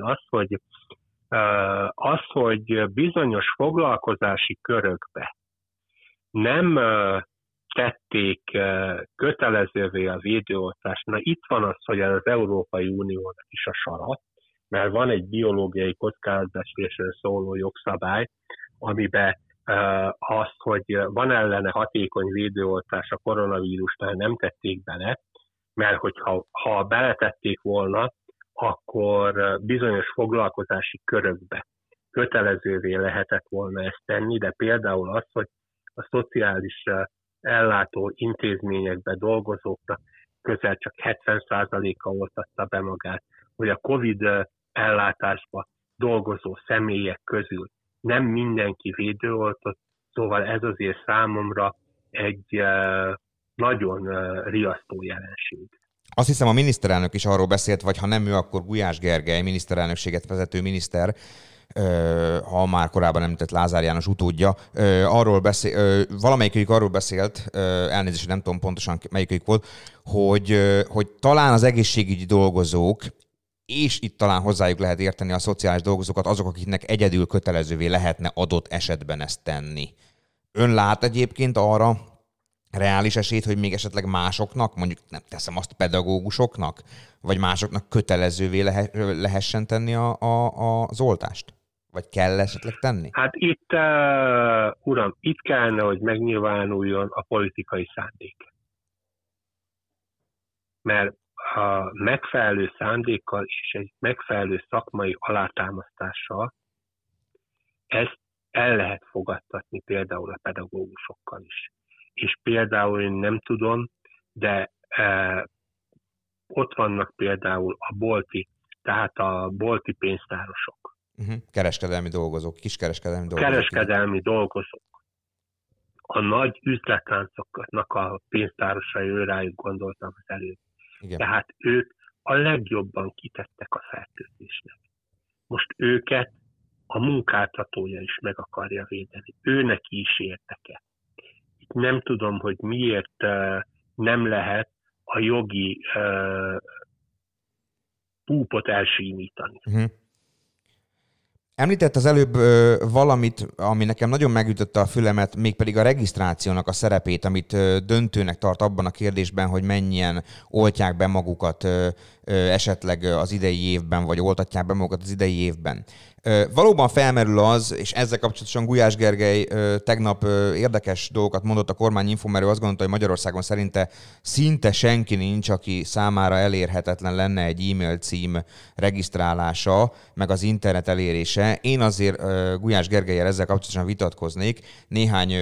hogy bizonyos foglalkozási körökbe nem tették kötelezővé a védőoltást. Na itt van az, hogy az Európai Uniónak is a sara, mert van egy biológiai kockázatesésről szóló jogszabály, amiben azt, hogy van ellene hatékony védőoltás a koronavírusnál, nem tették bele, mert hogyha beletették volna, akkor bizonyos foglalkozási körökbe kötelezővé lehetett volna ezt tenni, de például az, hogy a szociális ellátó intézményekben dolgozóknak közel csak 70%-a oltatta be magát, hogy a COVID ellátásban dolgozó személyek közül nem mindenki védőoltott, szóval ez azért számomra egy nagyon riasztó jelenség. Azt hiszem, a miniszterelnök is arról beszélt, vagy ha nem ő, akkor Gulyás Gergely, miniszterelnökséget vezető miniszter, ha már korábban említett Lázár János utódja, valamelyikük arról beszélt, elnézést, nem tudom pontosan melyikük volt, hogy talán az egészségügyi dolgozók, és itt talán hozzájuk lehet érteni a szociális dolgozókat, azok, akiknek egyedül kötelezővé lehetne adott esetben ezt tenni. Ön lát egyébként arra reális esélyt, hogy még esetleg másoknak, mondjuk nem teszem azt pedagógusoknak, vagy másoknak kötelezővé lehessen tenni az oltást? Vagy kell esetleg tenni? Hát itt, uram, itt kellene, hogy megnyilvánuljon a politikai szándék. Mert a megfelelő szándékkal és egy megfelelő szakmai alátámasztással ezt el lehet fogadtatni például a pedagógusokkal is. És például én nem tudom, de ott vannak például a bolti pénztárosok. Kereskedelmi dolgozók, kiskereskedelmi dolgozók. Kereskedelmi dolgozók. A nagy üzletláncoknak a pénztárosai, rájuk gondoltam az előbb. Igen. Tehát ők a legjobban kitettek a fertőzésnek. Most őket a munkáltatója is meg akarja védeni. Őneki is érdeke. Itt nem tudom, hogy miért nem lehet a jogi púpot elsímítani. Említett az előbb valamit, ami nekem nagyon megütötte a fülemet, mégpedig a regisztrációnak a szerepét, amit döntőnek tart abban a kérdésben, hogy mennyien oltják be magukat esetleg az idei évben, vagy oltatják be magukat az idei évben. Valóban felmerül az, és ezzel kapcsolatosan Gulyás Gergely tegnap érdekes dolgokat mondott a kormányinfo, mert ő azt gondolta, hogy Magyarországon szerinte szinte senki nincs, aki számára elérhetetlen lenne egy e-mail cím regisztrálása, meg az internet elérése. Én azért Gulyás Gergellyel ezzel kapcsolatosan vitatkoznék. Néhány,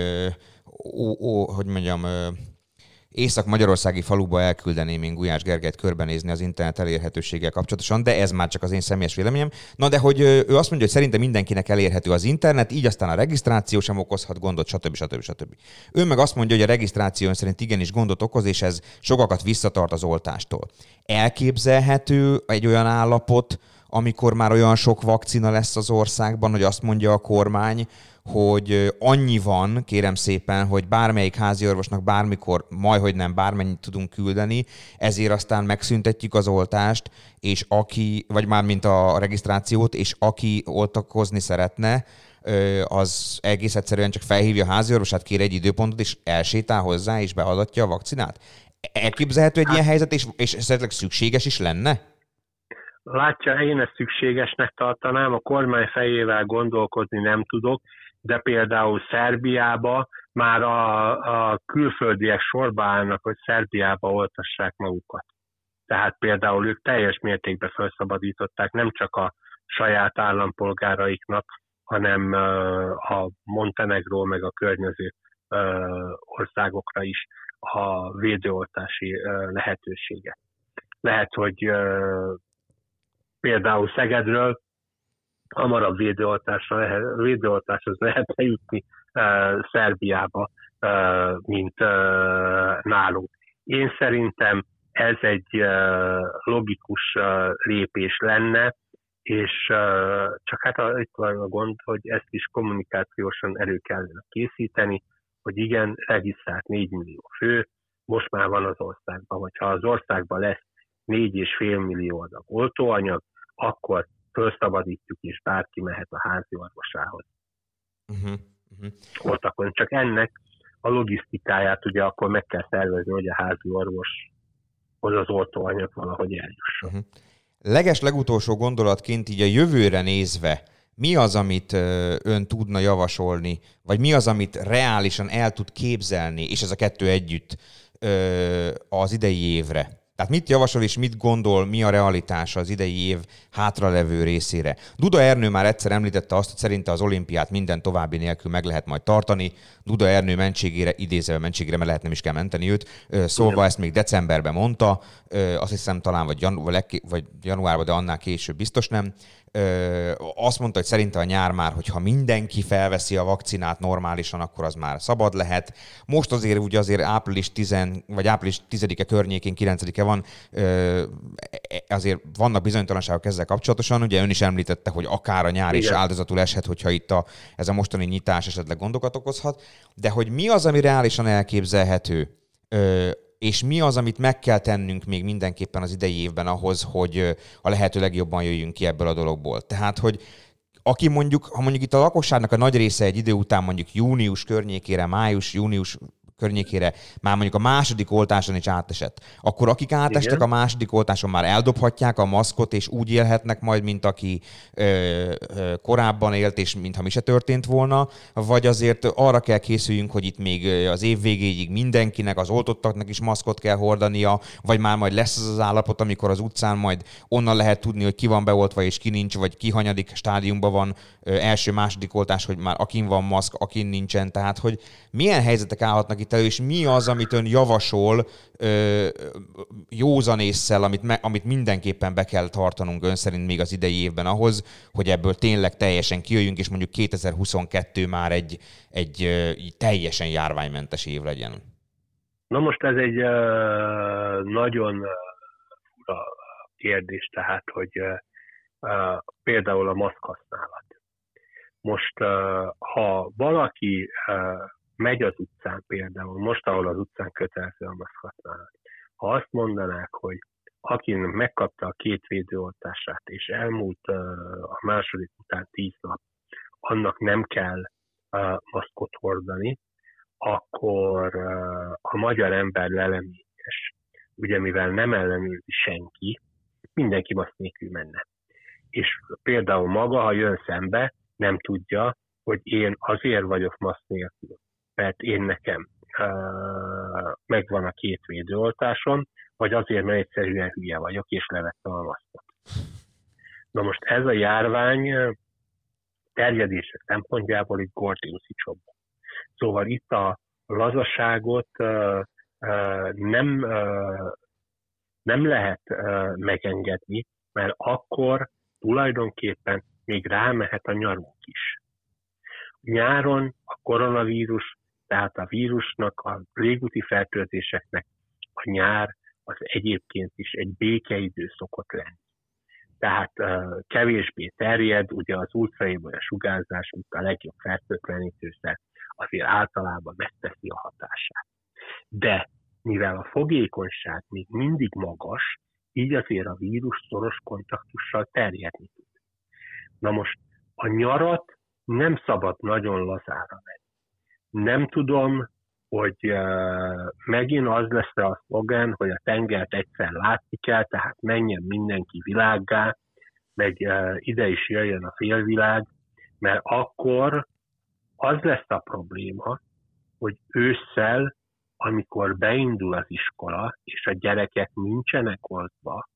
hogy mondjam, észak-magyarországi faluba elküldeném én Gulyás Gergelyt körbenézni az internet elérhetőséggel kapcsolatosan, de ez már csak az én személyes véleményem. Na de hogy ő azt mondja, hogy szerintem mindenkinek elérhető az internet, így aztán a regisztráció sem okozhat gondot, stb. Ő meg azt mondja, hogy a regisztráció szerint igenis gondot okoz, és ez sokakat visszatart az oltástól. Elképzelhető egy olyan állapot, amikor már olyan sok vakcina lesz az országban, hogy azt mondja a kormány, hogy annyi van, kérem szépen, hogy bármelyik háziorvosnak bármikor, majdhogy nem bármennyit tudunk küldeni, ezért aztán megszüntetjük az oltást, és aki, vagy már mint a regisztrációt, és aki oltakozni szeretne, az egész egyszerűen csak felhívja a háziorvosát, kér egy időpontot, és elsétál hozzá, és beadatja a vakcinát. Elképzelhető egy ilyen helyzet, és esetleg szükséges is lenne? Látja, én ezt szükségesnek tartanám, a kormány fejével gondolkozni nem tudok, de például Szerbiába már a külföldiek sorba állnak, hogy Szerbiába oltassák magukat. Tehát például ők teljes mértékben felszabadították nem csak a saját állampolgáraiknak, hanem a Montenegró meg a környező országokra is a védőoltási lehetőséget. Lehet, hogy például Szegedről hamarabb védőoltáshoz lehet jutni Szerbiába, mint nálunk. Én szerintem ez egy logikus lépés lenne, és csak hát itt van a gond, hogy ezt is kommunikációsan elő kellene készíteni, hogy igen, regisztrált 4 millió fő, most már van az országban, hogyha az országban lesz 4,5 millió adag oltóanyag, akkor felszabadítjuk, és bárki mehet a házi orvosához. Oltakon. Csak ennek a logisztikáját ugye akkor meg kell szervezni, hogy a házi orvoshoz az oltóanyag valahogy eljusson. Legutolsó gondolatként így a jövőre nézve, mi az, amit ön tudna javasolni, vagy mi az, amit reálisan el tud képzelni, és ez a kettő együtt az idei évre? Tehát mit javasol és mit gondol, mi a realitása az idei év hátralevő részére? Duda Ernő már egyszer említette azt, hogy szerinte az olimpiát minden további nélkül meg lehet majd tartani. Duda Ernő mentségére, idézve mentségére, mert lehet nem is kell menteni őt, szólva ezt még decemberben mondta, azt hiszem talán vagy januárban, de annál később biztos nem. Azt mondta, hogy szerinte a nyár már, hogyha mindenki felveszi a vakcinát normálisan, akkor az már szabad lehet. Most azért április 10-e környékén, 9-e van, azért vannak bizonytalanságok ezzel kapcsolatosan. Ugye ön is említette, hogy akár a nyár is áldozatul eshet, hogyha itt ez a mostani nyitás esetleg gondokat okozhat. De hogy mi az, ami reálisan elképzelhető, és mi az, amit meg kell tennünk még mindenképpen az idei évben ahhoz, hogy a lehető legjobban jöjjünk ki ebből a dologból. Tehát, hogy ha mondjuk itt a lakosságnak a nagy része egy idő után mondjuk június környékére, május-június környékére már mondjuk a második oltáson is átesett, akkor akik átestek a második oltáson már eldobhatják a maszkot, és úgy élhetnek majd, mint aki korábban élt, és mintha mi se történt volna, vagy azért arra kell készüljünk, hogy itt még az év végéig mindenkinek, az oltottaknak is maszkot kell hordania, vagy már majd lesz az állapot, amikor az utcán majd onnan lehet tudni, hogy ki van beoltva és ki nincs, vagy ki hanyadik stádiumban van első-második oltás, hogy már akin van maszk, akin nincsen. Tehát, hogy milyen helyzetek állhatnak itt elő, és mi az, amit ön javasol józan ésszel, amit mindenképpen be kell tartanunk ön szerint még az idei évben ahhoz, hogy ebből tényleg teljesen kijöjjünk, és mondjuk 2022 már egy teljesen járványmentes év legyen. Na most ez egy nagyon fura kérdés, tehát, hogy például a maszk használat. Most, ha valaki megy az utcán például, most ahol az utcán kötelező a maszk használat, ha azt mondanák, hogy aki megkapta a 2 védőoltását, és elmúlt a második után 10 nap, annak nem kell maszkot hordani, akkor a magyar ember leleményes. Ugye mivel nem ellenőrzi senki, mindenki maszk nélkül menne. És például maga, ha jön szembe, nem tudja, hogy én azért vagyok maszk nélkül, mert én nekem megvan a 2 védőoltásom, vagy azért, mert egyszerűen hülye vagyok, és levettem a maszkot. Na most ez a járvány terjedések szempontjából itt Gordiuszi csobban. Szóval itt a lazaságot nem lehet megengedni, mert akkor tulajdonképpen még rámehet a nyarunk is. Nyáron a koronavírus, tehát a vírusnak, a légúti fertőzéseknek a nyár az egyébként is egy békeidő szokott lenni. Tehát kevésbé terjed, ugye az ultraébolya sugárzás, mint a legjobb fertőtlenítőszer, azért általában megteszi a hatását. De mivel a fogékonyság még mindig magas, így azért a vírus szoros kontaktussal terjedni tud. Na most a nyarat nem szabad nagyon lazára venni. Nem tudom, hogy megint az lesz a szlogen, hogy a tengert egyszer látni kell, tehát menjen mindenki világgá, meg ide is jöjjön a félvilág, mert akkor az lesz a probléma, hogy ősszel, amikor beindul az iskola, és a gyerekek nincsenek oltva,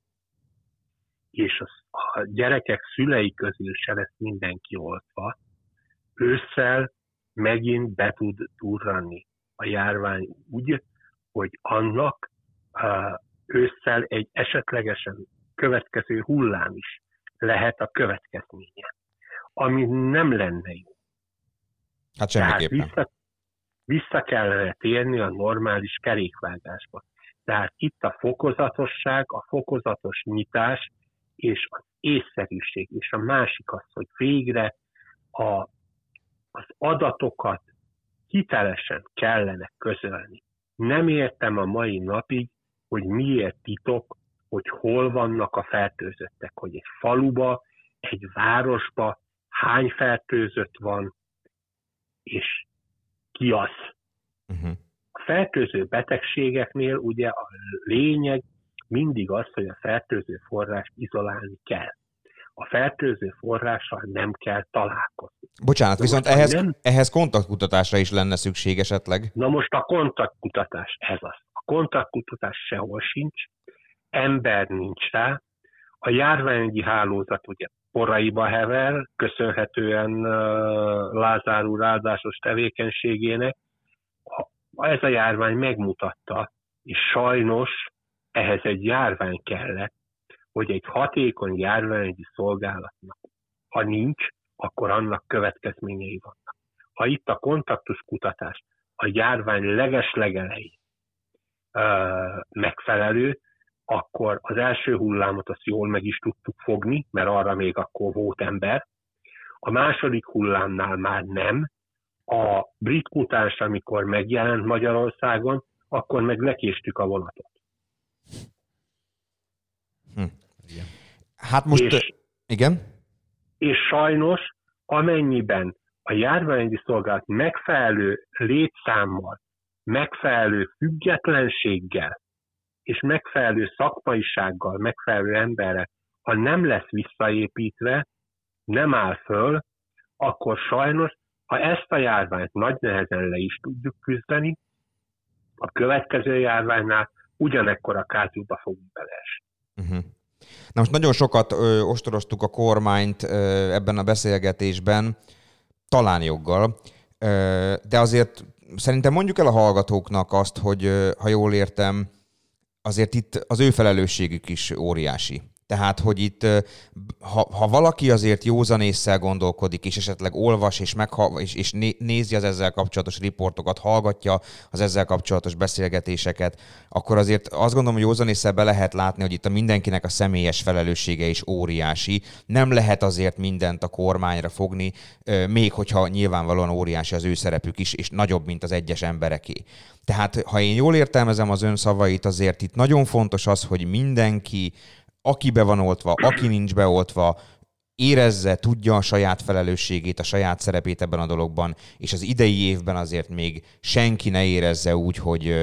és a gyerekek szülei közül se lesz mindenki oltva, ősszel megint be tud durrani a járvány úgy, hogy annak ősszel egy esetlegesen következő hullám is lehet a következménye, ami nem lenne jó. Hát semmiképpen. Tehát vissza kellene térni a normális kerékvágásba. Tehát itt a fokozatosság, a fokozatos nyitás és az észszerűség, és a másik az, hogy végre az adatokat hitelesen kellene közölni. Nem értem a mai napig, hogy miért titok, hogy hol vannak a fertőzöttek, hogy egy faluba, egy városba hány fertőzött van, és ki az. A fertőző betegségeknél ugye a lényeg mindig az, hogy a fertőző forrást izolálni kell. A fertőző forrással nem kell találkozni. Bocsánat, viszont ehhez kontaktkutatásra is lenne szükség esetleg. Na most a kontaktkutatás ez az. A kontaktkutatás sehol sincs, ember nincs rá. A járványügyi hálózat ugye poraiba hever, köszönhetően Lázár úr áldásos tevékenységének. Ez a járvány megmutatta, és sajnos ehhez egy járvány kellett, hogy egy hatékony járványügyi szolgálatnak, ha nincs, akkor annak következményei vannak. Ha itt a kontaktuskutatás a járvány legeslegelején megfelelő, akkor az első hullámot azt jól meg is tudtuk fogni, mert arra még akkor volt ember. A második hullámnál már nem. A brit mutáns, amikor megjelent Magyarországon, akkor meg lekéstük a vonatot. Hát most... Igen? És sajnos, amennyiben a járványügyi szolgálat megfelelő létszámmal, megfelelő függetlenséggel és megfelelő szakmaisággal, megfelelő emberre, ha nem lesz visszaépítve, nem áll föl, akkor sajnos, ha ezt a járványt nagy nehezen le is tudjuk küzdeni, a következő járványnál ugyanekkora kártyúba fogunk beleesni. Na most nagyon sokat ostoroztuk a kormányt ebben a beszélgetésben, talán joggal, de azért szerintem mondjuk el a hallgatóknak azt, hogy ha jól értem, azért itt az ő felelősségük is óriási. Tehát, hogy itt, ha valaki azért józanésszel gondolkodik, és esetleg olvas, és nézi az ezzel kapcsolatos riportokat, hallgatja az ezzel kapcsolatos beszélgetéseket, akkor azért azt gondolom, hogy józanésszel be lehet látni, hogy itt a mindenkinek a személyes felelőssége is óriási. Nem lehet azért mindent a kormányra fogni, még hogyha nyilvánvalóan óriási az ő szerepük is, és nagyobb, mint az egyes embereké. Tehát, ha én jól értelmezem az ön szavait, azért itt nagyon fontos az, hogy mindenki, aki be van oltva, aki nincs beoltva, érezze, tudja a saját felelősségét, a saját szerepét ebben a dologban, és az idei évben azért még senki ne érezze úgy,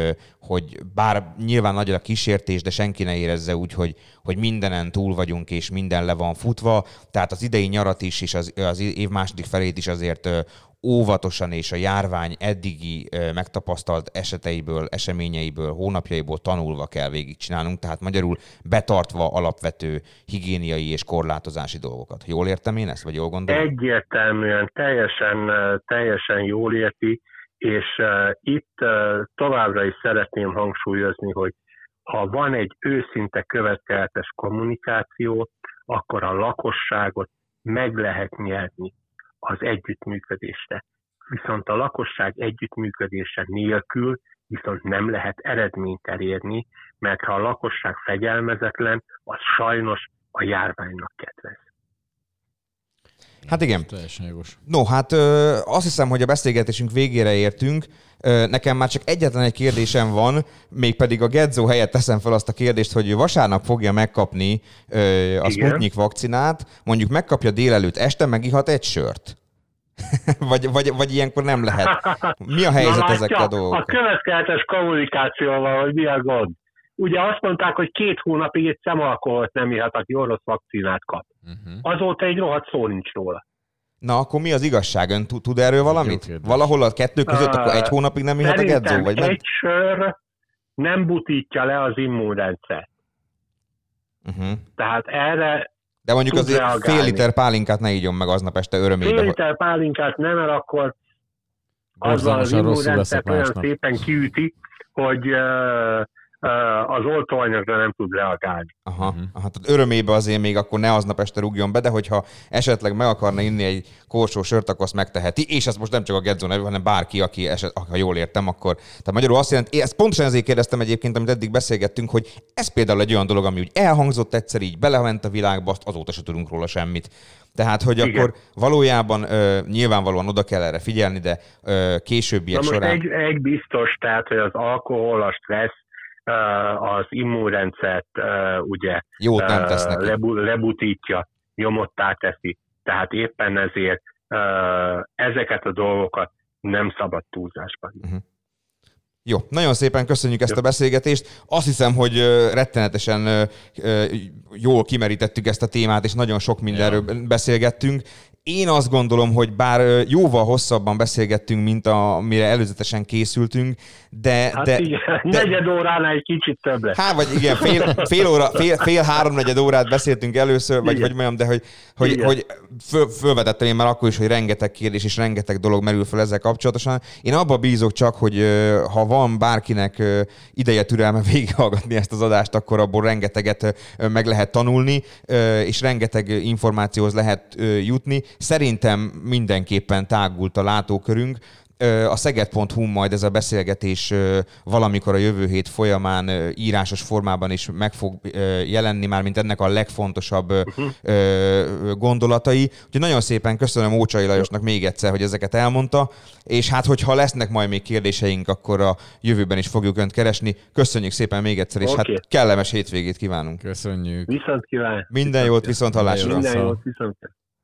hogy bár nyilván nagy a kísértés, de senki ne érezze úgy, hogy mindenen túl vagyunk, és minden le van futva. Tehát az idei nyarat is, és az év második felét is azért óvatosan és a járvány eddigi megtapasztalt eseteiből, eseményeiből, hónapjaiból tanulva kell végigcsinálnunk, tehát magyarul betartva alapvető higiéniai és korlátozási dolgokat. Jól értem én ezt, vagy jól gondolom? Egyértelműen, teljesen jól érti, és itt továbbra is szeretném hangsúlyozni, hogy ha van egy őszinte következetes kommunikáció, akkor a lakosságot meg lehet nyerni az együttműködésre. Viszont a lakosság együttműködése nélkül viszont nem lehet eredményt elérni, mert ha a lakosság fegyelmezetlen, az sajnos a járványnak kedvez. Hát igen. Teljesen jogos. No, hát azt hiszem, hogy a beszélgetésünk végére értünk. Nekem már csak egyetlen egy kérdésem van, mégpedig a Gedzo helyett teszem fel azt a kérdést, hogy vasárnap fogja megkapni a Sputnik vakcinát, mondjuk megkapja délelőtt, este megihat egy sört. vagy ilyenkor nem lehet. Mi a helyzet ezekkel a dolgokkal? A következetes kommunikációval, hogy mi a gond. Ugye azt mondták, hogy 2 hónapig egy szemalkoholt nem ihat, aki orosz vakcinát kap. Azóta egy rohadt szó nincs róla. Na, akkor mi az igazság? Ön tud erről valamit? Valahol a kettő között akkor 1 hónapig nem ihat a Gedzo? Vagy egy sör nem butítja le az immunrendszert. Tehát erre de mondjuk azért reagálni. 0,5 liter pálinkát ne ígyon meg aznap este örömébe. 0,5 liter pálinkát nem, mert akkor azzal az immunrendszert olyan szépen kiüti, hogy az oltóanyagra nem tud reagálni. Aha. Tehát örömébe azért még akkor ne aznap este rúgjon be, de hogyha esetleg meg akarna inni egy korsó sört, akkor azt megteheti, és ezt most nem csak a Gedzo nevű, hanem bárki, ha jól értem, akkor. Tehát magyarul azt jelenti, ezt pontosan ezért kérdeztem egyébként, amit eddig beszélgettünk, hogy ez például egy olyan dolog, ami úgy elhangzott egyszer, így belement a világba, azt azóta se tudunk róla semmit. Tehát, hogy igen. Akkor valójában nyilvánvalóan oda kell erre figyelni, de későbbiek során... Most egy biztos, tehát, hogy az alkohol, a stressz, az immunrendszert ugye jót nem tesz neki. Lebutítja, nyomottá teszi. Tehát éppen ezért ezeket a dolgokat nem szabad túlzásba. Jó, nagyon szépen köszönjük ezt a beszélgetést. Azt hiszem, hogy rettenetesen jól kimerítettük ezt a témát, és nagyon sok mindenről beszélgettünk. Én azt gondolom, hogy bár jóval hosszabban beszélgettünk, mint amire előzetesen készültünk, de... Igen, negyed óránál egy kicsit több lesz. Hát, vagy igen, fél háromnegyed órát beszéltünk először, vagy mondjam, de hogy fölvetettem én már akkor is, hogy rengeteg kérdés és rengeteg dolog merül fel ezzel kapcsolatosan. Én abba bízok csak, hogy ha van bárkinek ideje, türelme végighallgatni ezt az adást, akkor abból rengeteget meg lehet tanulni, és rengeteg információhoz lehet jutni. Szerintem mindenképpen tágult a látókörünk. A szeged.hu majd ez a beszélgetés valamikor a jövő hét folyamán írásos formában is meg fog jelenni, már mint ennek a legfontosabb gondolatai. Úgyhogy nagyon szépen köszönöm Ócsai Lajosnak még egyszer, hogy ezeket elmondta, és hát hogyha lesznek majd még kérdéseink, akkor a jövőben is fogjuk Önt keresni. Köszönjük szépen még egyszer, és hát kellemes hétvégét kívánunk. Köszönjük. Viszont kívánok. Minden jót, viszont hallásra. Minden jót, viszont.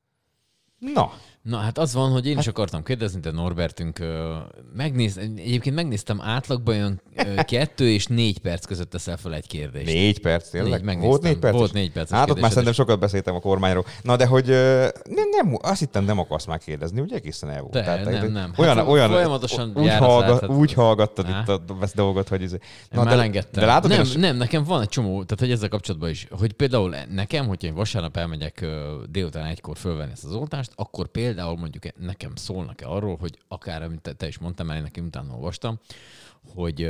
Na, hát az van, hogy én is akartam kérdezni, de Norbertünk egyébként megnéztem, átlagban olyan 2 és 4 perc között teszel fel egy kérdést. 4 perc, tényleg? Volt 4 perc? Volt 4 perc. Hát ott már szerintem sokat beszéltem a kormányról. Na, de hogy nem, azt hittem nem akarsz már kérdezni, ugye egészen el volt. De, nem. Olyan folyamatosan úgy hallgattad itt a dolgot, hogy... Na, már engedtem. De látod, nem, nekem van egy csomó, tehát hogy ezzel kapcsolatban is, hogy például nekem, hogyha én vasárnap elmegyek délután 1-kor fölvenni ezt az oltást, akkor például mondjuk nekem szólnak-e arról, hogy akár, amit te is mondtál, mert én nekem utána olvastam, hogy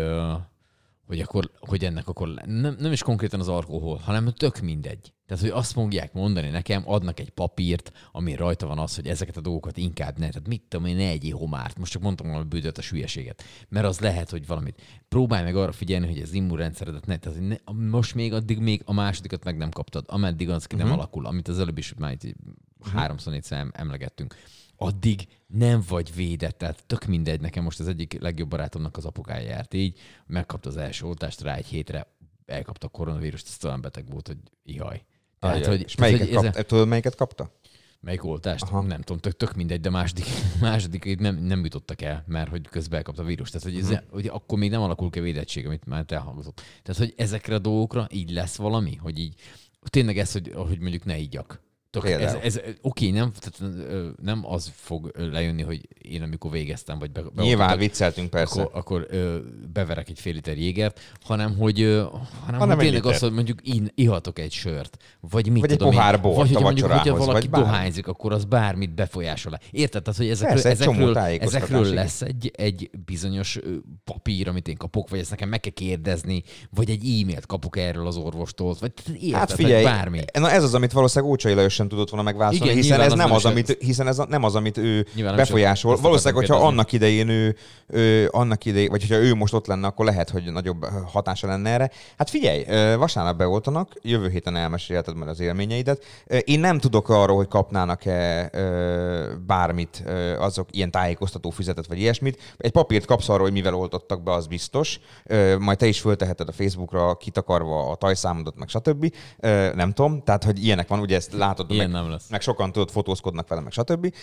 ennek akkor nem is konkrétan az alkohol, hanem tök mindegy. Tehát, hogy azt fogják mondani nekem, adnak egy papírt, ami rajta van az, hogy ezeket a dolgokat inkább ne. Tehát mit tudom én, ne egyél homárt. Most csak mondtam valami bődöt hülyeséget. Mert az lehet, hogy valamit. Próbálj meg arra figyelni, hogy az immunrendszeredet ne. Tehát most még addig még a másodikat meg nem kaptad. Ameddig az ki nem alakul, amit az előbb is már 3-4-szer emlegettünk. Addig nem vagy védett, tehát tök mindegy. Nekem most az egyik legjobb barátomnak az apukája járt így, megkapta az első oltást, rá egy hétre elkapta a koronavírust, ez olyan beteg volt, hogy ihaj. Tehát, és tudod, melyiket kapta? Melyik oltást? Aha. Nem tudom, tök mindegy, de második nem jutottak el, mert hogy közben elkapta a vírus. Tehát, hogy akkor még nem alakul ki a védettség, amit már elhangzott. Tehát, hogy ezekre a dolgokra így lesz valami, hogy így tényleg ez, hogy mondjuk ne igyak. Ez oké, nem az fog lejönni, hogy én amikor végeztem, vagy nyilván vicceltünk persze. Akkor beverek egy fél liter jégert, hanem hogy tényleg az, hogy mondjuk ihatok egy sört, vagy mit vagy tudom egy pohár bort, vagy hogy mondjuk, hogyha valaki dohányzik, akkor az bármit befolyásol. Érted? Tehát, hogy ezekről lesz egy bizonyos papír, amit én kapok, vagy ezt nekem meg kell kérdezni, vagy egy e-mailt kapok erről az orvostól, vagy érted? Hát figyelj, bármi. Na ez az, amit valószínűleg Ócsai Lajos sem tudott volna megválaszolni, hiszen ez nem az, amit ő befolyásol. Valószínűleg, hogyha annak idején vagy hogyha ő most ott lenne, akkor lehet, hogy nagyobb hatása lenne erre. Hát figyelj, vasárnap beoltanak, jövő héten elmesélheted majd az élményeidet. Én nem tudok arról, hogy kapnának-e bármit, azok ilyen tájékoztató füzetet, vagy ilyesmit. Egy papírt kapsz arról, hogy mivel oltottak be, az biztos. Majd te is fölteheted a Facebookra, kitakarva a tajszámodat, meg stb. Nem tudom, tehát, hogy ilyenek van, ugye ezt látod, meg sokan tudod, fotózkodnak vele, meg stb.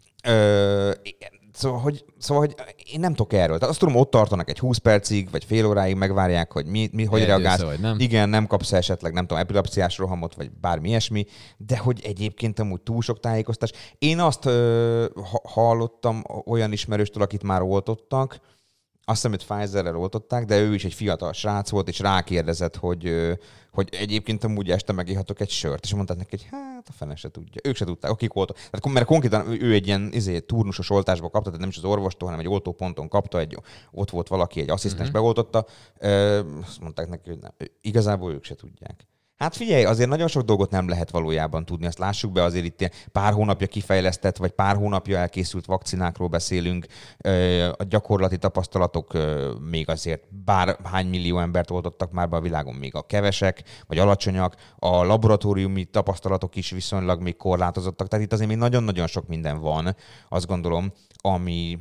Szóval, hogy én nem tudok erről. Tehát azt tudom, ott tartanak egy 20 percig, vagy fél óráig, megvárják, hogy hogy reagálsz. Nem. Igen, nem kapsz esetleg, nem tudom, epilepsziás rohamot, vagy bármi ilyesmi, de hogy egyébként amúgy túl sok tájékoztatás. Én azt hallottam olyan ismerőstől, akit már oltottak, azt hiszem, hogy Pfizerrel oltották, de ő is egy fiatal srác volt, és rákérdezett, hogy egyébként amúgy este megihatok egy sört, és mondták neki, hogy hát a fene se tudja. Ők se tudták, akik oltottak. Tehát, mert konkrétan ő egy ilyen turnusos oltásba kapta, tehát nem is az orvostól, hanem egy oltóponton kapta, ott volt valaki, egy asszisztens beoltotta. Azt mondták neki, hogy nem. Igazából ők se tudják. Hát figyelj, azért nagyon sok dolgot nem lehet valójában tudni, azt lássuk be, azért itt pár hónapja kifejlesztett, vagy pár hónapja elkészült vakcinákról beszélünk, a gyakorlati tapasztalatok még azért bárhány millió embert oltottak már be a világon, még a kevesek, vagy alacsonyak, a laboratóriumi tapasztalatok is viszonylag még korlátozottak, tehát itt azért még nagyon-nagyon sok minden van, azt gondolom, ami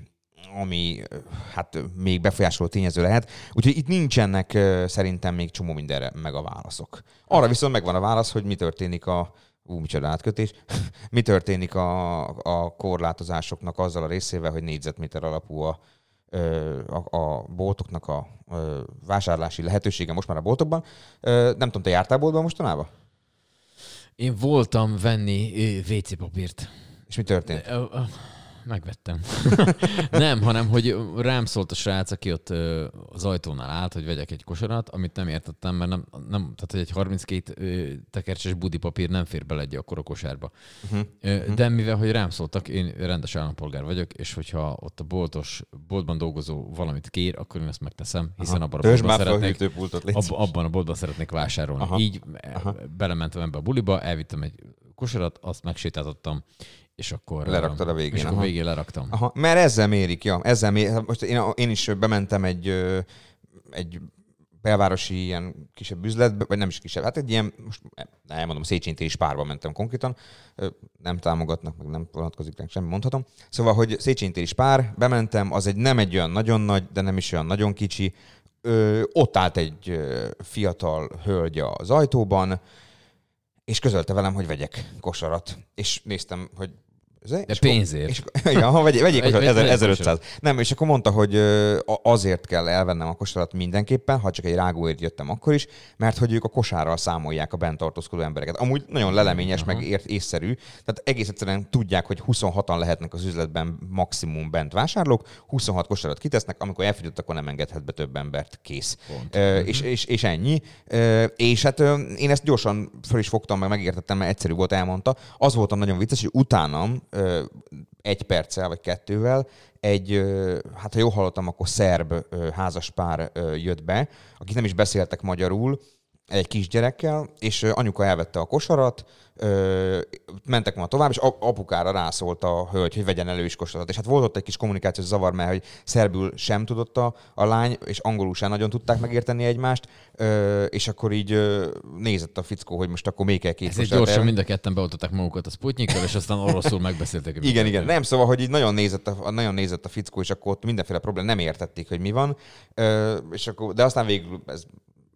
hát még befolyásoló tényező lehet. Úgyhogy itt nincsenek szerintem még csomó mindenre meg a válaszok. Arra viszont megvan a válasz, hogy mi történik micsoda átkötés, mi történik a korlátozásoknak azzal a részével, hogy négyzetméter alapú a boltoknak a vásárlási lehetősége most már a boltokban. Nem tudom, te jártál boltban mostanában? Én voltam venni WC papírt. És mi történt? Megvettem. Nem, hanem hogy rám szólt a srác, aki ott az ajtónál állt, hogy vegyek egy kosarat, amit nem értettem, mert nem tehát hogy egy 32 tekercses budipapír nem fér bele egy akkora kosárba. De mivel, hogy rám szóltak, én rendes állampolgár vagyok, és hogyha ott a boltban dolgozó valamit kér, akkor én ezt megteszem, hiszen abban a boltban szeretnék vásárolni. Aha. Így belementem ebbe a buliba, elvittem egy kosarat, azt megsétáltattam, és akkor leraktad a végén. És akkor végén leraktam. Aha, mert ezzel mérik, ja. Most én is bementem egy belvárosi ilyen kisebb üzletbe, vagy nem is kisebb, hát egy ilyen, most elmondom, Széchenyi téri Spárba mentem konkrétan, nem támogatnak, meg nem vonatkozik ránk, semmi mondhatom. Szóval, hogy Széchenyi téri Spár, bementem, az nem egy olyan nagyon nagy, de nem is olyan nagyon kicsi. Ott állt egy fiatal hölgy az ajtóban, és közölte velem, hogy vegyek kosarat. És néztem, hogy... De pénzért. Vegyék kosarat, 1500. Nem, és akkor mondta, hogy azért kell elvennem a kosarat mindenképpen, ha csak egy rágóért jöttem akkor is, mert hogy ők a kosárral számolják a bent tartózkodó embereket. Amúgy nagyon leleményes, meg észszerű. Tehát egész egyszerűen tudják, hogy 26-an lehetnek az üzletben maximum bent vásárlók, 26 kosarat kitesznek, amikor elfogyott, akkor nem engedhet be több embert, kész. És ennyi. És hát én ezt gyorsan föl is fogtam, meg megértettem, mert egyszerű volt, elmondta. Az voltam nagyon vicces, hogy utánam 1 perccel vagy 2-vel hát ha jól hallottam, akkor szerb házaspár jött be, akik nem is beszéltek magyarul, egy kisgyerekkel, és anyuka elvette a kosarat, mentek volna tovább, és apukára rászólt a hölgy, hogy vegyen elő is kosarat. És hát volt ott egy kis kommunikációs zavar, mert hogy szerbül sem tudott a lány, és angolul sem nagyon tudták megérteni egymást, és akkor így nézett a fickó, hogy most akkor még kell 2 kosarat. Ezért gyorsan mind a ketten beoltották magukat a Sputnikkal, és aztán oroszul megbeszéltek. Igen. Nem, szóval, hogy így nagyon nézett a fickó, és akkor ott mindenféle problém, nem értették, hogy mi van, és akkor, de aztán végül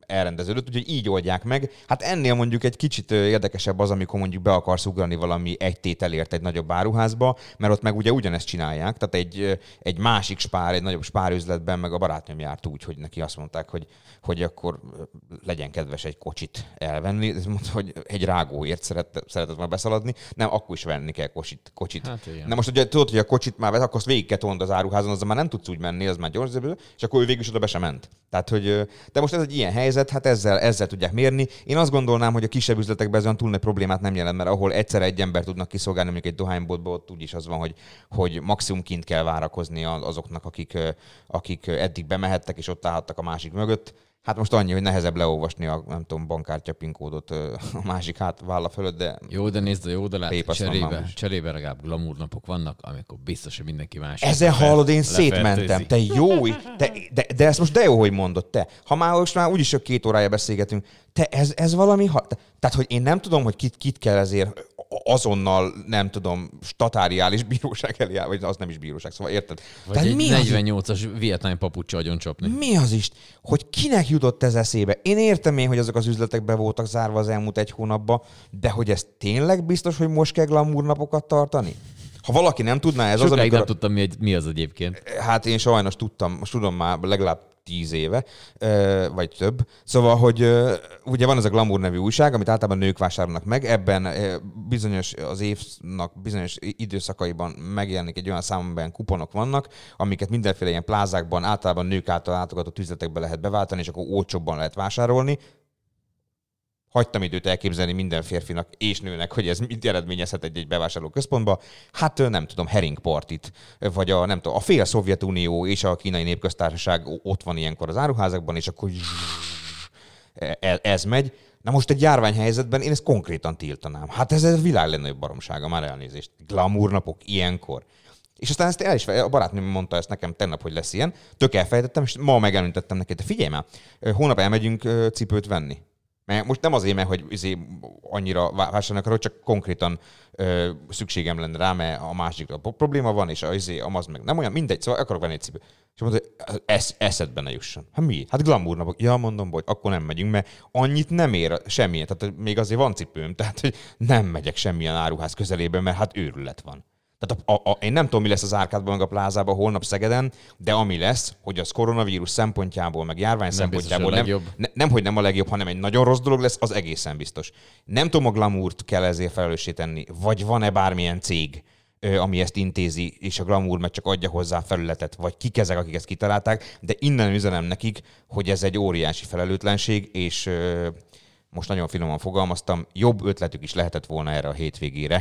elrendeződött, úgyhogy így oldják meg. Hát ennél mondjuk egy kicsit érdekesebb az, amikor mondjuk be akarsz ugrani valami egy tételért egy nagyobb áruházba, mert ott meg ugye ugyanezt csinálják, tehát egy másik spár, egy nagyobb spárüzletben meg a barátnőm járt úgy, hogy neki azt mondták, hogy akkor legyen kedves egy kocsit elvenni, ez mondta, hogy egy rágóért szeretett már beszaladni, nem, akkor is venni kell kocsit. Hát, na most ugye tudod, hogy a kocsit már akkor azt végig kell tolnod az áruházon, azzal már nem tudsz úgy menni, az már gyors, és akkor ő végül is oda be sem ment. Tehát, hogy, de most ez egy ilyen helyzet, hát ezzel tudják mérni. Én azt gondolnám, hogy a kisebb üzletekben ez olyan túl nagy problémát nem jelent, mert ahol egyszerre egy ember tudnak kiszolgálni, mondjuk egy dohányboltból, ott úgyis az van, hogy maximum kint kell várakozni azoknak, akik eddig bemehettek, és ott állhattak a másik mögött. Hát most annyi, hogy nehezebb leolvasni a, nem tudom, bankkártya PIN kódot a másik válla fölött, de... Jó, de nézd, jó, de lehet, cserébe legalább glamour napok vannak, amikor biztos, hogy mindenki más. Ezen hallod, én szétmentem. Te jó, de ezt most de jó, hogy mondod te. Ha most már úgyis csak 2 órája beszélgetünk, te ez valami... Tehát, hogy én nem tudom, hogy kit kell ezért azonnal, nem tudom, statáriális bíróság elé, vagy az nem is bíróság, szóval érted? Vagy tehát egy 48-as vietnámi papucsa agyon csapni. Mi az is? Hogy kinek jutott ez eszébe? Én értem hogy azok az üzletek be voltak zárva az elmúlt 1 hónapban, de hogy ez tényleg biztos, hogy most kell glamour napokat tartani? Ha valaki nem tudná, ez sokáig nem tudtam, mi az egyébként. Hát én sajnos tudtam, most tudom már legalább 10 éve, vagy több. Szóval, hogy ugye van ez a Glamour nevű újság, amit általában nők vásárolnak meg, ebben az évnak bizonyos időszakaiban megjelenik egy olyan szám, amiben kuponok vannak, amiket mindenféle ilyen plázákban, általában nők által látogatott üzletekbe lehet beváltani, és akkor olcsóbban lehet vásárolni. Hagytam időt elképzelni minden férfinak és nőnek, hogy ez mit eredményezhet egy bevásárló központba. Hát nem tudom, Heringpartit, vagy a fél Szovjetunió és a Kínai Népköztársaság ott van ilyenkor az áruházakban, és akkor ez megy. Na most egy járványhelyzetben én ezt konkrétan tiltanám. Hát ez a világ legnagyobb baromsága, már elnézést. Glamour napok ilyenkor. És aztán ezt a barátnőm mondta ezt nekem tegnap, hogy lesz ilyen. Tök elfejtettem, és ma megemlítettem neki, de figyelj már, hónap elmegyünk cipőt venni. Mert most nem azért, mert hogy annyira vásárolni akarok, csak konkrétan szükségem lenne rá, mert a másikra probléma van, és az meg nem olyan, mindegy, szóval akarok venni egy cipőt. És mondta, hogy eszedbe ne jusson. Hát mi? Hát glamour napok. Ja, mondom, hogy akkor nem megyünk, mert annyit nem ér semmilyen. Tehát még azért van cipőm, tehát hogy nem megyek semmilyen áruház közelébe, mert hát őrület van. Tehát én nem tudom, mi lesz az Árkádban, meg a plázában holnap Szegeden, de ami lesz, hogy az koronavírus szempontjából, meg járvány szempontjából nemhogy nem a legjobb, hanem egy nagyon rossz dolog lesz, az egészen biztos. Nem tudom, a glamourt kell ezért felelőssé tenni, vagy van-e bármilyen cég, ami ezt intézi, és a glamour meg csak adja hozzá felületet, vagy kik ezek, akik ezt kitalálták, de innen üzenem nekik, hogy ez egy óriási felelőtlenség, és most nagyon finoman fogalmaztam, jobb ötletük is lehetett volna erre a hétvégére.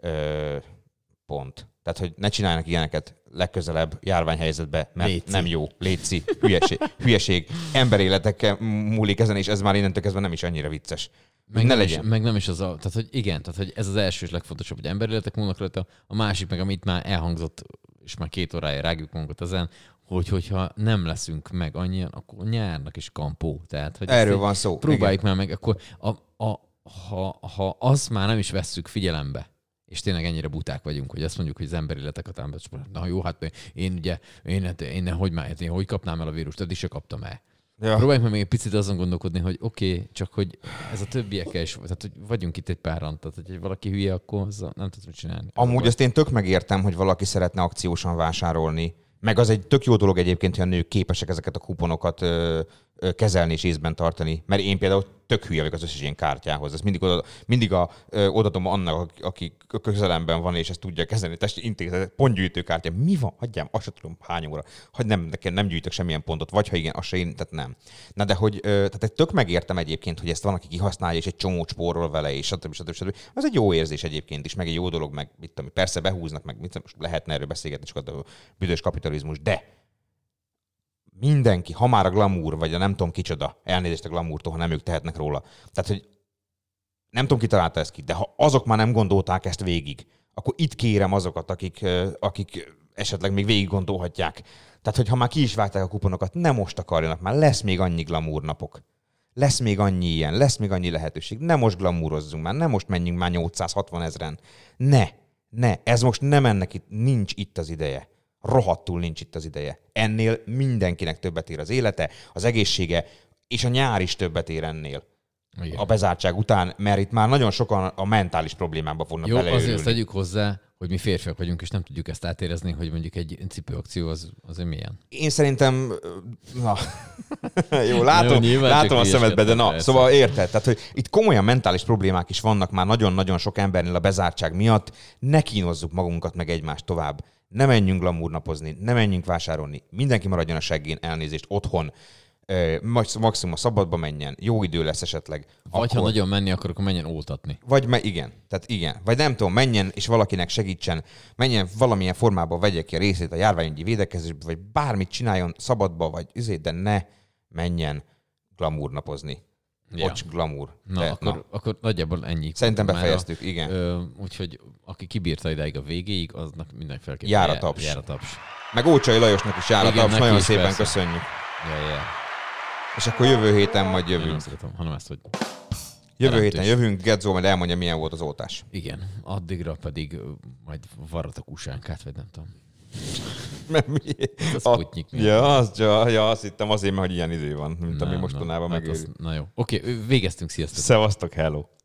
Pont. Tehát, hogy ne csináljanak ilyeneket legközelebb járványhelyzetbe, mert léci. Nem jó. Léci. Hülyeség. Emberéletekkel múlik ezen, és ez már innentől kezdve nem is annyira vicces. Meg nem is az tehát, hogy igen, tehát, hogy ez az első és legfontosabb, hogy emberéletek múlnak rajta, a másik meg, amit már elhangzott, és már 2 órája rágjuk magunkat ezen, hogyha nem leszünk meg annyian, akkor nyárnak is kampó. Tehát, hogy erről van szó. Próbáljuk már meg, akkor ha azt már nem is vesszük figyelembe, és tényleg ennyire buták vagyunk, hogy azt mondjuk, hogy az emberéleteket támogatjuk. Na jó, hát én hogy kapnám el a vírust, eddig se kaptam el. Ja. Próbáljuk meg még egy picit azon gondolkodni, hogy oké, csak hogy ez a többiekkel is, tehát hogy vagyunk itt egy páran, tehát hogy valaki hülye, akkor nem tudsz mit csinálni. Amúgy azt én tök megértem, hogy valaki szeretne akciósan vásárolni, meg az egy tök jó dolog egyébként, hogy a nők képesek ezeket a kuponokat kezelni és észben tartani, mert én például tök hülye vagyok az összes ilyen kártyához. Ezt mindig odaadom annak, aki közelemben van, és ezt tudja kezelni. Tehát intézet, pontgyűjtőkártya. Mi van? Hagyjám, azt sem tudom hány óra. Hogy nekem nem gyűjtök semmilyen pontot, vagy ha igen, azt se én, tehát nem. Na de hogy tehát tök megértem egyébként, hogy ezt van, aki kihasználja, és egy csomó spórol vele, és stb. Az egy jó érzés egyébként is, meg egy jó dolog, meg mit tudom, persze behúznak, meg mit, most lehetne erről beszélgetni, csak a büdös kapitalizmus, de mindenki, ha már a glamour, vagy a nem tudom kicsoda, elnézést a glamourtól, ha nem ők tehetnek róla. Tehát, hogy nem tudom, ki találta ezt ki, de ha azok már nem gondolták ezt végig, akkor itt kérem azokat, akik esetleg még végig gondolhatják. Tehát, hogy ha már ki is vágták a kuponokat, ne most akarjanak, már lesz még annyi glamour napok. Lesz még annyi ilyen, lesz még annyi lehetőség. Ne most glamourozzunk már, ne most menjünk már 860 000. Ne, ez most nem ennek nincs itt az ideje. Rohadtul nincs itt az ideje. Ennél mindenkinek többet ér az élete, az egészsége, és a nyár is többet ér ennél. Igen. A bezártság után, mert itt már nagyon sokan a mentális problémába fognak beleőrülni. Azért azt tegyük hozzá, hogy mi férfiak vagyunk, és nem tudjuk ezt átérezni, hogy mondjuk egy cipőakció azért milyen. Én szerintem, jó, látom a szemedbe, de na, szóval érted, tehát, hogy itt komolyan mentális problémák is vannak már nagyon-nagyon sok embernél a bezártság miatt, ne kínozzuk magunkat meg egymást tovább, ne menjünk glamournapozni, ne menjünk vásárolni, mindenki maradjon a seggén, elnézést otthon, maximum a szabadba menjen, jó idő lesz esetleg. Vagy akkor, ha nagyon menni, akkor menjen oltatni. Igen, tehát igen. Vagy nem tudom, menjen és valakinek segítsen, menjen valamilyen formában vegye ki a részét a járványügyi védekezésbe, vagy bármit csináljon szabadba, vagy de ne menjen glamournapozni. Bocs, glamour. Akkor nagyjából ennyi. Szerintem befejeztük, igen. Úgyhogy aki kibírta idáig a végéig, aznak mindenféleképpen jár a taps. Meg Ócsai Lajosnak is jár a taps, nagyon szépen persze. Köszönjük. Ja. És akkor jövő héten majd jövünk. Én nem szeretem, hanem ezt, hogy... Jövő héten jövünk, Gedzó majd elmondja, milyen volt az oltás. Igen, addigra pedig majd varratok usánkát, vagy nem tudom. Mert mi? Ez a Sputnik. Azt hittem azért, mert hogy ilyen idő van, mint ami mostanában megéri. Na jó. Oké, végeztünk, sziasztok. Szevasztok, hello.